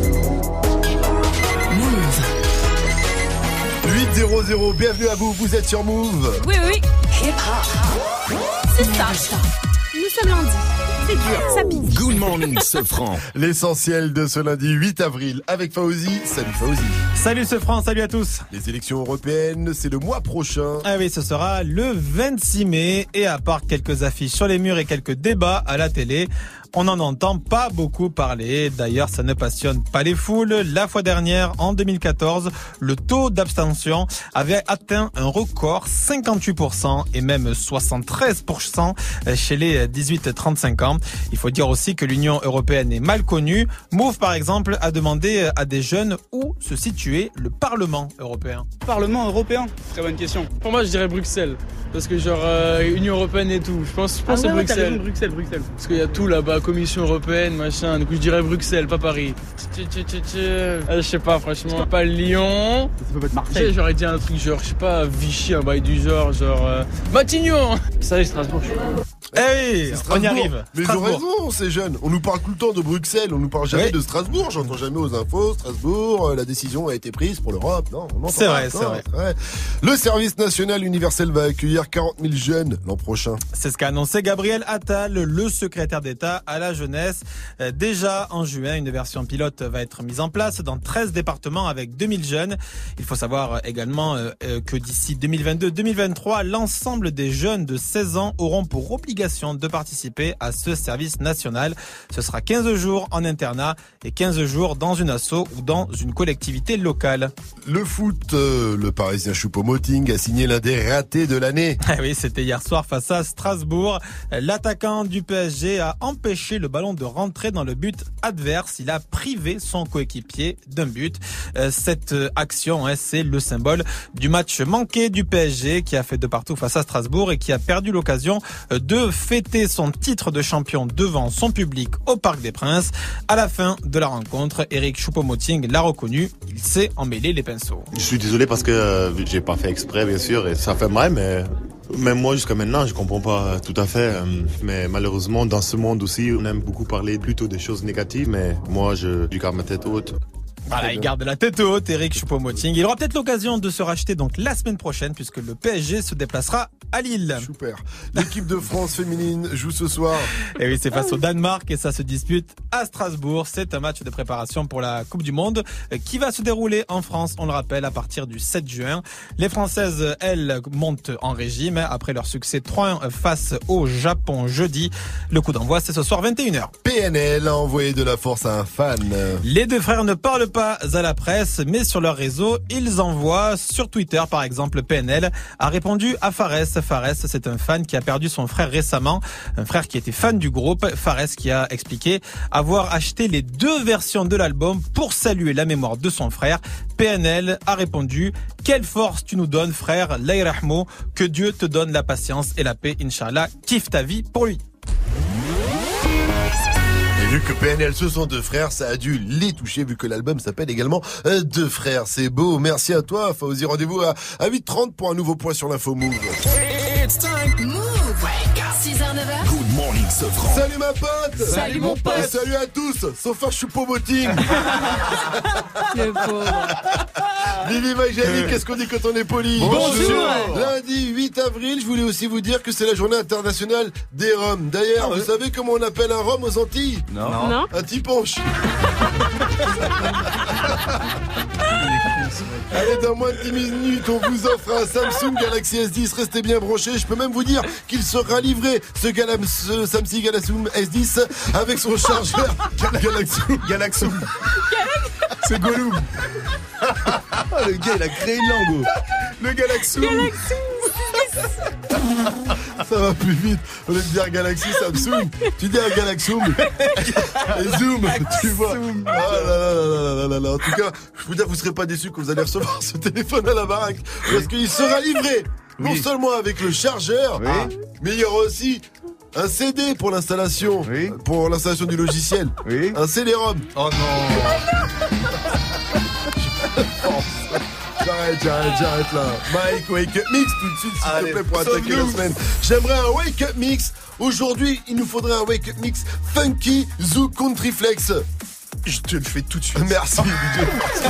800, bienvenue à vous, vous êtes sur Move. Oui, oui. C'est ça. Nous sommes lundi. C'est dur, ça pique. Good morning, Sofran. L'essentiel de ce lundi 8 avril avec Fauzi. Salut Fauzi. Salut Sofran, salut à tous. Les élections européennes, c'est le mois prochain. Ah oui, ce sera le 26 mai. Et à part quelques affiches sur les murs et quelques débats à la télé, on n'en entend pas beaucoup parler. D'ailleurs, ça ne passionne pas les foules. La fois dernière, en 2014, le taux d'abstention avait atteint un record, 58% et même 73% chez les 18-35 ans. Il faut dire aussi que l'Union européenne est mal connue. Move, par exemple, a demandé à des jeunes où se situait le Parlement européen. Parlement européen, très bonne question. Pour moi, je dirais Bruxelles. Parce que genre Union européenne et tout, je pense que c'est Bruxelles. Bruxelles. Parce qu'il y a tout là-bas, Commission européenne, machin. Du coup je dirais Bruxelles, pas Paris. Je sais pas, franchement, pas Lyon. Ça peut être Marseille. J'aurais dit un truc genre, je sais pas, Vichy, un bail du genre Matignon. Ça y est, Strasbourg. Eh oui, on y arrive. Mais ils ont raison, ces jeunes. On nous parle tout le temps de Bruxelles, on nous parle jamais de Strasbourg. J'entends jamais aux infos, Strasbourg, la décision a été prise pour l'Europe. Non, on c'est vrai. Le service national universel va accueillir 40 000 jeunes l'an prochain. C'est ce qu'a annoncé Gabriel Attal, le secrétaire d'État à la jeunesse. Déjà en juin, une version pilote va être mise en place dans 13 départements avec 2000 jeunes. Il faut savoir également que d'ici 2022-2023, l'ensemble des jeunes de 16 ans auront pour obligation de participer à ce service national. Ce sera 15 jours en internat et 15 jours dans une asso ou dans une collectivité locale. Le foot, le Parisien Choupo-Moting a signé l'un des ratés de l'année. Oui, c'était hier soir face à Strasbourg. L'attaquant du PSG a empêché le ballon de rentrer dans le but adverse. Il a privé son coéquipier d'un but. Cette action, c'est le symbole du match manqué du PSG qui a fait de partout face à Strasbourg et qui a perdu l'occasion de fêter son titre de champion devant son public au Parc des Princes. À la fin de la rencontre, Eric Choupo-Moting l'a reconnu. Il s'est emmêlé les pinceaux. Je suis désolé parce que j'ai pas fait exprès, bien sûr, et ça fait mal, mais même moi, jusqu'à maintenant, je comprends pas tout à fait. Mais malheureusement, dans ce monde aussi, on aime beaucoup parler plutôt des choses négatives, mais moi, je garde ma tête haute. Voilà, il garde la tête haute, Eric Choupo-Moting. Il aura peut-être l'occasion de se racheter donc la semaine prochaine puisque le PSG se déplacera à Lille. Super. L'équipe de France féminine joue ce soir. Et oui, c'est face au Danemark et ça se dispute à Strasbourg. C'est un match de préparation pour la Coupe du Monde qui va se dérouler en France, on le rappelle, à partir du 7 juin. Les Françaises, elles, montent en régime après leur succès 3-1 face au Japon jeudi. Le coup d'envoi, c'est ce soir 21h. PNL a envoyé de la force à un fan. Les deux frères ne parlent pas à la presse, mais sur leur réseau, ils envoient sur Twitter, par exemple, PNL a répondu à Fares. Fares, c'est un fan qui a perdu son frère récemment, un frère qui était fan du groupe. Fares qui a expliqué avoir acheté les deux versions de l'album pour saluer la mémoire de son frère. PNL a répondu: quelle force tu nous donnes, frère, Laïrahmo, que Dieu te donne la patience et la paix, Inch'Allah, kiffe ta vie pour lui. Et vu que PNL, ce sont deux frères, ça a dû les toucher vu que l'album s'appelle également Deux frères. C'est beau. Merci à toi, Fauzi. Rendez-vous à 8h30 pour un nouveau point sur l'info Move. It's time. Move. Wake up. 6h, 9h. Good morning, Sofran. Salut ma pote. Salut mon pote. Et salut à tous, sauf un Choupo-Moting. Le pauvre. Vivi Majani, qu'est-ce qu'on dit quand on est poli? Bonjour. Lundi 8 avril, je voulais aussi vous dire que c'est la journée internationale des Roms. D'ailleurs, vous savez comment on appelle un Rome aux Antilles? Non. Un tiponche. Allez, dans moins de 10 minutes, on vous offre un Samsung Galaxy S10. Restez bien branchés. Je peux même vous dire qu'il sera livré, ce Samsung Galaxy S10, avec son chargeur Galaxy. C'est Gollum. Le gars, il a créé une langue. Le Galaxy. Ça va plus vite. Au lieu de dire Galaxy Samsung, tu dis un Galaxum. Et Zoom, tu vois. Ah là. En tout cas, je vous dis, vous serez pas déçus que vous allez recevoir ce téléphone à la baraque. Parce qu'il sera livré. Non seulement avec le chargeur, mais il y aura aussi un CD pour l'installation. Pour l'installation du logiciel. Un CD-ROM. Oh non. J'arrête là. Mike, Wake Up Mix tout de suite, s'il te plaît, pour attaquer la semaine. J'aimerais un Wake Up Mix. Aujourd'hui, il nous faudrait un Wake Up Mix funky Zoo Country Flex. Je te le fais tout de suite. Merci, DJ.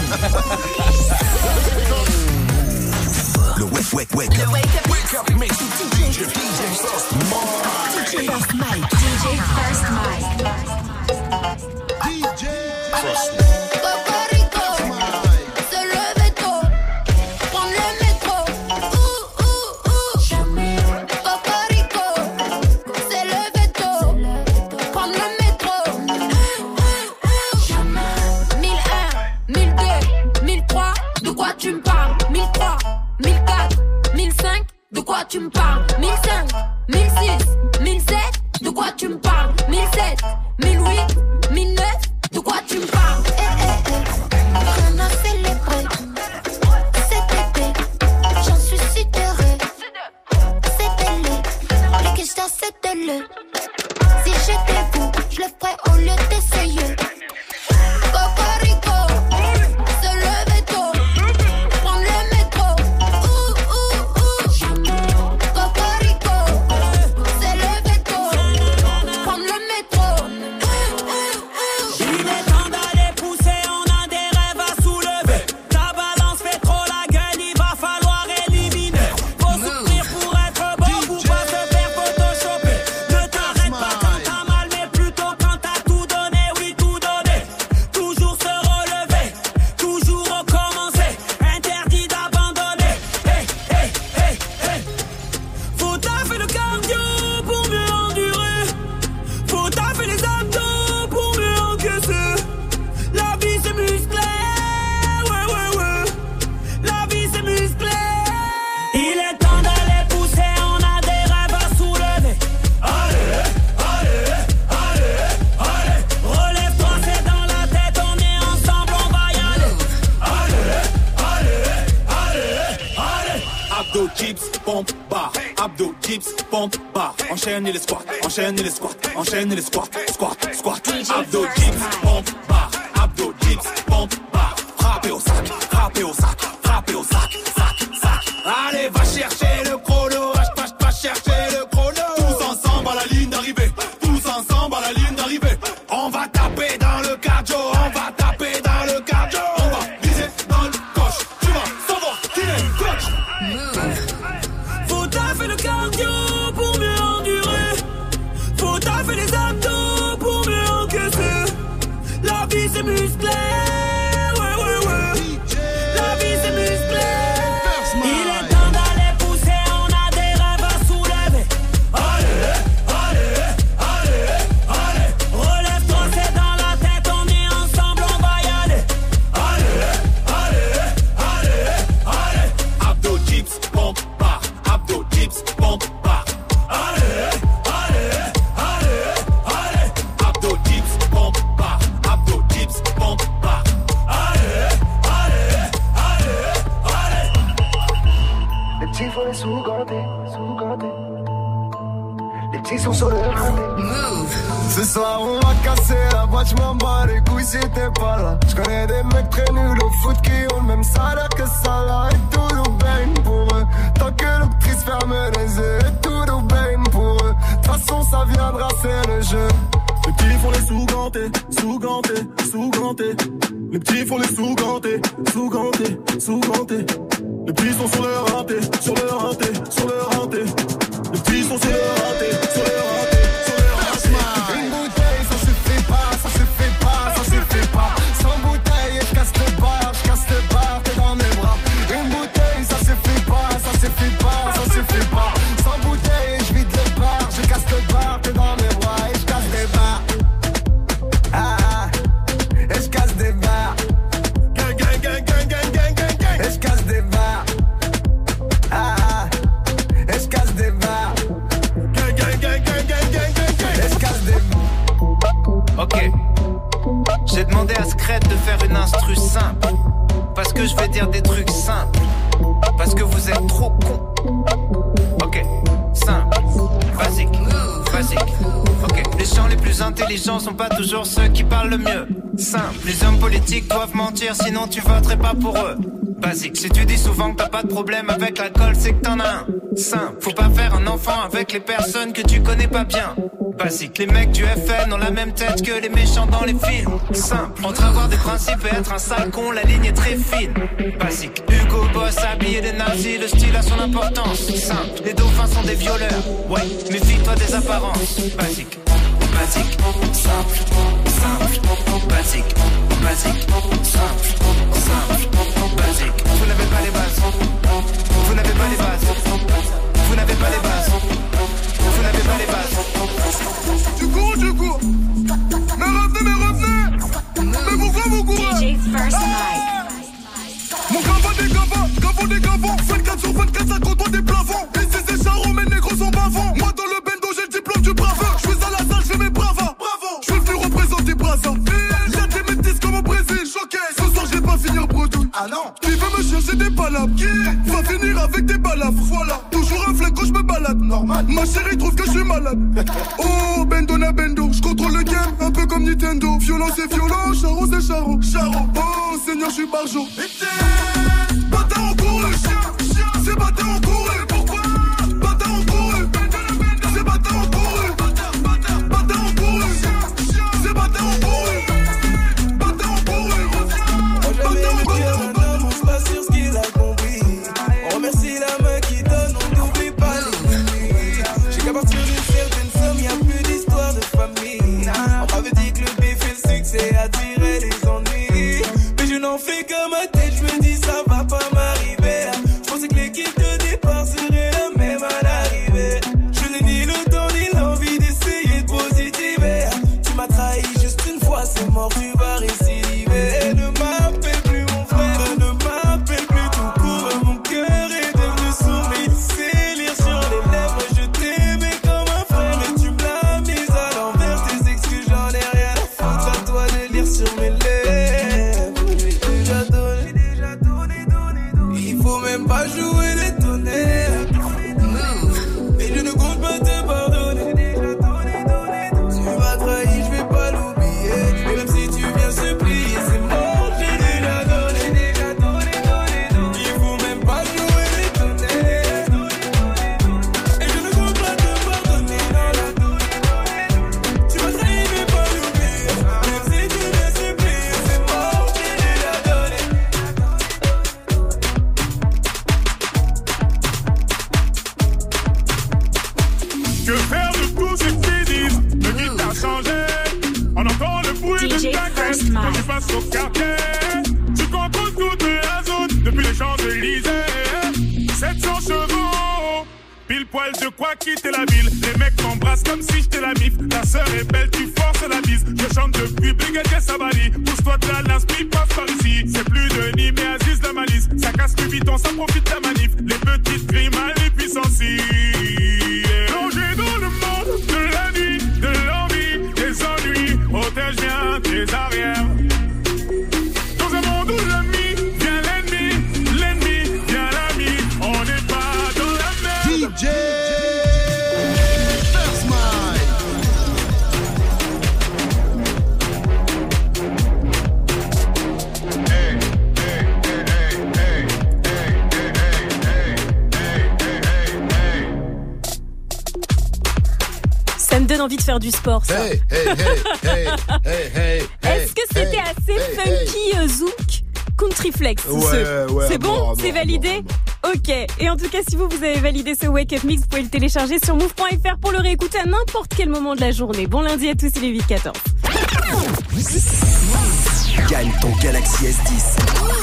Le Wake Up Mix. DJ First Mike. DJ First Mike. Cocorico, c'est le veto. Prendre le métro. quoi tu me parles? 1005, 1006, 1007, de quoi tu me parles? 1007, 1008, 1009, de quoi tu me parles? On a célébré cet été, j'en suis sidéré. C'était les questions c'était le. Si j'étais vous, je le ferais au lieu d'essayer. Cocorico, se lever tôt, prendre le métro. Cocorico, se lever tôt, prendre le métro. Il est temps d'aller pousser, on a des rêves à soulever. Ta balance fait trop la gueule, il va falloir éliminer. Faut souffrir pour être bon ou pas se faire photoshopper. Ne t'arrête pas quand t'as mal, mais plutôt quand t'as tout donné, oui tout donné. Toujours se relever, toujours recommencer. Interdit d'abandonner. Hey, hey, hey, hey. Faut taffer le cardio pour mieux endurer. Faut taffer les abdos pour mieux encaisser. La vie c'est musclé, ouais, ouais, ouais. La vie c'est musclé. Il est temps d'aller pousser, on a des rêves à soulever. Allez, allez, allez, allez. Relève-toi, c'est dans la tête, on est ensemble, on va y aller. Allez, allez, allez, allez. Abdo, chips, pompe, bar. Abdo, chips, pompe, bar. Enchaîne les squats, enchaîne les squats, enchaîne les squats, squat, squat. Abdo, chips, pompe, bar. Abdo, chips, pompe, bar. Frappez au sac, frappez au sac, frappez au sac, sac, sac. Allez, va chercher le chrono, va chercher le chrono. Tous ensemble à la ligne d'arrivée, tous ensemble à la ligne d'arrivée. On va taper dans le cardio, on va taper dans le cardio. On va viser dans le coche, tu vas savoir qui est le coach. Faut taffer le cardio pour mieux endurer. Faut taffer les abdos pour mieux encaisser. La vie c'est musclé, ouais, ouais, ouais. La vie c'est musclé. Il est temps d'aller pousser, on a des rêves à soulever. Allez, allez, allez, allez. Relève-toi, c'est dans la tête, on est ensemble, on va y aller. Allez, allez, allez, allez. Abdo, chips, pompe, bar. Abdo, chips, pompe, bar. Allez, allez, allez, allez. Abdo, chips, pompe, bar. Abdo, chips, pompe, bar. Allez, allez, allez, allez. Les petits font les sous-gantés, sous-gantés. Les petits sont sur le Move. Ce soir on va casser la boîte, j'm'en bats les couilles si t'es pas là. J'connais des mecs très nuls au foot qui ont le même salaire que ça là. Et tout nous baigne pour eux. Tant que l'actrice ferme les yeux. Et tout nous baigne pour eux. De toute façon ça viendra, c'est le jeu. Les petits font les sous-gantés, sous-gantés, sous-gantés. Les petits font les sous-gantés, sous-gantés, sous-gantés. Les petits sont sur leur hanté, sur leur hanté, sur leur hanté. Les petits sont sur leur hanté, sur leur hanté, sur leur hanté. Une bouteille, ça se fait pas, ça se fait pas, ça se fait pas. Sans bouteille, et je casse le bar, t'es dans mes bras. Une bouteille, ça se fait pas, ça se fait pas, ça se fait pas. Sans bouteille, je vide le bar, je casse le bar, t'es dans mes bras et je casse des bars. Ah ah, et je casse des bars. Gang gang gang gang gang gang gang gang. Et je casse des bars. Ah ah, et je casse des bars. Gang gang gang gang gang gang gang gang. Et je casse des bars. Ok. J'ai demandé à Scred de faire une instru simple. Parce que je vais dire des trucs simples. Parce que vous êtes trop cons. Ok, simple, basique, basique. Ok, les gens les plus intelligents sont pas toujours ceux qui parlent le mieux. Simple, les hommes politiques doivent mentir, sinon tu voterais pas pour eux. Basique, si tu dis souvent que t'as pas de problème avec l'alcool, c'est que t'en as un. Simple, faut pas faire un enfant avec les personnes que tu connais pas bien. Basique, les mecs du FN ont la même tête que les méchants dans les films. Simple, entre avoir des principes et être un sale con, la ligne est très fine. Basique, Hugo Boss habillé des nazis, le style a son importance. Simple, les dauphins sont des violeurs. Ouais, méfie-toi des apparences. Basique, basique, simple, simple, basique, basique, simple, simple, basique. Vous n'avez pas les bases. Vous n'avez pas les bases. Vous n'avez pas les bases. Vous n'avez pas les bases. Tu cours. Mais revenez. Mais pourquoi vous courez? Mon gavot des gavons, 24 sur 24, ça compte des plafonds. Et c'est Va finir avec des balafres, voilà. Toujours un flingue quand je me balade. Normal. Ma chérie trouve que je suis malade. Oh, bendo na bendo. Je contrôle le game, un peu comme Nintendo. Violent c'est violent, charo c'est charo. Charo, oh, Seigneur, je suis barjo. Bâtard en couru, c'est bâtard en couru. Pourquoi? Bâtard en couru. C'est bâtard en couru. Bâtard en couru. C'est bâtard en couru. Bâtard en couru. Bâtard en couru. On se base sur ce qu'il a compris. On remercie la main qui donne, on n'oublie pas les nuits. J'ai qu'à partir d'une certaine somme, y'a plus d'histoire de famille. On m'avait dit que le bif et le succès attiraient les ennuis. Mais je n'en fais que ma tête, je me dis ça va pas m'arriver. Je pensais que l'équipe de départ serait la même à l'arrivée. Je n'ai ni le temps ni l'envie d'essayer de positiver. Tu m'as trahi juste une fois, c'est mort, tu vas récidiver. Ne m'appelle plus mon frère, ne m'appelle plus tout court. Mon cœur est devenu sourd, mais c'est lire sur les lèvres. Je t'aimais comme un frère, mais tu me l'as mise à l'envers. Tes excuses, j'en ai rien à foutre. À toi de lire sur mes lèvres. J'ai déjà donné. Il faut même pas jouer les tonnerres. Et je ne compte pas te pardonner. Tu m'as trahi, je vais pas l'oublier. Et même si tu viens supplier, c'est mort, j'ai déjà donné. Il faut même pas jouer les tonnerres. Et je ne compte pas te pardonner. Tu m'as trahi, je vais pas l'oublier. Même si tu viens supplier, c'est mort, j'ai déjà donné. Que faire de tous ces qui disent le guide a changé? On entend le bruit de ta caisse quand tu passes au quartier. Tu contrôles toute la zone depuis les Champs-Élysées. 700 chevaux, pile poil de quoi quitter la ville. Les mecs m'embrassent comme si j'étais la mif. Ta sœur est belle, tu forces la bise. Je chante depuis Brigadier Sabali. Pousse-toi de la l'inspi, passe par ici. C'est plus de Nîmes mais Aziz la malice. Ça casse plus vite, on s'en profite la manif. Les petites grimaces, les puissancies. Plongé dans le monde de la nuit, de l'envie, des ennuis. Protège bien tes arrières. Dans un monde où l'ami vient l'ennemi vient l'ami. On n'est pas dans la merde. DJ First Mike. Ça me donne envie de faire du sport, ça. Est-ce que c'était assez funky zouk country flex c'est bon, c'est validé. Ok, et en tout cas si vous avez validé ce Wake Up Mix, vous pouvez le télécharger sur move.fr pour le réécouter à n'importe quel moment de la journée. Bon lundi à tous, il est 8h14. Gagne ton Galaxy S10.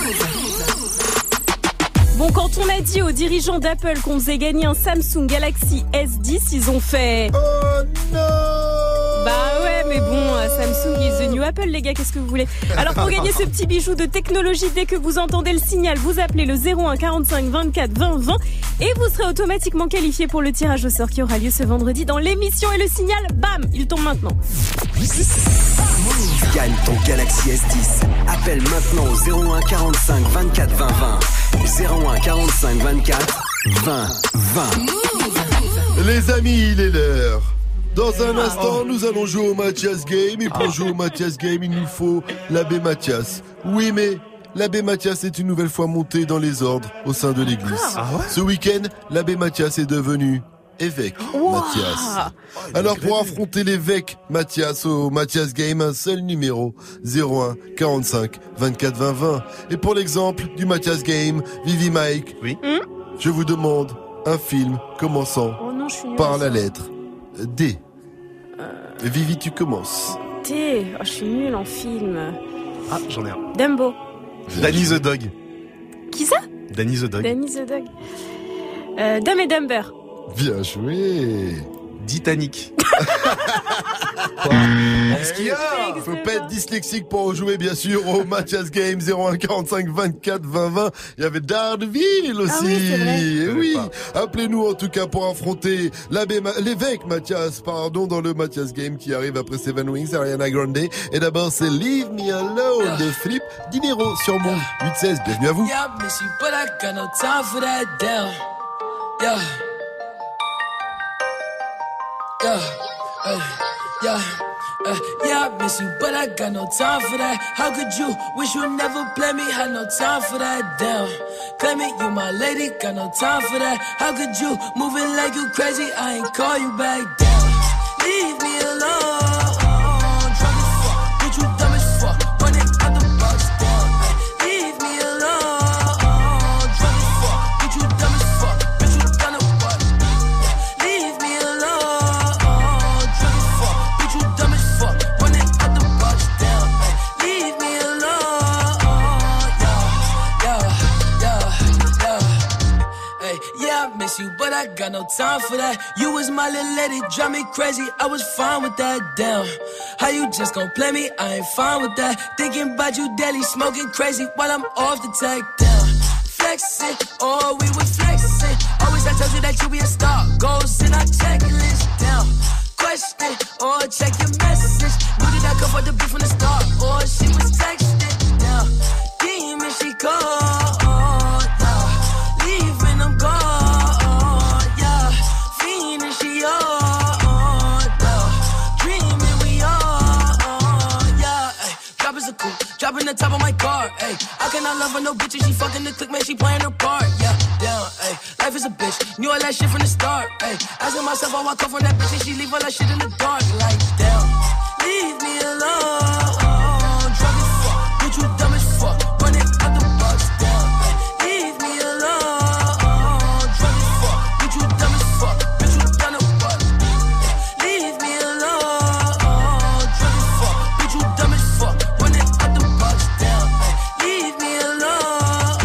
Bon, quand on a dit aux dirigeants d'Apple qu'on faisait gagner un Samsung Galaxy S10, ils ont fait... Oh non! Bah ouais, mais bon, Samsung is the new Apple, les gars, qu'est-ce que vous voulez? Alors pour gagner ce petit bijou de technologie, dès que vous entendez le signal, vous appelez le 01 45 24 20 20 et vous serez automatiquement qualifié pour le tirage au sort qui aura lieu ce vendredi dans l'émission. Et le signal, bam, il tombe maintenant. Gagne ton Galaxy S10. Appelle maintenant au 01 45 24 20 20. 01 45 24 20 20. Les amis, il est l'heure. Dans un instant, nous allons jouer au Mathias Game. Et pour jouer au Mathias Game, il nous faut l'abbé Mathias. Oui, mais l'abbé Mathias est une nouvelle fois monté dans les ordres au sein de l'église. Ce week-end, l'abbé Mathias est devenu évêque Mathias. Alors pour affronter l'évêque Mathias au Mathias Game, un seul numéro, 01 45 24 20 20. Et pour l'exemple du Mathias Game, Vivi Mike, je vous demande un film commençant par la lettre D. Vivi, tu commences. D. Oh, je suis nulle en film. Ah, j'en ai un. Dumbo. Danny the Dog. Qui ça? Danny the Dog. Danny the Dog. Dumb and Dumber. Bien joué. Titanic. Qu'est-ce qu'il y a? Faut pas être dyslexique pour jouer, bien sûr, au Mathias Game 01 45 24 20 20. Il y avait Daredevil aussi. Ah oui, c'est vrai. Et oui. Appelez-nous en tout cas pour affronter l'évêque Mathias, dans le Mathias Game qui arrive après Seven Wings, Ariana Grande. Et d'abord, c'est Leave Me Alone de Philippe Dinero sur Move 8-16. Bienvenue à vous. Yeah, I miss you, but I got no time for that down. Yeah. Yeah, I miss you, but I got no time for that. How could you wish you never play me? Had no time for that, damn. Claim it, you my lady, got no time for that. How could you move it like you crazy? I ain't call you back, damn. Leave me alone. Drunk as fuck, bitch, you dumb as fuck. Running out the box, damn. Leave me alone. Drunk as fuck, bitch, you dumb as fuck. Bitch, you done a what? Leave me alone. Drunk as fuck, bitch, you dumb as fuck. Running out the box, damn. Leave me alone. Yeah, I miss you, but I got no time for that. You was my little lady, drive me crazy. I was fine with that, damn. How you just gon' play me? I ain't fine with that. Thinking about you daily, smoking crazy while I'm off the tag, damn. Flexing, oh, we was flexing. Always I told you that you be a star. Goals in our checklist, down. Question, or check your message. Knew that I could afford the beef from the start. Or she was texting, down. Demon, she called, yeah. Leaving them gone, yeah. Fiending, she all, yeah. Dreaming, we all, yeah. Ay, drop is a coupe, dropping the top of my car, ayy. I cannot love her, no bitches, she fucking the click, man, she playing her part, yeah. Down, ayy. Life is a bitch, knew all that shit from the start, ayy. Asking myself, I walk off from that bitch and she leave all that shit in the dark, like, damn. Leave me alone, drunk as fuck, bitch, you dumb as fuck. Running out the box, down, ayy. Leave me alone, drunk as fuck, bitch, you dumb as fuck. Bitch, you done a what? Leave me alone, drunk as fuck, bitch, you dumb as fuck. Running out the box, down, ayy. Leave me alone,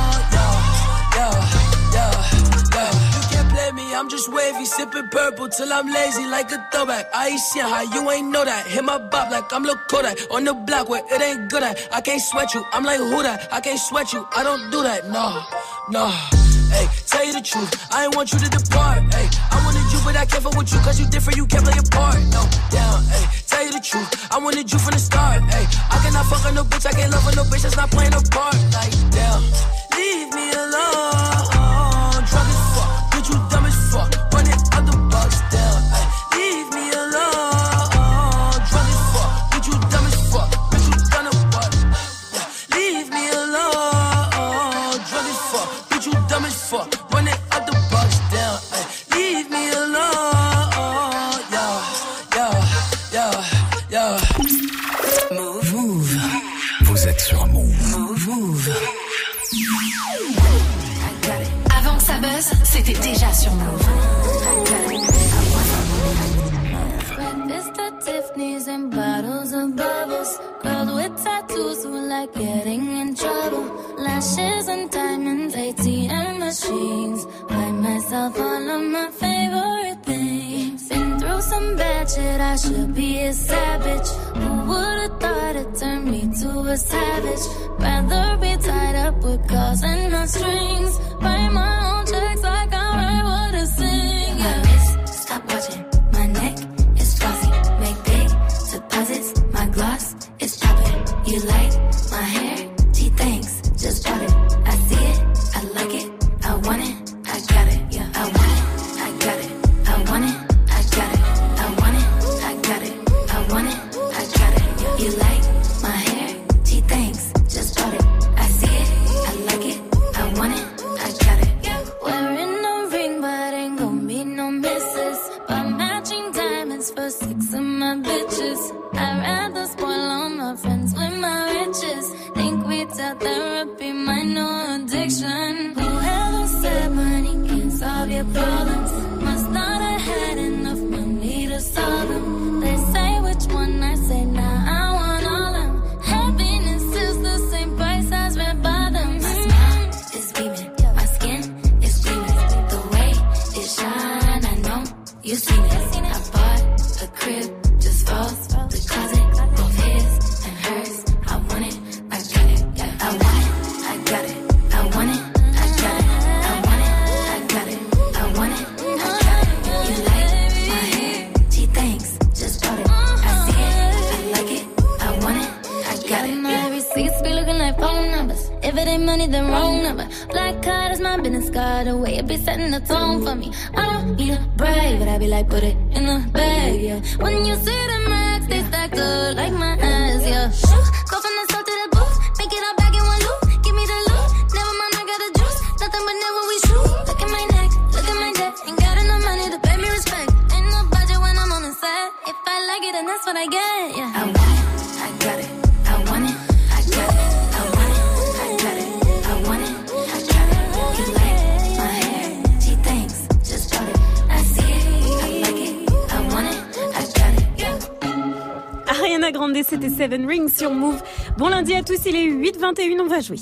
yeah. You can't play me, I'm just wavy, sipping purple till I'm lazy like a throwback. I ain't seen how you ain't know that. Hit my bop like I'm Lil Kodak on the block where it ain't good at. I can't sweat you, I'm like who that? I can't sweat you, I don't do that, no. Hey, tell you the truth, I ain't want you to depart. Hey, I wanted you, but I can't fuck with you, cause you different, you can't play your part. No, down, hey, tell you the truth, I wanted you from the start. Hey, I cannot fuck on no bitch, I can't love on no bitch that's not playing a part. Like, damn, leave me alone. Drunk as fuck, bitch, you dumb as fuck. Running out the box, down, hey, leave me alone. Drunk as fuck, bitch, you dumb as fuck. Bitch, you done a what? Yeah, leave me alone. Drunk as fuck, bitch, you dumb as fuck. Running out the box, down, hey, leave me alone. Yeah. Move. Vous êtes sur Move. Move. Avant que ça buzz, c'était déjà sur Move. Mr. Tiffany's and bottles of bubbles. Girls with tattoos who like getting in trouble. Lashes and diamonds, ATM machines. Buy myself all of my favorite things. Been through some bad shit, I should be a savage. Who would've thought it turned me to a savage? Rather be tied up with calls and no strings. Write my own checks like I write what I sing. Yeah. My wrist, stop watching. My neck is flossy. Make big deposits. My gloss is popping. You like my hair? Gee, thanks. Just bought it. I see it. I like it. I want it. I got it. Yeah. I want it. I got it. I want it. I got it. I want it. I got it. I want it. I got it. Yeah. You like my hair? Gee, thanks. Just bought it. I see it. I like it. I want it. I got it. Yeah. Wearing a ring, but ain't gon' be no misses. But matching diamonds for 6 of my bitches. I'd rather spoil all my friends with my riches. Think we tell therapy my new addiction. Whoever said money can solve your problems must not have had enough money to solve them. They say which one I say now. I want all them. Happiness is the same price as red bottoms. My smile is beaming, my skin is gleaming. The way it shine, I know you've seen it. I bought a crib just for never. Black card is my business card. The way it be setting the tone for me. I don't need a brave, but I be like, put it in the bag, yeah. When you see the max, they stacked up like my ass, yeah. Go from the south to the booth, make it all back in one loop. Give me the loot, never mind, I got the juice. Nothing but never we shoot. Look at my neck, look at my debt. Ain't got enough money to pay me respect. Ain't no budget when I'm on the set. If I like it, then that's what I get, yeah. I want it, I got it. I want it, I got it. I want it, I got it. I want it, I got it. You like my hair? She thinks, just drop it. I see it, I like it. I want it, I got it, yeah. Ariana Grande, c'était Seven Rings sur Move. Bon lundi à tous, il est 8h21, on va jouer.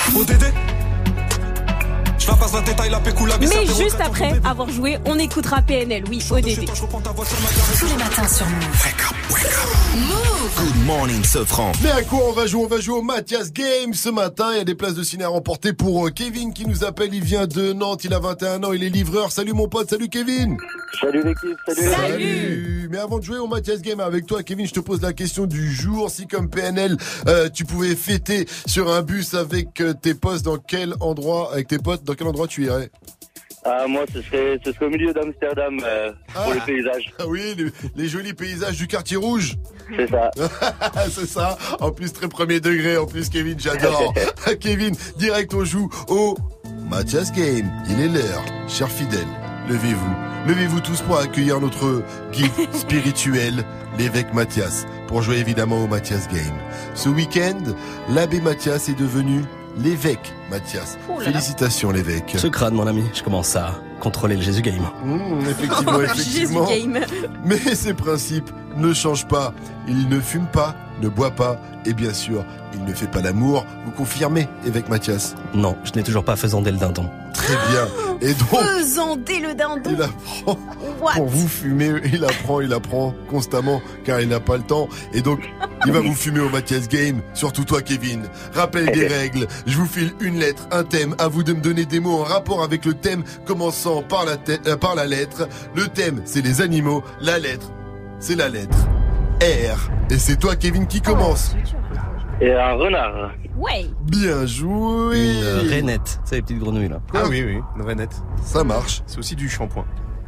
Mais juste après avoir joué, on écoutera PNL, oui, ODD. Tous les matins sur Move. Move. Good morning, Sofran. Mais à quoi on va jouer? On va jouer au Mathias Game ce matin. Il y a des places de ciné à remporter pour Kevin qui nous appelle. Il vient de Nantes, il a 21 ans, il est livreur. Salut mon pote, salut Kevin. Salut l'équipe, salut. Mais avant de jouer au Mathias Game avec toi, Kevin, je te pose la question du jour. Si comme PNL, tu pouvais fêter sur un bus avec tes potes, dans quel endroit tu irais? Moi, ce serait au milieu d'Amsterdam pour les paysages. Ah oui, les jolis paysages du quartier rouge. C'est ça. C'est ça. En plus, très premier degré. En plus, Kevin, j'adore. Kevin, direct, on joue au Mathias Game. Il est l'heure. Chers fidèles, levez-vous. Levez-vous tous pour accueillir notre guide spirituel, l'évêque Mathias, pour jouer évidemment au Mathias Game. Ce week-end, l'abbé Mathias est devenu l'évêque Mathias. Félicitations l'évêque. Ce crâne mon ami, je commence à contrôler le Jésus Game. Effectivement, effectivement. Jésus Game. Mais ses principes ne changent pas. Il ne fume pas, ne boit pas et bien sûr, il ne fait pas l'amour. Vous confirmez, évêque Mathias? Non, je n'ai toujours pas faisandé le dindon. Très bien. Et donc, faisandé le dindon. Il apprend pour vous fumer, il apprend constamment car il n'a pas le temps. Et donc, il va vous fumer au Mathias Game, surtout toi Kevin. Rappel des règles, je vous file une lettre, un thème, à vous de me donner des mots en rapport avec le thème commençant par la lettre. Le thème, c'est les animaux, la lettre, c'est la lettre R. Et c'est toi Kevin qui commence. Et un renard. Ouais. Bien joué. Une rainette, c'est les petites grenouilles là. Ah oui, une rainette. Ça marche. C'est aussi du shampoing.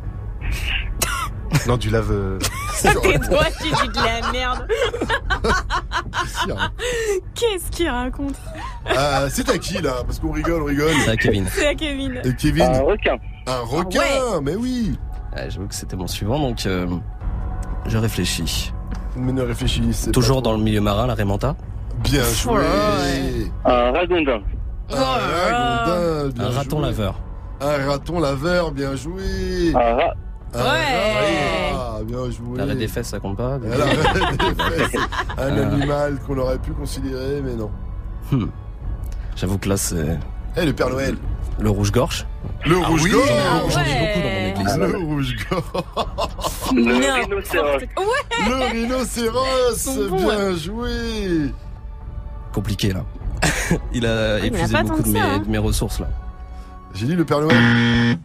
Non, du lave. Tes doigts, tu dis de la merde. Qu'est-ce qu'il raconte? C'est à qui là? Parce qu'on rigole. C'est à Kevin. C'est à Kevin. Et Kevin? Un requin. Un requin, ouais. Mais oui. J'avoue que c'était mon suivant, donc je réfléchis. Mais ne réfléchissez toujours dans le milieu marin, la Raimanta. Bien joué. Un ragondin. Un raton laveur. Un raton laveur, bien joué. Un rat. Bien joué. L'arrêt des fesses, ça compte pas. L'arrêt des fesses. Un animal qu'on aurait pu considérer, mais non. J'avoue que là, c'est... Le Père Noël. Le rouge-gorge. Le rouge-gorge. J'en ai beaucoup dans mon église. Le rouge-gorge. Le rhinocéros. Ouais. Le rhinocéros. Bien joué. Compliqué, là. Il a épuisé beaucoup de mes ressources, là. J'ai dit le Père Noël.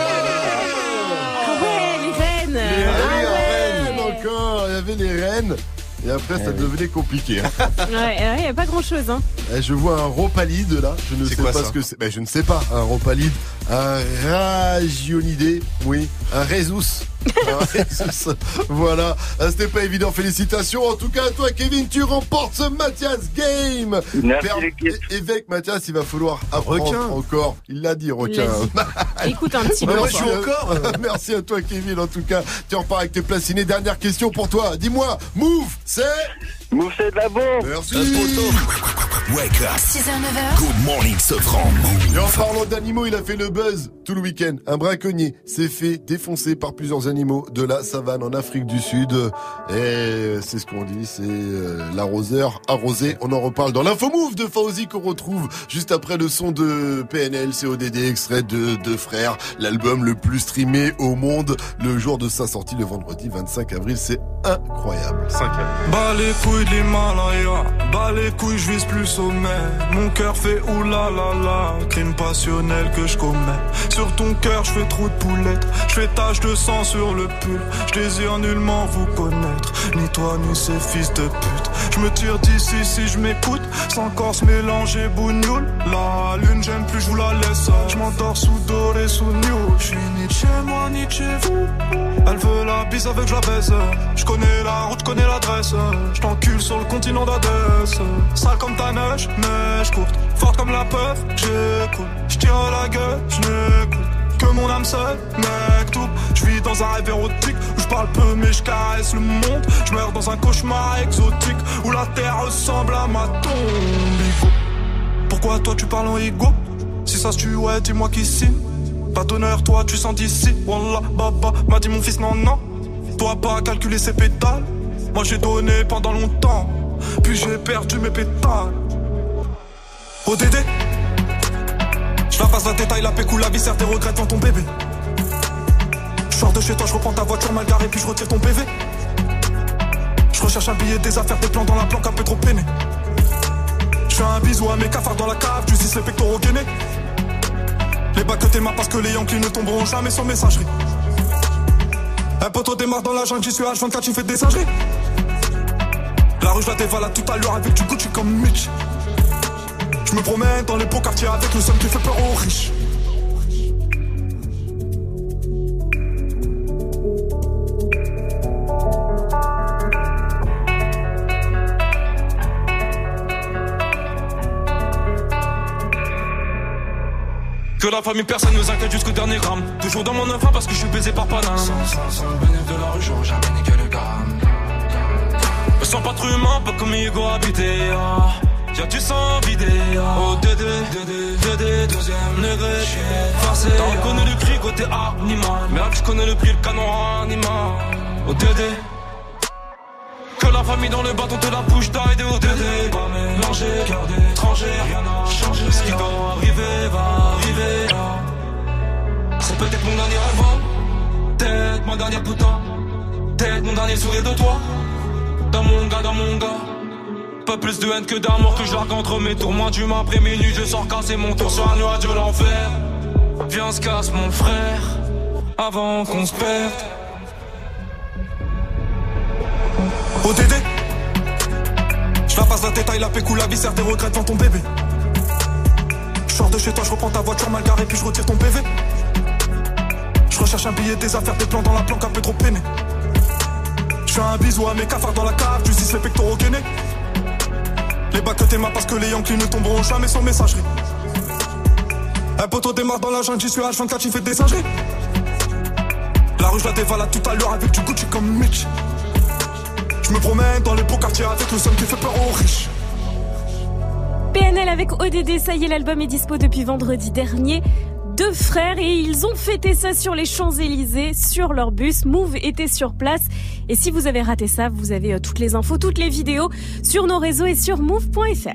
Les rennes. Encore. Il y avait les rennes. Et après, ça devenait compliqué. Ouais, il n'y a pas grand-chose. Hein. Je vois un ropalide là. Je ne sais pas ce que c'est. Je ne sais pas. Un ropalide. Un ragionidé. Oui. Un rhésus. Voilà. C'était pas évident. Félicitations. En tout cas, à toi, Kevin, tu remportes ce Mathias Game. Merci l'équipe. Évêque Mathias, il va falloir apprendre encore. Il l'a dit, requin. Écoute un petit peu. Merci à toi, Kevin. En tout cas, tu repars avec tes placinés. Dernière question pour toi. Dis-moi, Move, c'est de la bombe. Merci. Wake up. 6h, 9h. Good morning, Sofran. Et en parlant d'animaux, il a fait le buzz tout le week-end. Un braconnier s'est fait défoncer par plusieurs animaux de la savane en Afrique du Sud. Et c'est ce qu'on dit, c'est l'arroseur arrosé. On en reparle dans l'info Move de Fauzi qu'on retrouve juste après le son de PNL, CODD, extrait de Deux Frères, l'album le plus streamé au monde le jour de sa sortie le vendredi 25 avril. C'est incroyable. 5 avril. Bas les couilles de l'Himalaya, bas les couilles, je vise plus sommet. Mon cœur fait oulala, crime passionnel que je commets. Sur ton cœur je fais trop de poulettes, je fais tache de sang sur le pull. Je désire nullement vous connaître, ni toi ni ces fils de pute. Je me tire d'ici si je m'écoute, sans corse mélanger bougnoule. La lune j'aime plus, je vous la laisse. Je m'endors sous doré, sous new. Je suis ni chez moi ni chez vous. Elle veut la bise avec je la baisse. Je connais la route, je connais l'adresse. Je t'encule sur le continent d'Adès. Sale comme ta neige, neige courte. Forte comme la peur, j'écoute. Je tire la gueule, je n'écoute que mon âme seule, mec tout. Je vis dans un rêve érotique où je parle peu mais je caresse le monde. Je meurs dans un cauchemar exotique où la terre ressemble à ma tombe. Pourquoi toi tu parles en ego? Si ça se tue, ouais, dis-moi qui signe. Pas d'honneur, toi tu sens d'ici. Wallah, baba, m'a dit mon fils, non, non. Toi pas calculer ses pétales. Moi j'ai donné pendant longtemps, puis j'ai perdu mes pétales. ODD, je la passe la détail, la pécou, la viscère, tes regrets devant ton bébé. Je sors de chez toi, je reprends ta voiture mal garée, puis je retire ton PV. Je recherche un billet, des affaires, des plans dans la planque, un peu trop peiné. Je fais un bisou à mes cafards dans la cave, tu sais les pectoraux gainés. Les bacs que t'aimes parce que les Yankees ne tomberont jamais sur messagerie. Un poteau démarre dans la jungle, j'y suis H24, tu fais des singeries. La rue je la dévalade tout à l'heure avec du Gucci comme Mitch. Je me promène dans les beaux quartiers avec le seum qui fait peur aux riches. Que la famille personne nous inquiète jusqu'au dernier gramme. Toujours dans mon enfant parce que je suis baisé par Paname. Sans le bénéfice de la rue, j'aurais jamais niqué le gramme. Me sens pas trop humain, pas comme Hugo habité. Y'a du sang vidé. Oh Dédé, deuxième degré. Farcé. T'as reconnu le cri côté animal. Merde, je connais le prix, le canon animal. Oh Dédé. Que la famille dans le bâton te la bouche d'ail de ODD. Pas mélangé, cœur d'étranger, rien n'a changé. Ce qui doit arriver va arriver. C'est peut-être mon dernier rêve, peut-être ma dernière putain, peut-être mon dernier sourire de toi. Dans mon gars. Pas plus de haine que d'amour que je largue entre mes tours. Moins d'humain après minuit, je sors casser mon tour sur un nuage de l'enfer. Viens, on se casse mon frère, avant qu'on se perde. ODD, je la passe la détail, la pécou, la viscère, des regrets devant ton bébé. Je sors de chez toi, je reprends ta voiture mal garée, puis je retire ton PV. Je recherche un billet, des affaires, des plans dans la planque, un peu trop peiné. Je fais un bisou à mes cafards dans la cave, tu sais les pectoraux gainés. Les bacs que t'aimes parce que les Yankees ne tomberont jamais sur messagerie. Un poteau démarre dans la jungle, j'y suis H24, tu fais des singeries. La rue je la dévalade tout à l'heure avec du Gucci comme Mitch. Je me promène dans les beaux quartiers avec le seum qui fait peur aux riches. PNL avec ODD, ça y est, l'album est dispo depuis vendredi dernier. Deux frères et ils ont fêté ça sur les Champs-Élysées, sur leur bus. Move était sur place. Et si vous avez raté ça, vous avez toutes les infos, toutes les vidéos sur nos réseaux et sur move.fr.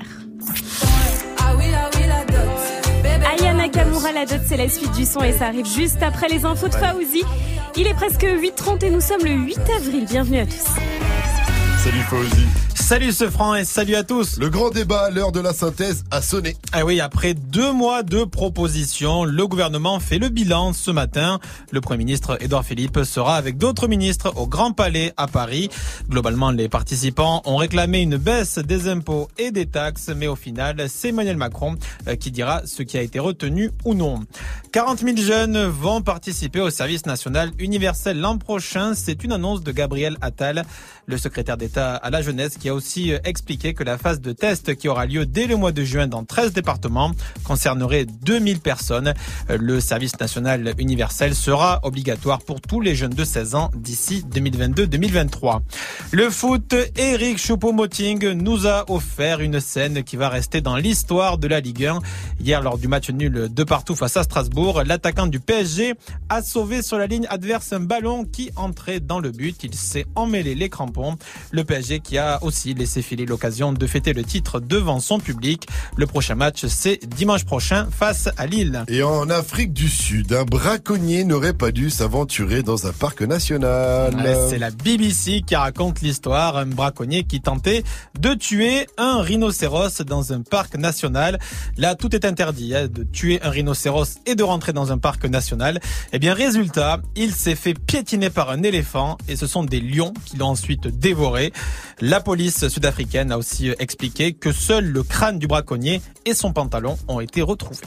Aya Nakamura, la dot, c'est la suite du son et ça arrive juste après les infos de Fauzi. Il est presque 8h30 et nous sommes le 8 avril. Bienvenue à tous. Salut Fauzi. Salut ce franc et salut à tous. Le grand débat à l'heure de la synthèse a sonné. Ah oui, après 2 mois de propositions, le gouvernement fait le bilan ce matin. Le Premier ministre Édouard Philippe sera avec d'autres ministres au Grand Palais à Paris. Globalement, les participants ont réclamé une baisse des impôts et des taxes, mais au final, c'est Emmanuel Macron qui dira ce qui a été retenu ou non. 40 000 jeunes vont participer au service national universel l'an prochain. C'est une annonce de Gabriel Attal, le secrétaire d'État à la jeunesse, qui a aussi expliqué que la phase de test qui aura lieu dès le mois de juin dans 13 départements concernerait 2000 personnes. Le service national universel sera obligatoire pour tous les jeunes de 16 ans d'ici 2022-2023. Le foot, Eric Choupo-Moting nous a offert une scène qui va rester dans l'histoire de la Ligue 1. Hier, lors du match nul de partout face à Strasbourg, l'attaquant du PSG a sauvé sur la ligne adverse un ballon qui entrait dans le but. Il s'est emmêlé les crampons. Le PSG qui a aussi aussi laissé filer l'occasion de fêter le titre devant son public. Le prochain match, c'est dimanche prochain face à Lille. Et en Afrique du Sud, un braconnier n'aurait pas dû s'aventurer dans un parc national. C'est la BBC qui raconte l'histoire. Un braconnier qui tentait de tuer un rhinocéros dans un parc national. Là, tout est interdit, de tuer un rhinocéros et de rentrer dans un parc national. Eh bien, résultat, il s'est fait piétiner par un éléphant et ce sont des lions qui l'ont ensuite dévoré. La police sud-africaine a aussi expliqué que seul le crâne du braconnier et son pantalon ont été retrouvés.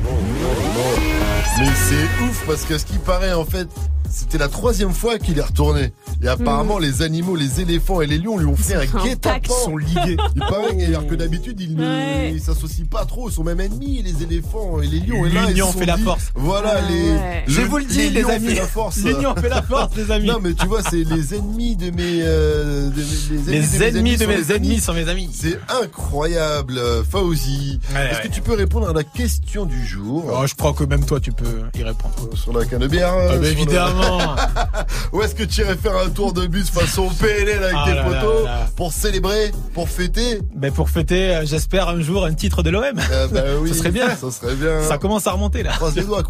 Mais c'est ouf parce que ce qui paraît en fait, c'était la 3e fois qu'il est retourné. Et apparemment, les animaux, les éléphants et les lions lui ont fait un guet-apens. Ils sont ligués. Il paraît alors que d'habitude, ils ne s'associent pas trop. Ils sont même ennemis, les éléphants et les lions. Et là, l'union fait la force. Voilà, je vous le dis, les amis. L'union fait la force, les amis. Non, mais tu vois, c'est les ennemis de mes... les ennemis de mes ennemis sont mes amis. C'est incroyable, Fauzi. Est-ce que tu peux répondre à la question du jour? Je crois que même toi, tu peux y répondre. Sur la canne de bière. Évidemment. Où est-ce que tu irais faire un tour de bus façon PNL avec tes photos pour célébrer, pour fêter? Pour fêter, j'espère un jour un titre de l'OM. Oui, ça serait bien. Ça serait bien. Ça commence à remonter là. Croise les doigts.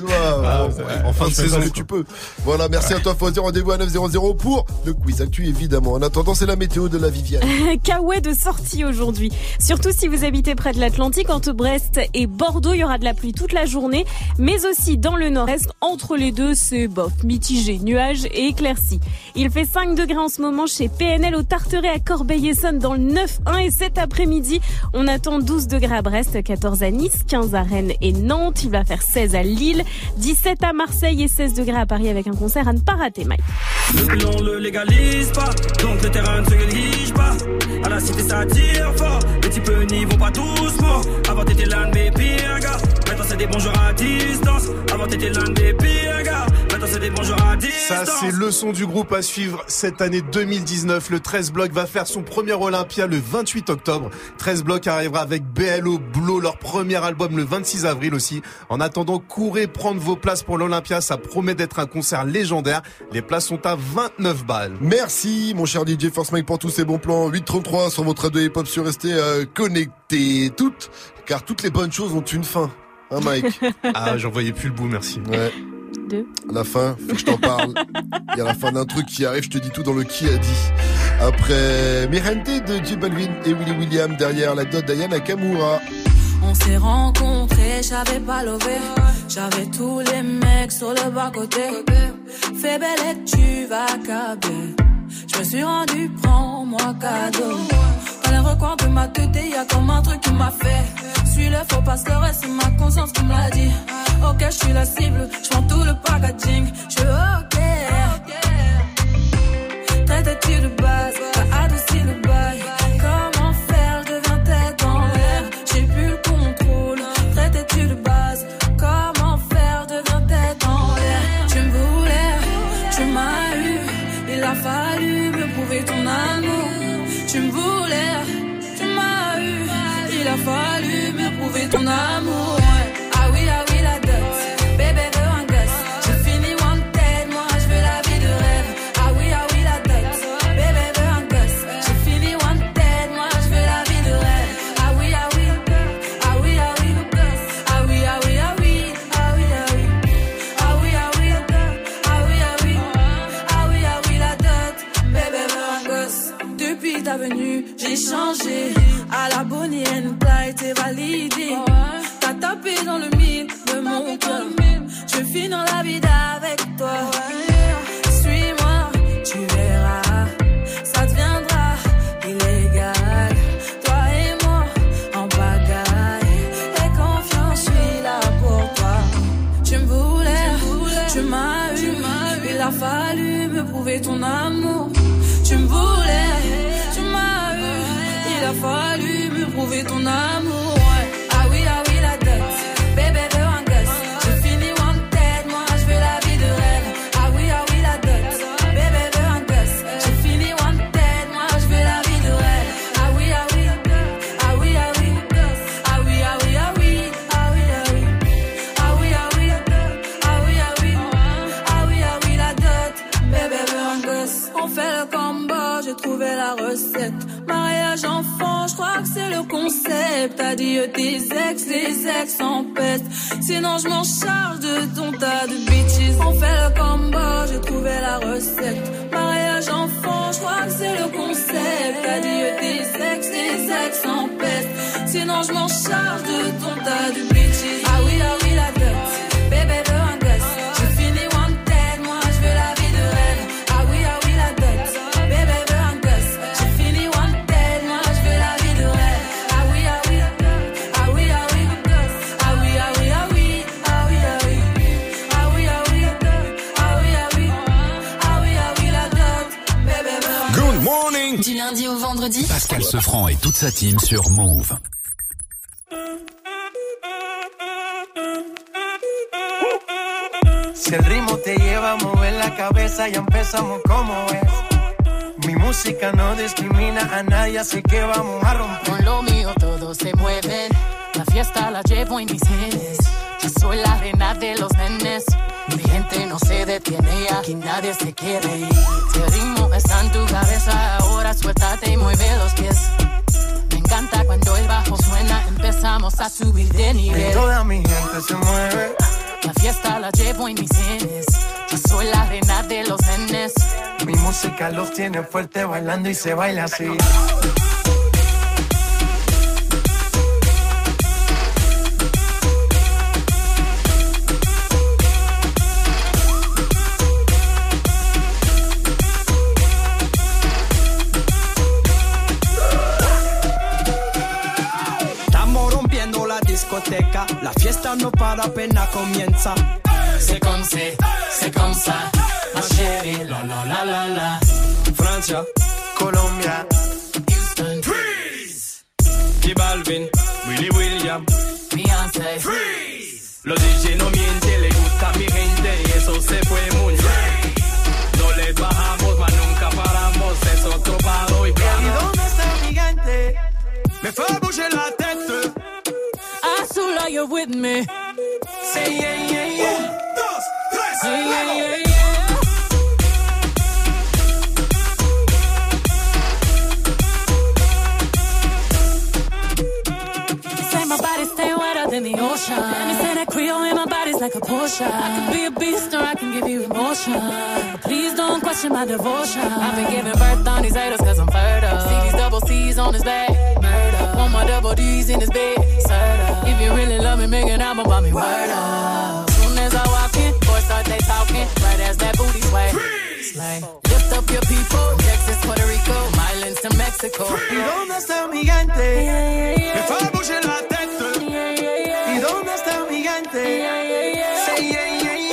En fin de saison que tu peux. Voilà, merci à toi Fauzi. Rendez-vous à 900 pour le quiz actu évidemment. En attendant, c'est la météo de la Viviane. Kawaii de sortie aujourd'hui. Surtout si vous habitez près de l'Atlantique, entre Brest et Bordeaux, il y aura de la pluie toute la journée, mais aussi dans le nord-est. Entre les deux, c'est bof. Mitigé, nuages et éclaircies. Il fait 5 degrés en ce moment chez PNL au Tarteret à Corbeil-Essonnes dans le 9-1 et cet après-midi, on attend 12 degrés à Brest, 14 à Nice, 15 à Rennes et Nantes. Il va faire 16 à Lille, 17 à Marseille et 16 degrés à Paris avec un concert à ne pas rater, Mike. Le blanc le légalise pas, donc le terrain ne se néglige pas. À la cité ça tire fort, les types n'y vont pas tous morts. Avant t'étais l'un de mes pires gars, maintenant c'est des bonjours à distance. Avant t'étais l'un des pires gars, maintenant c'est des bonjours à distance. Ça c'est le son du groupe à suivre cette année 2019. Le 13 bloc va faire son premier Olympia le 28 octobre. 13 bloc arrivera avec BLO Blow, leur premier album le 26 avril aussi. En attendant, courez prendre vos places pour l'Olympia, ça promet d'être un concert légendaire. Les places sont à 29 balles. Merci mon cher DJ First Mike pour tous ces bons plans. 833 sur votre radio hip-hop sur restez connectés car toutes les bonnes choses ont une fin. Hein Mike? J'en voyais plus le bout, merci. Ouais. La fin, faut que je t'en parle. Il y a la fin d'un truc qui arrive, je te dis tout dans le qui a dit. Après Mirente de J Balvin et Willy William, derrière la dot d'Aya Nakamura. On s'est rencontrés, j'avais pas levé. J'avais tous les mecs sur le bas-côté. Fais belle et tu vas câbler. Je me suis rendu, prends-moi cadeau. Dans les recoins de ma tête, y'a comme un truc qui m'a fait. Suis le faux pasteur et c'est ma conscience qui me l'a dit. Ok, je suis la cible, je prends tout le packaging. Je suis ok. Traite-tu de base, t'as adouci le bail. Comment faire, je deviens tête en l'air. J'ai plus le contrôle. Traite-tu de base, comment faire, je deviens tête en l'air. Tu me voulais, tu m'as eu. Il a fallu me prouver ton amour. Tu me voulais, tu m'as eu. Il a fallu me prouver ton amour. Ah oui, la dot. Bébé veut un gosse. J'ai fini wanted, moi je veux la vie de rêve. Ah oui, la dot. Bébé veut un gosse. J'ai fini wanted, moi je veux la vie de rêve. Ah oui, ah oui. Ah oui, ah oui. Ah oui, ah oui, ah oui. Ah oui, ah oui. Ah oui, ah oui. Ah oui, ah oui. Ah oui, ah oui, la dot. Bébé veut un gosse. Depuis ta venue, j'ai changé. À la Bonnie and Clyde, t'es validé. T'as tapé dans le mille de mon cœur. Je finis dans la vie avec toi. Suis-moi, tu verras. Ça deviendra illégal. Toi et moi, en bagaille. Et confiance, je suis là pour toi. Tu me voulais, tu m'as eu. Il a fallu me prouver ton amour. Tu me voulais, tu m'as eu. Il a fallu me prouver ton amour. Ah oui, la dot. Bébé veut un gosse. J'ai fini wanted, moi je veux la vie de rêve. Ah oui, la dot. Bébé veut un gosse. J'ai fini wanted, moi je veux la vie de rêve. Ah oui, ah oui. Ah oui, ah oui. Ah oui, ah oui, ah oui. Ah oui, ah oui. Ah oui, ah oui. Ah oui, ah oui. Ah oui, la dot. Bébé veut un gosse. On fait le combo, je trouvé la recette. Mariage enfant, je crois que c'est le concept. Adieu tes ex, les ex en peste. Sinon je m'en charge de ton tas de bitches. On fait le combo, j'ai trouvé la recette. Mariage enfant, je crois que c'est le concept. Adieu tes ex, les ex en peste. Sinon je m'en charge de ton tas de bitches. Ah oui, la dot, bébé veut un gosse. J'ai fini wanted, moi je veux la vie de rêve. Ah oui, la dot, bébé veut un gosse. J'ai fini wanted, moi je veux la vie de rêve. Ah oui, ah oui, ah oui, ah oui, ah oui, ah oui, ah oui, ah oui, ah oui, ah oui, ah oui, ah oui, ah oui, ah oui, ah oui, la dot, bébé veut un gosse. Good morning. Du lundi au vendredi, Pascal Sefranc et toute sa team sur Move. Si el ritmo te lleva a mover la cabeza, ya empezamos como es. Mi música no discrimina a nadie, así que vamos a romper. Con lo mío todos se mueven, la fiesta la llevo en mis genes. Yo soy la reina de los nenes, mi gente no se detiene, aquí nadie se quiere ir. Si el ritmo está en tu cabeza, ahora suéltate y mueve los pies. Me encanta cuando el bajo suena, empezamos a subir de nivel. Y toda mi gente se mueve. La fiesta la llevo en mis genes. Yo soy la reina de los nenes. Mi música los tiene fuerte bailando y se baila así. Estamos rompiendo la discoteca. La fiesta no para, apenas comienza. C'est comme ça, ma chérie, la la la la la. Francia, Colombia, Houston, Freeze. J Balvin, Willy William, Beyoncé, Freeze. Los DJ no mienten, le gusta a mi gente y eso se fue muy bien. No les bajamos, mas nunca paramos, es otro palo y plano. ¿Y dónde está mi gente? Me fue a bouger la tête. Azul, are you with me? Say yeah, yeah, yeah. Yeah, yeah, yeah, yeah. Say my body stay wetter than the ocean. Let me say that Creole in my body's like a Porsche. I can be a beast or I can give you emotion. But please don't question my devotion. I've been giving birth on these haters cause I'm fertile. See these double C's on his back. Murder. Want my double D's in his bed. Serta. If you really love me, make an album about me. Word up. Soon as I walk in, boys start they talking. Right as that booty sway. Slay. Lift up your people. Texas, Puerto Rico, Islands to Mexico. ¿Y dónde está mi gente? Yeah, yeah, yeah. Me fue a bouger la tête. Yeah, yeah, yeah. ¿Y dónde está mi gente? Yeah, yeah, yeah. Say yeah, yeah, yeah.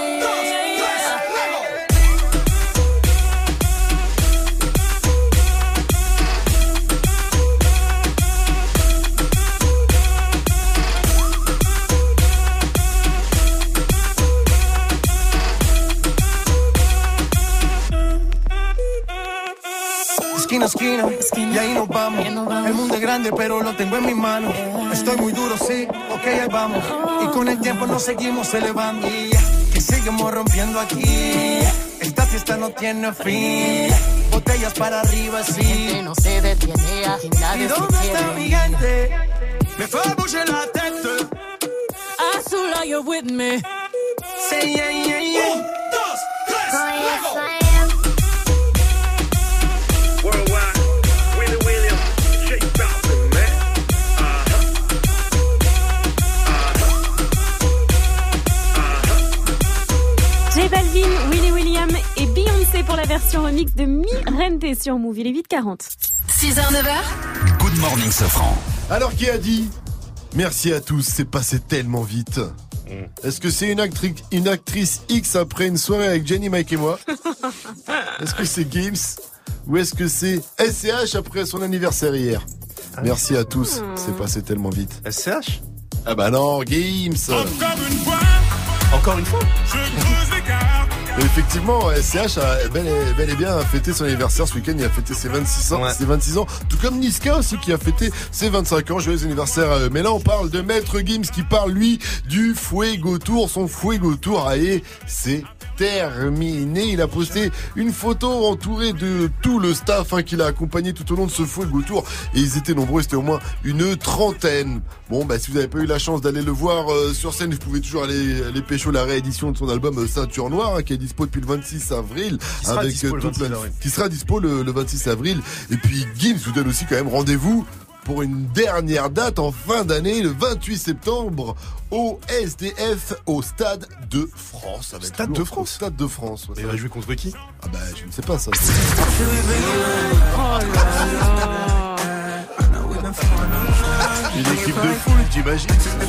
Esquina, y ahí nos vamos. El mundo es grande, pero lo tengo en mis manos. Estoy muy duro, sí, ok, ahí vamos. Y con el tiempo nos seguimos elevando. Que seguimos rompiendo aquí. Esta fiesta no tiene fin. Botellas para arriba, sí. No se detiene, aquí nadie ¿Y se dónde quiere está mi ir. gente? Me fue a bouger la tête. Azul, are you with me? Say yeah, yeah, yeah. 1, 2, 3, luego. Worldwide, Willy William, J Balvin, man. J Balvin, Willy William et Beyoncé pour la version remix de Mi Rente sur Move. Il est 8h40. 6h, 9h. Good morning, Sefranc. Alors, qui a dit merci à tous, c'est passé tellement vite. Est-ce que c'est une actrice X après une soirée avec Jenny, Mike et moi? Est-ce que c'est Games? Ou est-ce que c'est SCH après son anniversaire hier? Merci à tous, c'est passé tellement vite. SCH? Ah bah non, Games. Encore une fois? Mais effectivement, SCH a bel et bien fêté son anniversaire ce week-end. Il a fêté ses 26 ans, ses 26 ans. Tout comme Niska aussi qui a fêté ses 25 ans. Joyeux anniversaire à eux. Mais là, on parle de Maître Gims qui parle, lui, du Fuego Tour. Son Fuego Tour, c'est terminé. Il a posté une photo entourée de tout le staff qui l'a accompagné tout au long de ce Folgo Tour. Et ils étaient nombreux, c'était au moins une trentaine. Bon, si vous n'avez pas eu la chance d'aller le voir sur scène, vous pouvez toujours aller pécho la réédition de son album Ceinture Noire, qui est dispo depuis le 26 avril. Qui sera dispo le 26 avril. Et puis Gims vous donne aussi quand même rendez-vous pour une dernière date en fin d'année, le 28 septembre, au SDF, au Stade de France. Stade de France. Stade de France. Ouais, il va jouer contre qui? Je ne sais pas ça. Une équipe de foot, t'imagines?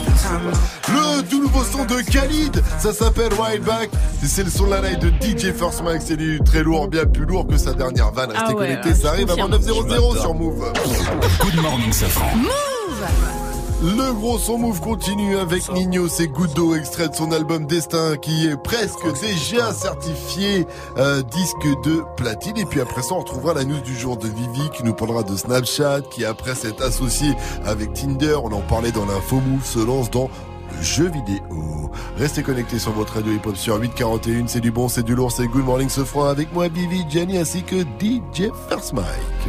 Le tout nouveau son de Khalid, ça s'appelle Wild Back. C'est le son de la night de DJ First Mike. C'est du très lourd, bien plus lourd que sa dernière vanne. Restez connectés, ça arrive avant 9:00 sur Move. Good morning, Safran. Move. Le gros son Move continue avec Nino, c'est Goudo, extrait de son album Destin qui est presque déjà certifié disque de platine. Et puis après ça, on retrouvera la news du jour de Vivi qui nous parlera de Snapchat, qui après s'être associé avec Tinder, on en parlait dans l'info Move, se lance dans le jeu vidéo. Restez connectés sur votre radio hip-hop sur 841, c'est du bon, c'est du lourd, c'est Good Morning Sofran avec moi, Vivi, Jenny ainsi que DJ First Mike.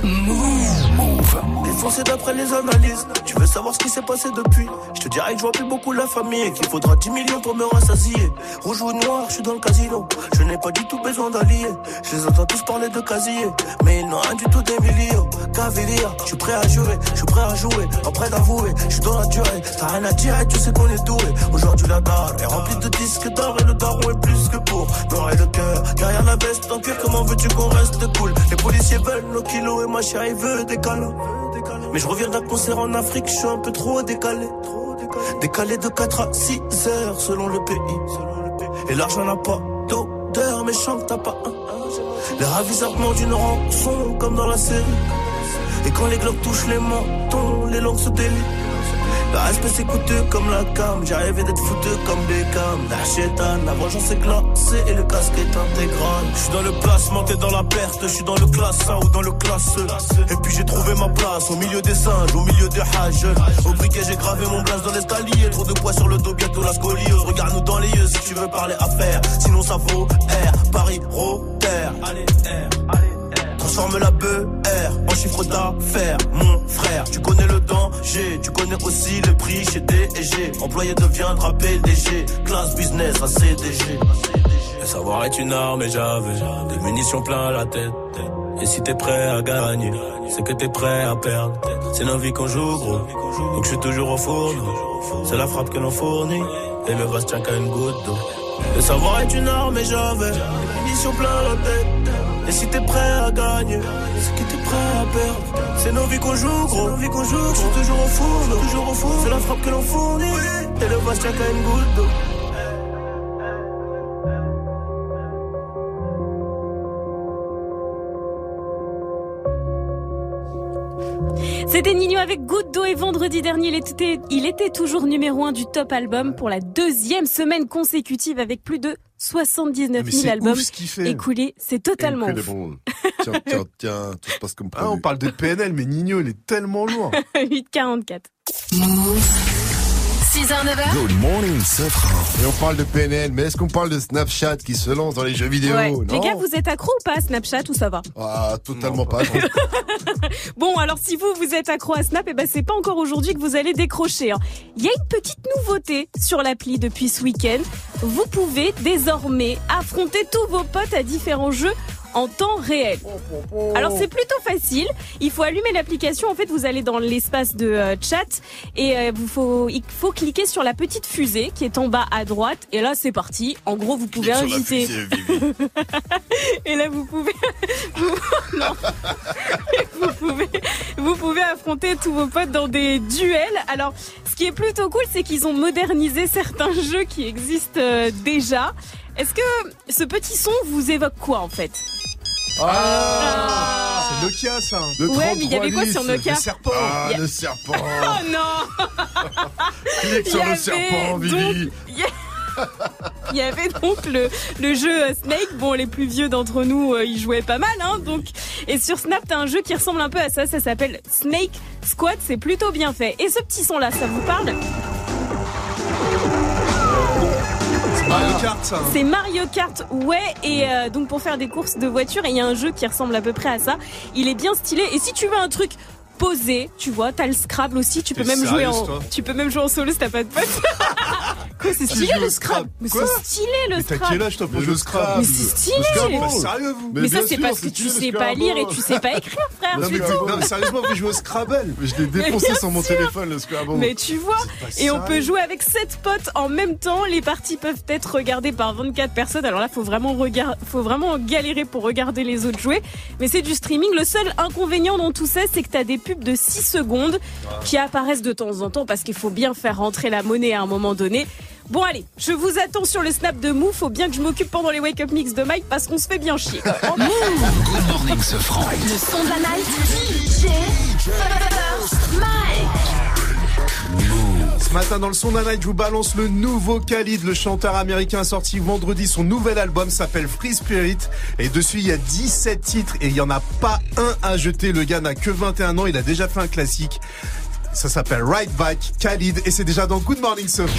Move. Défoncé d'après les analyses, tu veux savoir ce qui s'est passé depuis? Je te dirais que je vois plus beaucoup la famille et qu'il faudra 10 millions pour me rassasier. Rouge ou noir, je suis dans le casino, je n'ai pas du tout besoin d'alliés. Je les entends tous parler de casier, mais ils n'ont rien du tout d'Emilio. Cavalier, je suis prêt à jurer, je suis prêt à jouer, pas prêt d'avouer, je suis dans la durée. T'as rien à dire, tu sais qu'on est doué. Aujourd'hui la dalle est remplie de disques d'or et le daron est plus que pour noir le cœur. Derrière la veste en cuir, comment veux-tu qu'on reste cool? Les policiers veulent nos kilos et ma chérie veut des câlins. Mais je reviens d'un concert en Afrique, je suis un peu trop décalé. Décalé de 4 à 6 heures selon le pays. Et l'argent n'a pas d'odeur, mais chante t'as pas un. Les ravissements d'une rançon comme dans la série. Et quand les globes touchent les mentons, les langues se délient. Le respect c'est coûteux comme la cam. J'ai rêvé d'être foutu comme Beckham. Darchetan, la vengeance est glacée et le casque est intégral. Je suis dans le placement, t'es dans la perte. Je suis dans le classe 1 ou dans le classe E. Et puis j'ai trouvé ma place au milieu des singes, au milieu des hages. Au briquet j'ai gravé mon blaze dans l'escalier. Trop de poids sur le dos, bientôt la scoliose. Regarde-nous dans les yeux si tu veux parler affaires. Sinon ça vaut R, Paris, Rotter. Allez R, allez. Transforme la BR en chiffre d'affaires, mon frère. Tu connais le danger, tu connais aussi le prix chez D&G. Employé deviendra PDG, classe business à CDG. Le savoir est une arme et j'avais des munitions plein la tête. Et si t'es prêt à gagner, c'est que t'es prêt à perdre. C'est nos vies qu'on joue gros, donc je suis toujours au fourneau. C'est la frappe que l'on fournit, et le vase tient qu'à une goutte d'eau. Le savoir est une arme et j'avais des munitions plein la tête. Et si t'es prêt à gagner, c'est que t'es prêt à perdre. C'est nos vies qu'on joue, gros. Je suis toujours au four, c'est la frappe que l'on fournit. Et le vase tient qu'à une goutte d'eau. C'était Nino avec Goutte d'eau et vendredi dernier, il était toujours numéro 1 du top album pour la deuxième semaine consécutive avec plus de 79 000 albums écoulés. C'est totalement ouf. Bon. Tiens, tout se passe comme prévu. On parle de PNL, mais Nino, il est tellement loin. 8h44. 6h, 9h. Good morning, Safran. Et on parle de PNL, mais est-ce qu'on parle de Snapchat qui se lance dans les jeux vidéo? Ouais. Non. Les gars, vous êtes accro ou pas à Snapchat ou ça va? Ah, totalement pas. Bon, alors si vous êtes accro à Snap, c'est pas encore aujourd'hui que vous allez décrocher. Il y a une petite nouveauté sur l'appli depuis ce week-end. Vous pouvez désormais affronter tous vos potes à différents jeux en temps réel. Alors c'est plutôt facile, il faut allumer l'application, en fait vous allez dans l'espace de chat et il faut cliquer sur la petite fusée qui est en bas à droite et là c'est parti, en gros vous pouvez inviter et là vous pouvez vous pouvez affronter tous vos potes dans des duels. Alors ce qui est plutôt cool c'est qu'ils ont modernisé certains jeux qui existent déjà. Est-ce que ce petit son vous évoque quoi en fait? C'est Nokia ça. Ouais, mais il y avait quoi sur Nokia? Le serpent. Le serpent. Oh non. Clique sur le serpent, Vivi. Il y avait donc le jeu Snake. Bon, les plus vieux d'entre nous, ils jouaient pas mal, hein. Donc, et sur Snap, t'as un jeu qui ressemble un peu à ça. Ça s'appelle Snake Squad. C'est plutôt bien fait. Et ce petit son là, ça vous parle? Mario Kart, ça. C'est Mario Kart, ouais. Et donc pour faire des courses de voiture, il y a un jeu qui ressemble à peu près à ça. Il est bien stylé. Et si tu veux un truc posé, tu vois, t'as le Scrabble aussi. Tu peux même jouer en solo si t'as pas de potes. Quoi, c'est stylé le Scrabble. Mais c'est stylé le Scrabble. T'as quel âge toi pour jouer au Scrabble? Mais c'est stylé. Sérieux vous? Mais ça c'est parce que tu sais pas lire et tu sais pas écrire, frère. Non mais sérieusement, vous jouez au Scrabble. Je l'ai défoncé sur mon téléphone le Scrabble. Mais tu vois, et on peut jouer avec 7 potes en même temps. Les parties peuvent être regardées par 24 personnes. Alors là, faut vraiment galérer pour regarder les autres jouer. Mais c'est du streaming. Le seul inconvénient dans tout ça, c'est que t'as des pubs de 6 secondes qui apparaissent de temps en temps parce qu'il faut bien faire rentrer la monnaie à un moment donné. Bon allez, je vous attends sur le snap de Move. Faut bien que je m'occupe pendant les Wake Up Mix de Mike parce qu'on se fait bien chier. Good morning, Sofran. Le son de la night. DJ Ce matin dans le son de la night, je vous balance le nouveau Khalid. Le chanteur américain a sorti vendredi son nouvel album, s'appelle Free Spirit. Et dessus, il y a 17 titres et il n'y en a pas un à jeter. Le gars n'a que 21 ans, il a déjà fait un classique. Ça s'appelle Right Back, Khalid, et c'est déjà dans Good Morning Sofran.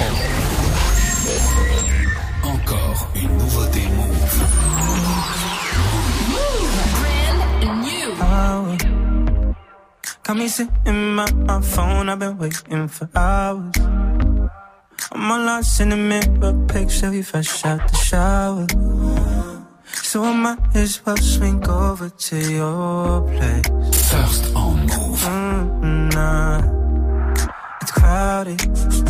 Encore une nouveauté Move. Brand new. Got me sitting in my phone, I've been waiting for hours. I'm all lost in the mirror, picture you fresh out the shower. So I might as well swing over to your place. First on Move. Nah, it's crowded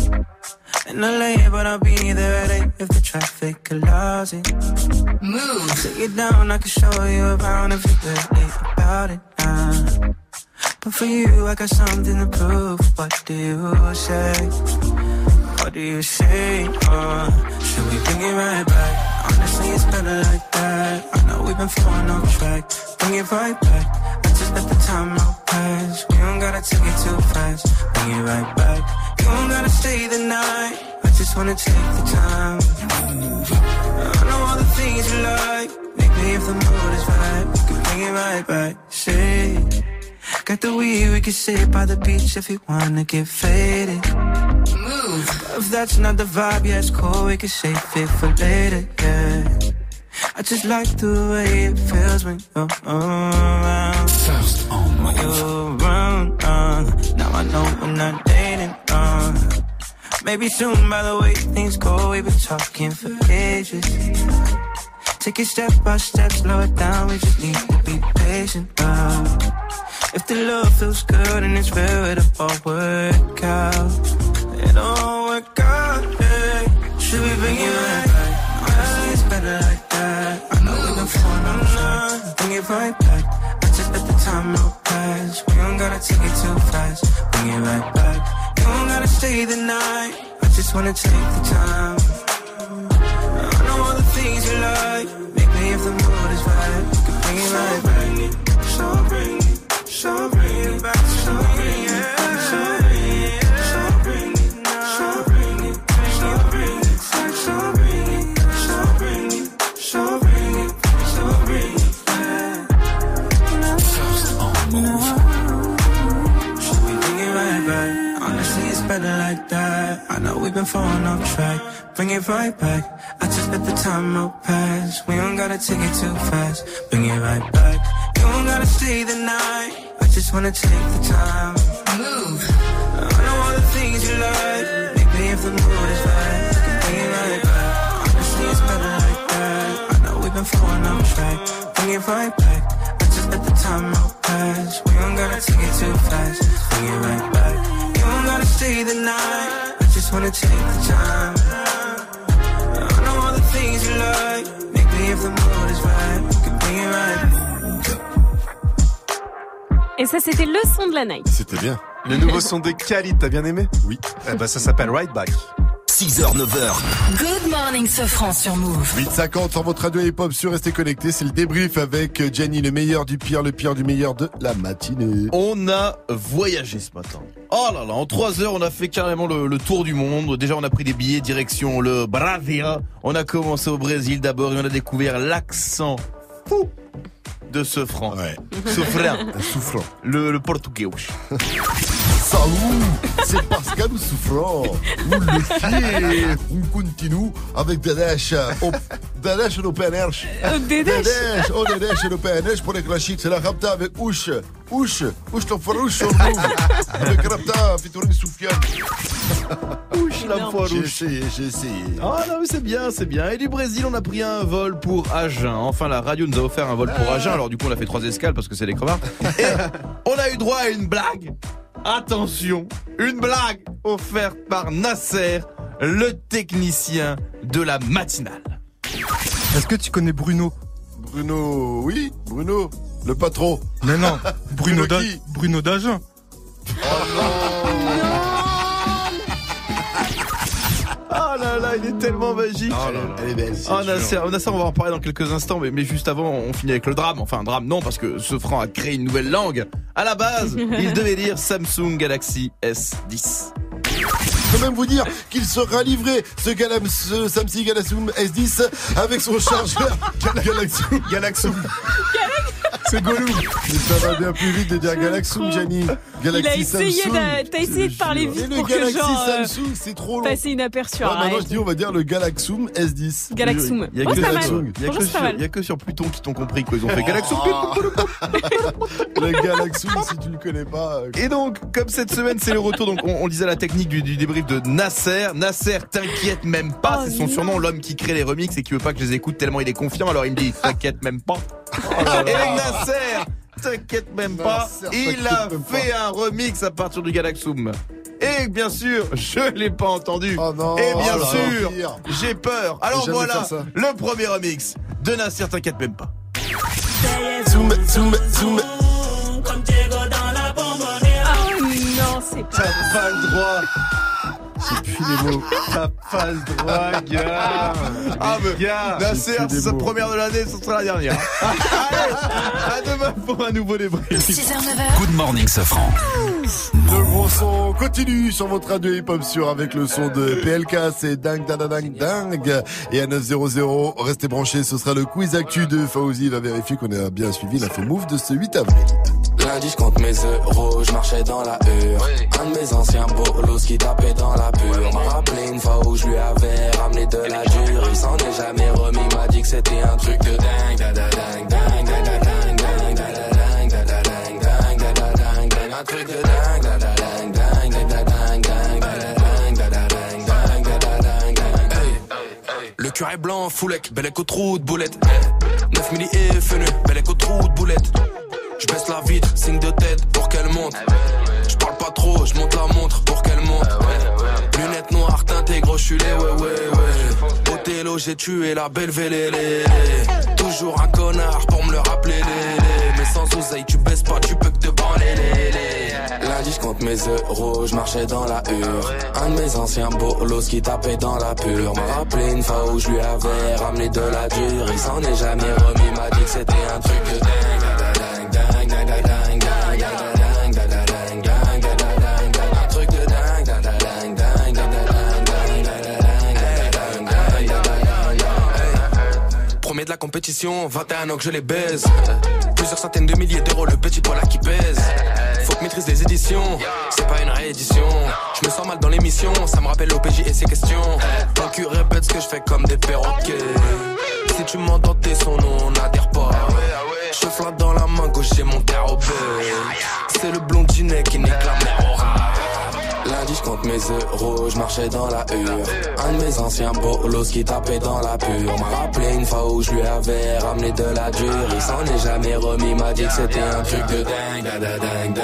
in LA, but I'll be there at 8 if the traffic allows it. Move. Take it down, I can show you around if you're really about it now. But for you, I got something to prove. What do you say? What do you say? Should we bring it right back? Honestly, it's better like that. I know we've been falling off track. Bring it right back. I just let the time out pass. We don't gotta take it too fast. Bring it right back. You don't gotta stay the night. I just wanna take the time. I know all the things you like. Maybe if the mood is right, we can bring it right back. Say, got the weed, we can sit by the beach if you wanna get faded. Move. If that's not the vibe, yeah, it's cool, we can save it for later, yeah. I just like the way it feels when you're around. First on When you're around, now I know we're not dating, maybe soon, by the way things go, we've been talking for ages. Take it step by step, slow it down, we just need to be patient, if the love feels good and it's real, it'll all work out. It'll all work out, yeah. Should we bring it right back? Honestly, it's better like that. I know we've been falling on the bring it right back. I just let the time out pass. We don't gotta take it too fast. Bring it right back. You don't gotta stay the night. I just wanna take the time. I know all the things you like. Maybe if the mood is right, we can bring it right back. So bring it. So bring it back, so bring it, so bring it, so bring it, so bring it, so bring it, so bring it, so bring it, so bring it, so bring it back. First on Move. Should we bring it right back? Honestly, it's better like that. I know we've been falling off track. Bring it right back. I just let the time out pass. We don't gotta take it too fast. Bring it right back. You don't gotta stay the night. I just wanna take the time. Move. I know all the things you like. Maybe if the mood is right, we can bring it right back. Honestly, it's better like that. I know we've been falling off track. Bring it right back. I just let the time out pass. We don't gotta take it too fast. Bring it right back. You don't gotta stay the night. I just wanna take the time. I know all the things you like. Maybe if the mood is right, we can bring it right back. Et ça, c'était le son de la night. C'était bien. Le nouveau son de Khalid, t'as bien aimé? Oui. Ça s'appelle Right Back. 6h, 9h. Good morning, Sofran sur Move. 8h50 sur votre radio hip-hop sur Restez Connectés. C'est le débrief avec Gianni, le meilleur du pire, le pire du meilleur de la matinée. On a voyagé ce matin. Oh là là, en 3 heures, on a fait carrément le tour du monde. Déjà, on a pris des billets direction le Brésil. On a commencé au Brésil d'abord et on a découvert l'accent fou de ce franc. Souffrant. Le portugais. Salut, c'est Pascal Souffrant. Nous le fier, on continue avec Dedesh. Dedesh au PNH. Dedesh au PNH pour les classiques. C'est la Rapta avec Ouch l'enfoirouche sur Move. Avec Rapta, featuring Soufiane. Ouch l'enfoirouche. J'ai essayé. Ah non mais c'est bien. Et du Brésil, on a pris un vol pour Agen. Enfin, la radio nous a offert un vol pour Agen. Alors du coup, on a fait 3 escales parce que c'est les crevards. Et on a eu droit à une blague. Attention, une blague offerte par Nasser, le technicien de la matinale. Est-ce que tu connais Bruno? Oui, Bruno, le patron. Mais non, Bruno d'Agen. Oh là là, il est tellement magique. Oh là là, elle est belle. Nasser, on va en parler dans quelques instants, mais juste avant, on finit avec le drame. Enfin, un drame, non, parce que ce franc a créé une nouvelle langue. À la base, il devait dire Samsung Galaxy S10. Je peux même vous dire qu'il sera livré, ce Samsung Galaxy S10, avec son chargeur Galaxy. C'est Gollum. Mais ça va bien plus vite de dire Galaxy, Gianni. Galaxy Samsung. T'as essayé de parler vite pour que Galaxy genre Samsung, c'est trop long. passer inaperçu. Maintenant je dis on va dire le Galaxy S10. Galaxy. Il y a que sur Pluton qui t'ont compris qu'ils ont fait Galaxy. Le Galaxy, si tu le connais pas. Et donc, comme cette semaine c'est le retour, donc on disait la technique du débrief de Nasser. Nasser, t'inquiète même pas, c'est son surnom, l'homme qui crée les remixes et qui veut pas que je les écoute tellement il est confiant. Alors il me dit t'inquiète même pas. Et Nasser, t'inquiète même pas, il a fait un remix à partir du Galaxum. Et bien sûr, je l'ai pas entendu. Et bien sûr, j'ai peur. Alors voilà, le premier remix de Nasser, t'inquiète même pas. Zoom. Comme Diego dans la bombonnière. Oh non, c'est pas. T'as pas le droit. J'ai plus les mots. T'as pas le droit, gars. Ah mais gars, Nasser, c'est sa première de l'année, ce sera la dernière. Allez, à demain pour un nouveau débrief. 6h-9h. Good morning, Safran. Le gros son continue sur votre radio hip-hop sur avec le son de PLK, c'est dingue. Et à 900, restez branchés, ce sera le quiz actu de Fauzi. Il va vérifier qu'on a bien suivi l'info move de ce 8 avril. Lundi, je compte mes euros, je marchais dans la hure. Un de mes anciens bolos qui tapait dans la pure. M'a rappelé une fois où je lui avais ramené de la dure. Il s'en est jamais remis, m'a dit que c'était un truc de dingue. Un truc de dingue. Le cœur est blanc, foulec, bel écho trou de boulette. 9 milli et fenu, bel écho trou de boulette. Je baisse la vitre, signe de tête pour qu'elle monte. Je parle pas trop, je monte la montre pour qu'elle monte. Lunettes noires, teintées, gros chulé, ouais. Othello, j'ai tué la belle vélélé. Toujours un connard pour me le rappeler, mais sans oseille, tu baisses pas, tu peux que te branler. Lundi, je compte mes euros, je marchais dans la hure. Un de mes anciens bolos qui tapait dans la pure. M'a rappelé une fois où je lui avais ramené de la dure. Il s'en est jamais remis, m'a dit que c'était un truc de dingue. Premier de la compétition, 21 ans que je les baise. Plusieurs centaines de milliers d'euros, le petit poil qui pèse. Faut que maîtrise les éditions, c'est pas une réédition. Je me sens mal dans l'émission, ça me rappelle l'OPJ et ses questions. Ton cul répète ce que je fais comme des perroquets. Si tu m'entends tes sons, non, on n'adhère pas. Je flatte dans la main gauche, j'ai mon terre au bec. C'est le blondinet qui nique la mère au rat. Lundi, je compte mes euros, je marchais dans la hure. Un de mes anciens bolos qui tapait dans la pure. M'a rappelé une fois où je lui avais ramené de la dure. Il s'en est jamais remis, m'a dit que c'était un truc de dingue.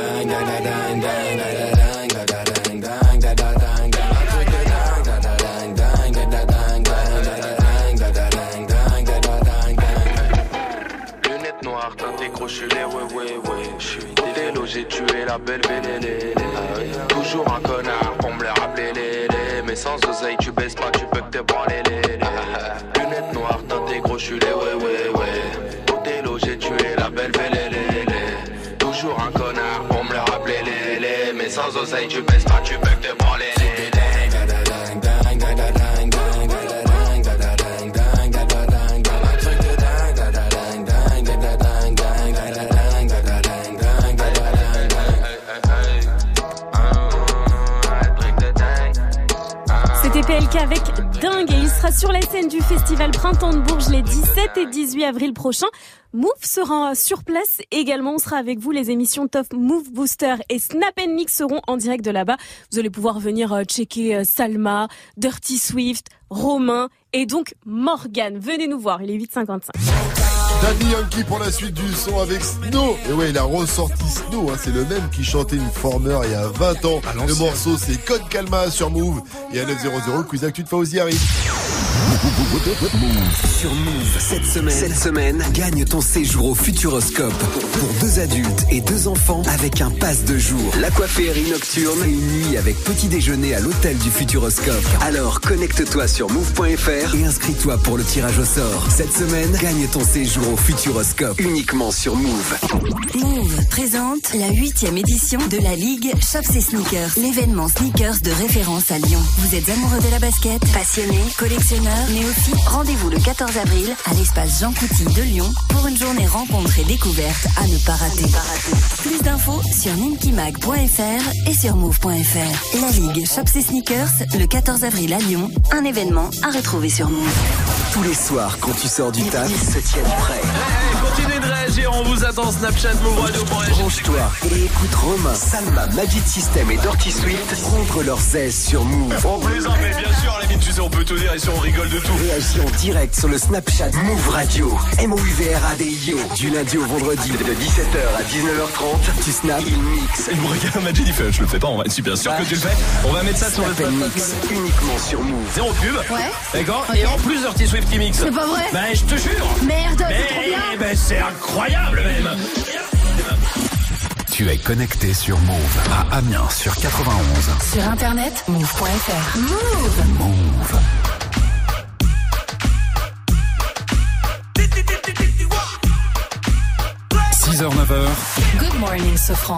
Lunettes noires, teintées, gros chulé, ouais. J'suis Othello, j'ai tué la belle vélélé. Toujours un connard pour me le rappeler, mais sans oseille, tu baisses pas, tu peux que te branler, Lunettes noires, teintées, gros chulé, ouais. Othello, j'ai tué la belle vélélé. Toujours un connard pour me le rappeler, mais sans oseille, tu baisses pas, tu peux que te branler, Un truc de dingue. sur la scène du festival Printemps de Bourges les 17 et 18 avril prochains. Move sera sur place également. On sera avec vous. Les émissions Top Move Booster et Snap & Mix seront en direct de là-bas. Vous allez pouvoir venir checker Salma, Dirty Swift, Romain et donc Morgane. Venez nous voir. Il est 8h55. Daddy Yankee pour la suite du son avec Snow. Et ouais, il a ressorti Snow, hein. C'est le même qui chantait une Informer il y a 20 ans. Le morceau, c'est Code Calma sur Move. Et à 900, Quiz Actu de Fauzi arrive. Sur Move, cette semaine, gagne ton séjour au Futuroscope pour 2 adultes et 2 enfants avec un pass de jour. L'aquaférie nocturne et une nuit avec petit déjeuner à l'hôtel du Futuroscope. Alors connecte-toi sur move.fr et inscris-toi pour le tirage au sort. Cette semaine, gagne ton séjour au Futuroscope uniquement sur Move. Move présente la 8e édition de la Ligue Shop ses Sneakers, l'événement sneakers de référence à Lyon. Vous êtes amoureux de la basket, passionné, collectionneur, néophyte, rendez-vous le 14 avril à l'espace Jean Couty de Lyon pour une journée rencontre et découverte à ne pas rater. Plus d'infos sur ninkimag.fr et sur move.fr. La Ligue Shop ses Sneakers le 14 avril à Lyon, un événement à retrouver sur Move. Tous les soirs, quand tu sors du taf, ils se tiennent prêts. Continuez de réagir, on vous attend. Snapchat, Move Radio pour réagir. Branche-toi et écoute Romain, Salma, Magic System et Dirty Swift prendre leurs aises sur Move. On plaisante, mais bien sûr, la tu sais, on peut tout dire ici, on rigole de tout. Réagis en direct sur le Snapchat Move Radio. MOUVRADIO. Du lundi au vendredi de 17h à 19h30. Tu snaps, il mix. Il me regarde, Magic, il fait, je le fais pas, on va être bien sûr que tu le fais. On va mettre ça sur le mix uniquement sur Move. Zéro pub. Ouais. D'accord. Okay. Et en plus, Dirty Swift qui mixe. C'est pas vrai. Ben, je te jure. Merde, c'est trop bien. Ben, c'est incroyable même. Tu es connecté sur Move à Amiens sur 91. Sur internet, move.fr. Move. Move. h 9h. Good morning, Sofran.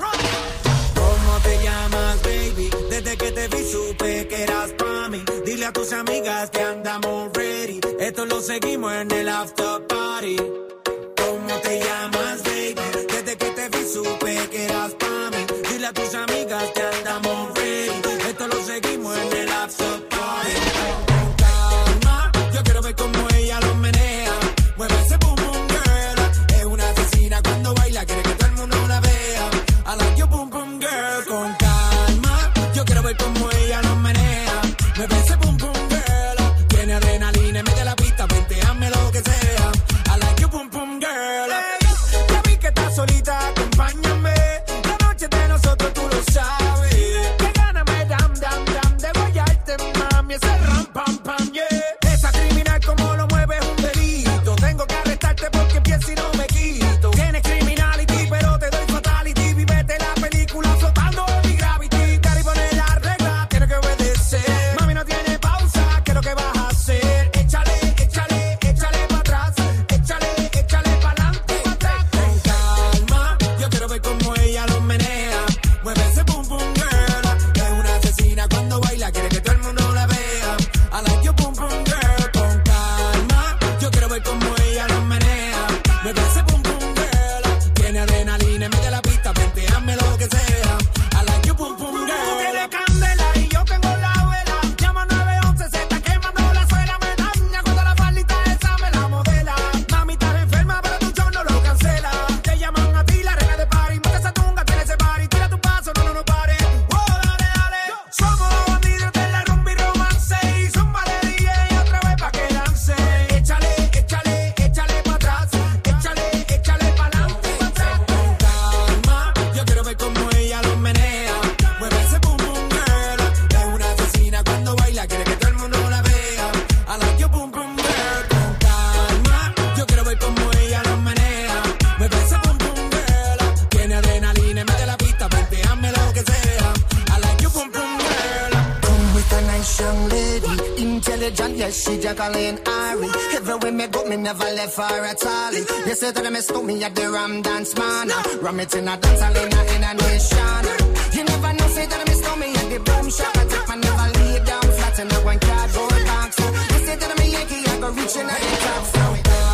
¿Cómo te llamas, baby? Desde que te vi supe que eras pa' mí. Dile a tus amigas que andamos ready. Esto lo seguimos en el after party. ¿Cómo te llamas, baby? Desde que te vi supe que eras pa' mí. Dile a tus amigas que andamos ready. Esto lo seguimos en el after party. Con calma, yo quiero ver cómo ella lo menea. Mueve ese boom boom girl. Es una asesina cuando baila, quiere que todo el mundo la vea. I like your boom boom girl. Con calma, yo quiero ver cómo ella lo menea. Mueve ese boom boom girl. Tiene adrenalina, mete la pista, venteame lo que sea. I like your boom boom girl. Hey, ya vi que estás solita, acompáñame. La noche de nosotros tú lo sabes. Que gana me dam dam dam de guayarte, mami. Ese ram pam pam yeah. Esa criminal como lo mueve es un delito. Tengo que arrestarte porque pienso y no me quito. Tienes criminality pero te doy fatality. Vivete la película flotando en mi gravity. Cari pone la regla, tienes que obedecer. Mami no tiene pausa, ¿qué es lo que vas a hacer? Échale, échale, échale para atrás. Échale, échale para adelante, para atrás. Con calma, yo quiero ver cómo ella lo menea. Mueve ese boom boom girl. Es una asesina cuando baila, quiere que todo el mundo la vea. I like your boom boom girl. Con calma, yo quiero ver cómo ella lo menea. Mueve ese boom boom girl. Tiene adrenalina, mete la pista, venteame lo que sea. I like your boom boom girl. Tú tienes candela y yo tengo la vela. Llama 911, se está quemando la suela. Me daña cuando la faldita esa me la modela. Mami, estás enferma, pero tu show no lo cancela. Te llaman a ti, la reina de party. Monta esa tunga, tiene ese party. Tira tu paso, no pare. Oh, dale, dale. Somos bandidos de la rumba y romance. Y zumba de DJ otra vez pa' que dance. Échale, échale, échale pa' atrás. Échale, échale pa' adelante, pa' atrás. Con calma, yo quiero ver cómo ella lo menea. Mueve ese boom boom girl. Es una asesina cuando baila, quiere que todo el mundo la vea. I like your boom boom girl. Con calma, yo quiero ver cómo ella lo menea. Mueve ese boom boom girl. Tiene adrenalina, mete la pista, venteame lo que sea. I like your boom boom girl. Come with a nice young lady, intelligent, yes, she Jacqueline Ari. Everywhere me go, me never left her at all. You say that me stole me at the Ram Dance Man. Ram it in a dance hall in a nation. You never know, say that me stole me at the Boom Shop. I take my never lay down flat in a one cardboard box. You say that me Yankee, I go reaching at the top. So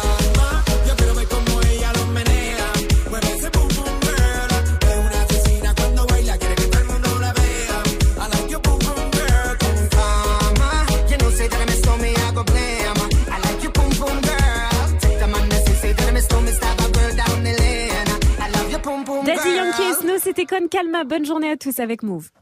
Yo quiero ver cómo ella lo menea. Mueve ese boom boom girl. Es una asesina cuando baila, quiere que todo el mundo la vea. I like your boom boom girl. you know, say that me stole me, I go Snow, c'était Con Calma. Bonne journée à tous avec Move.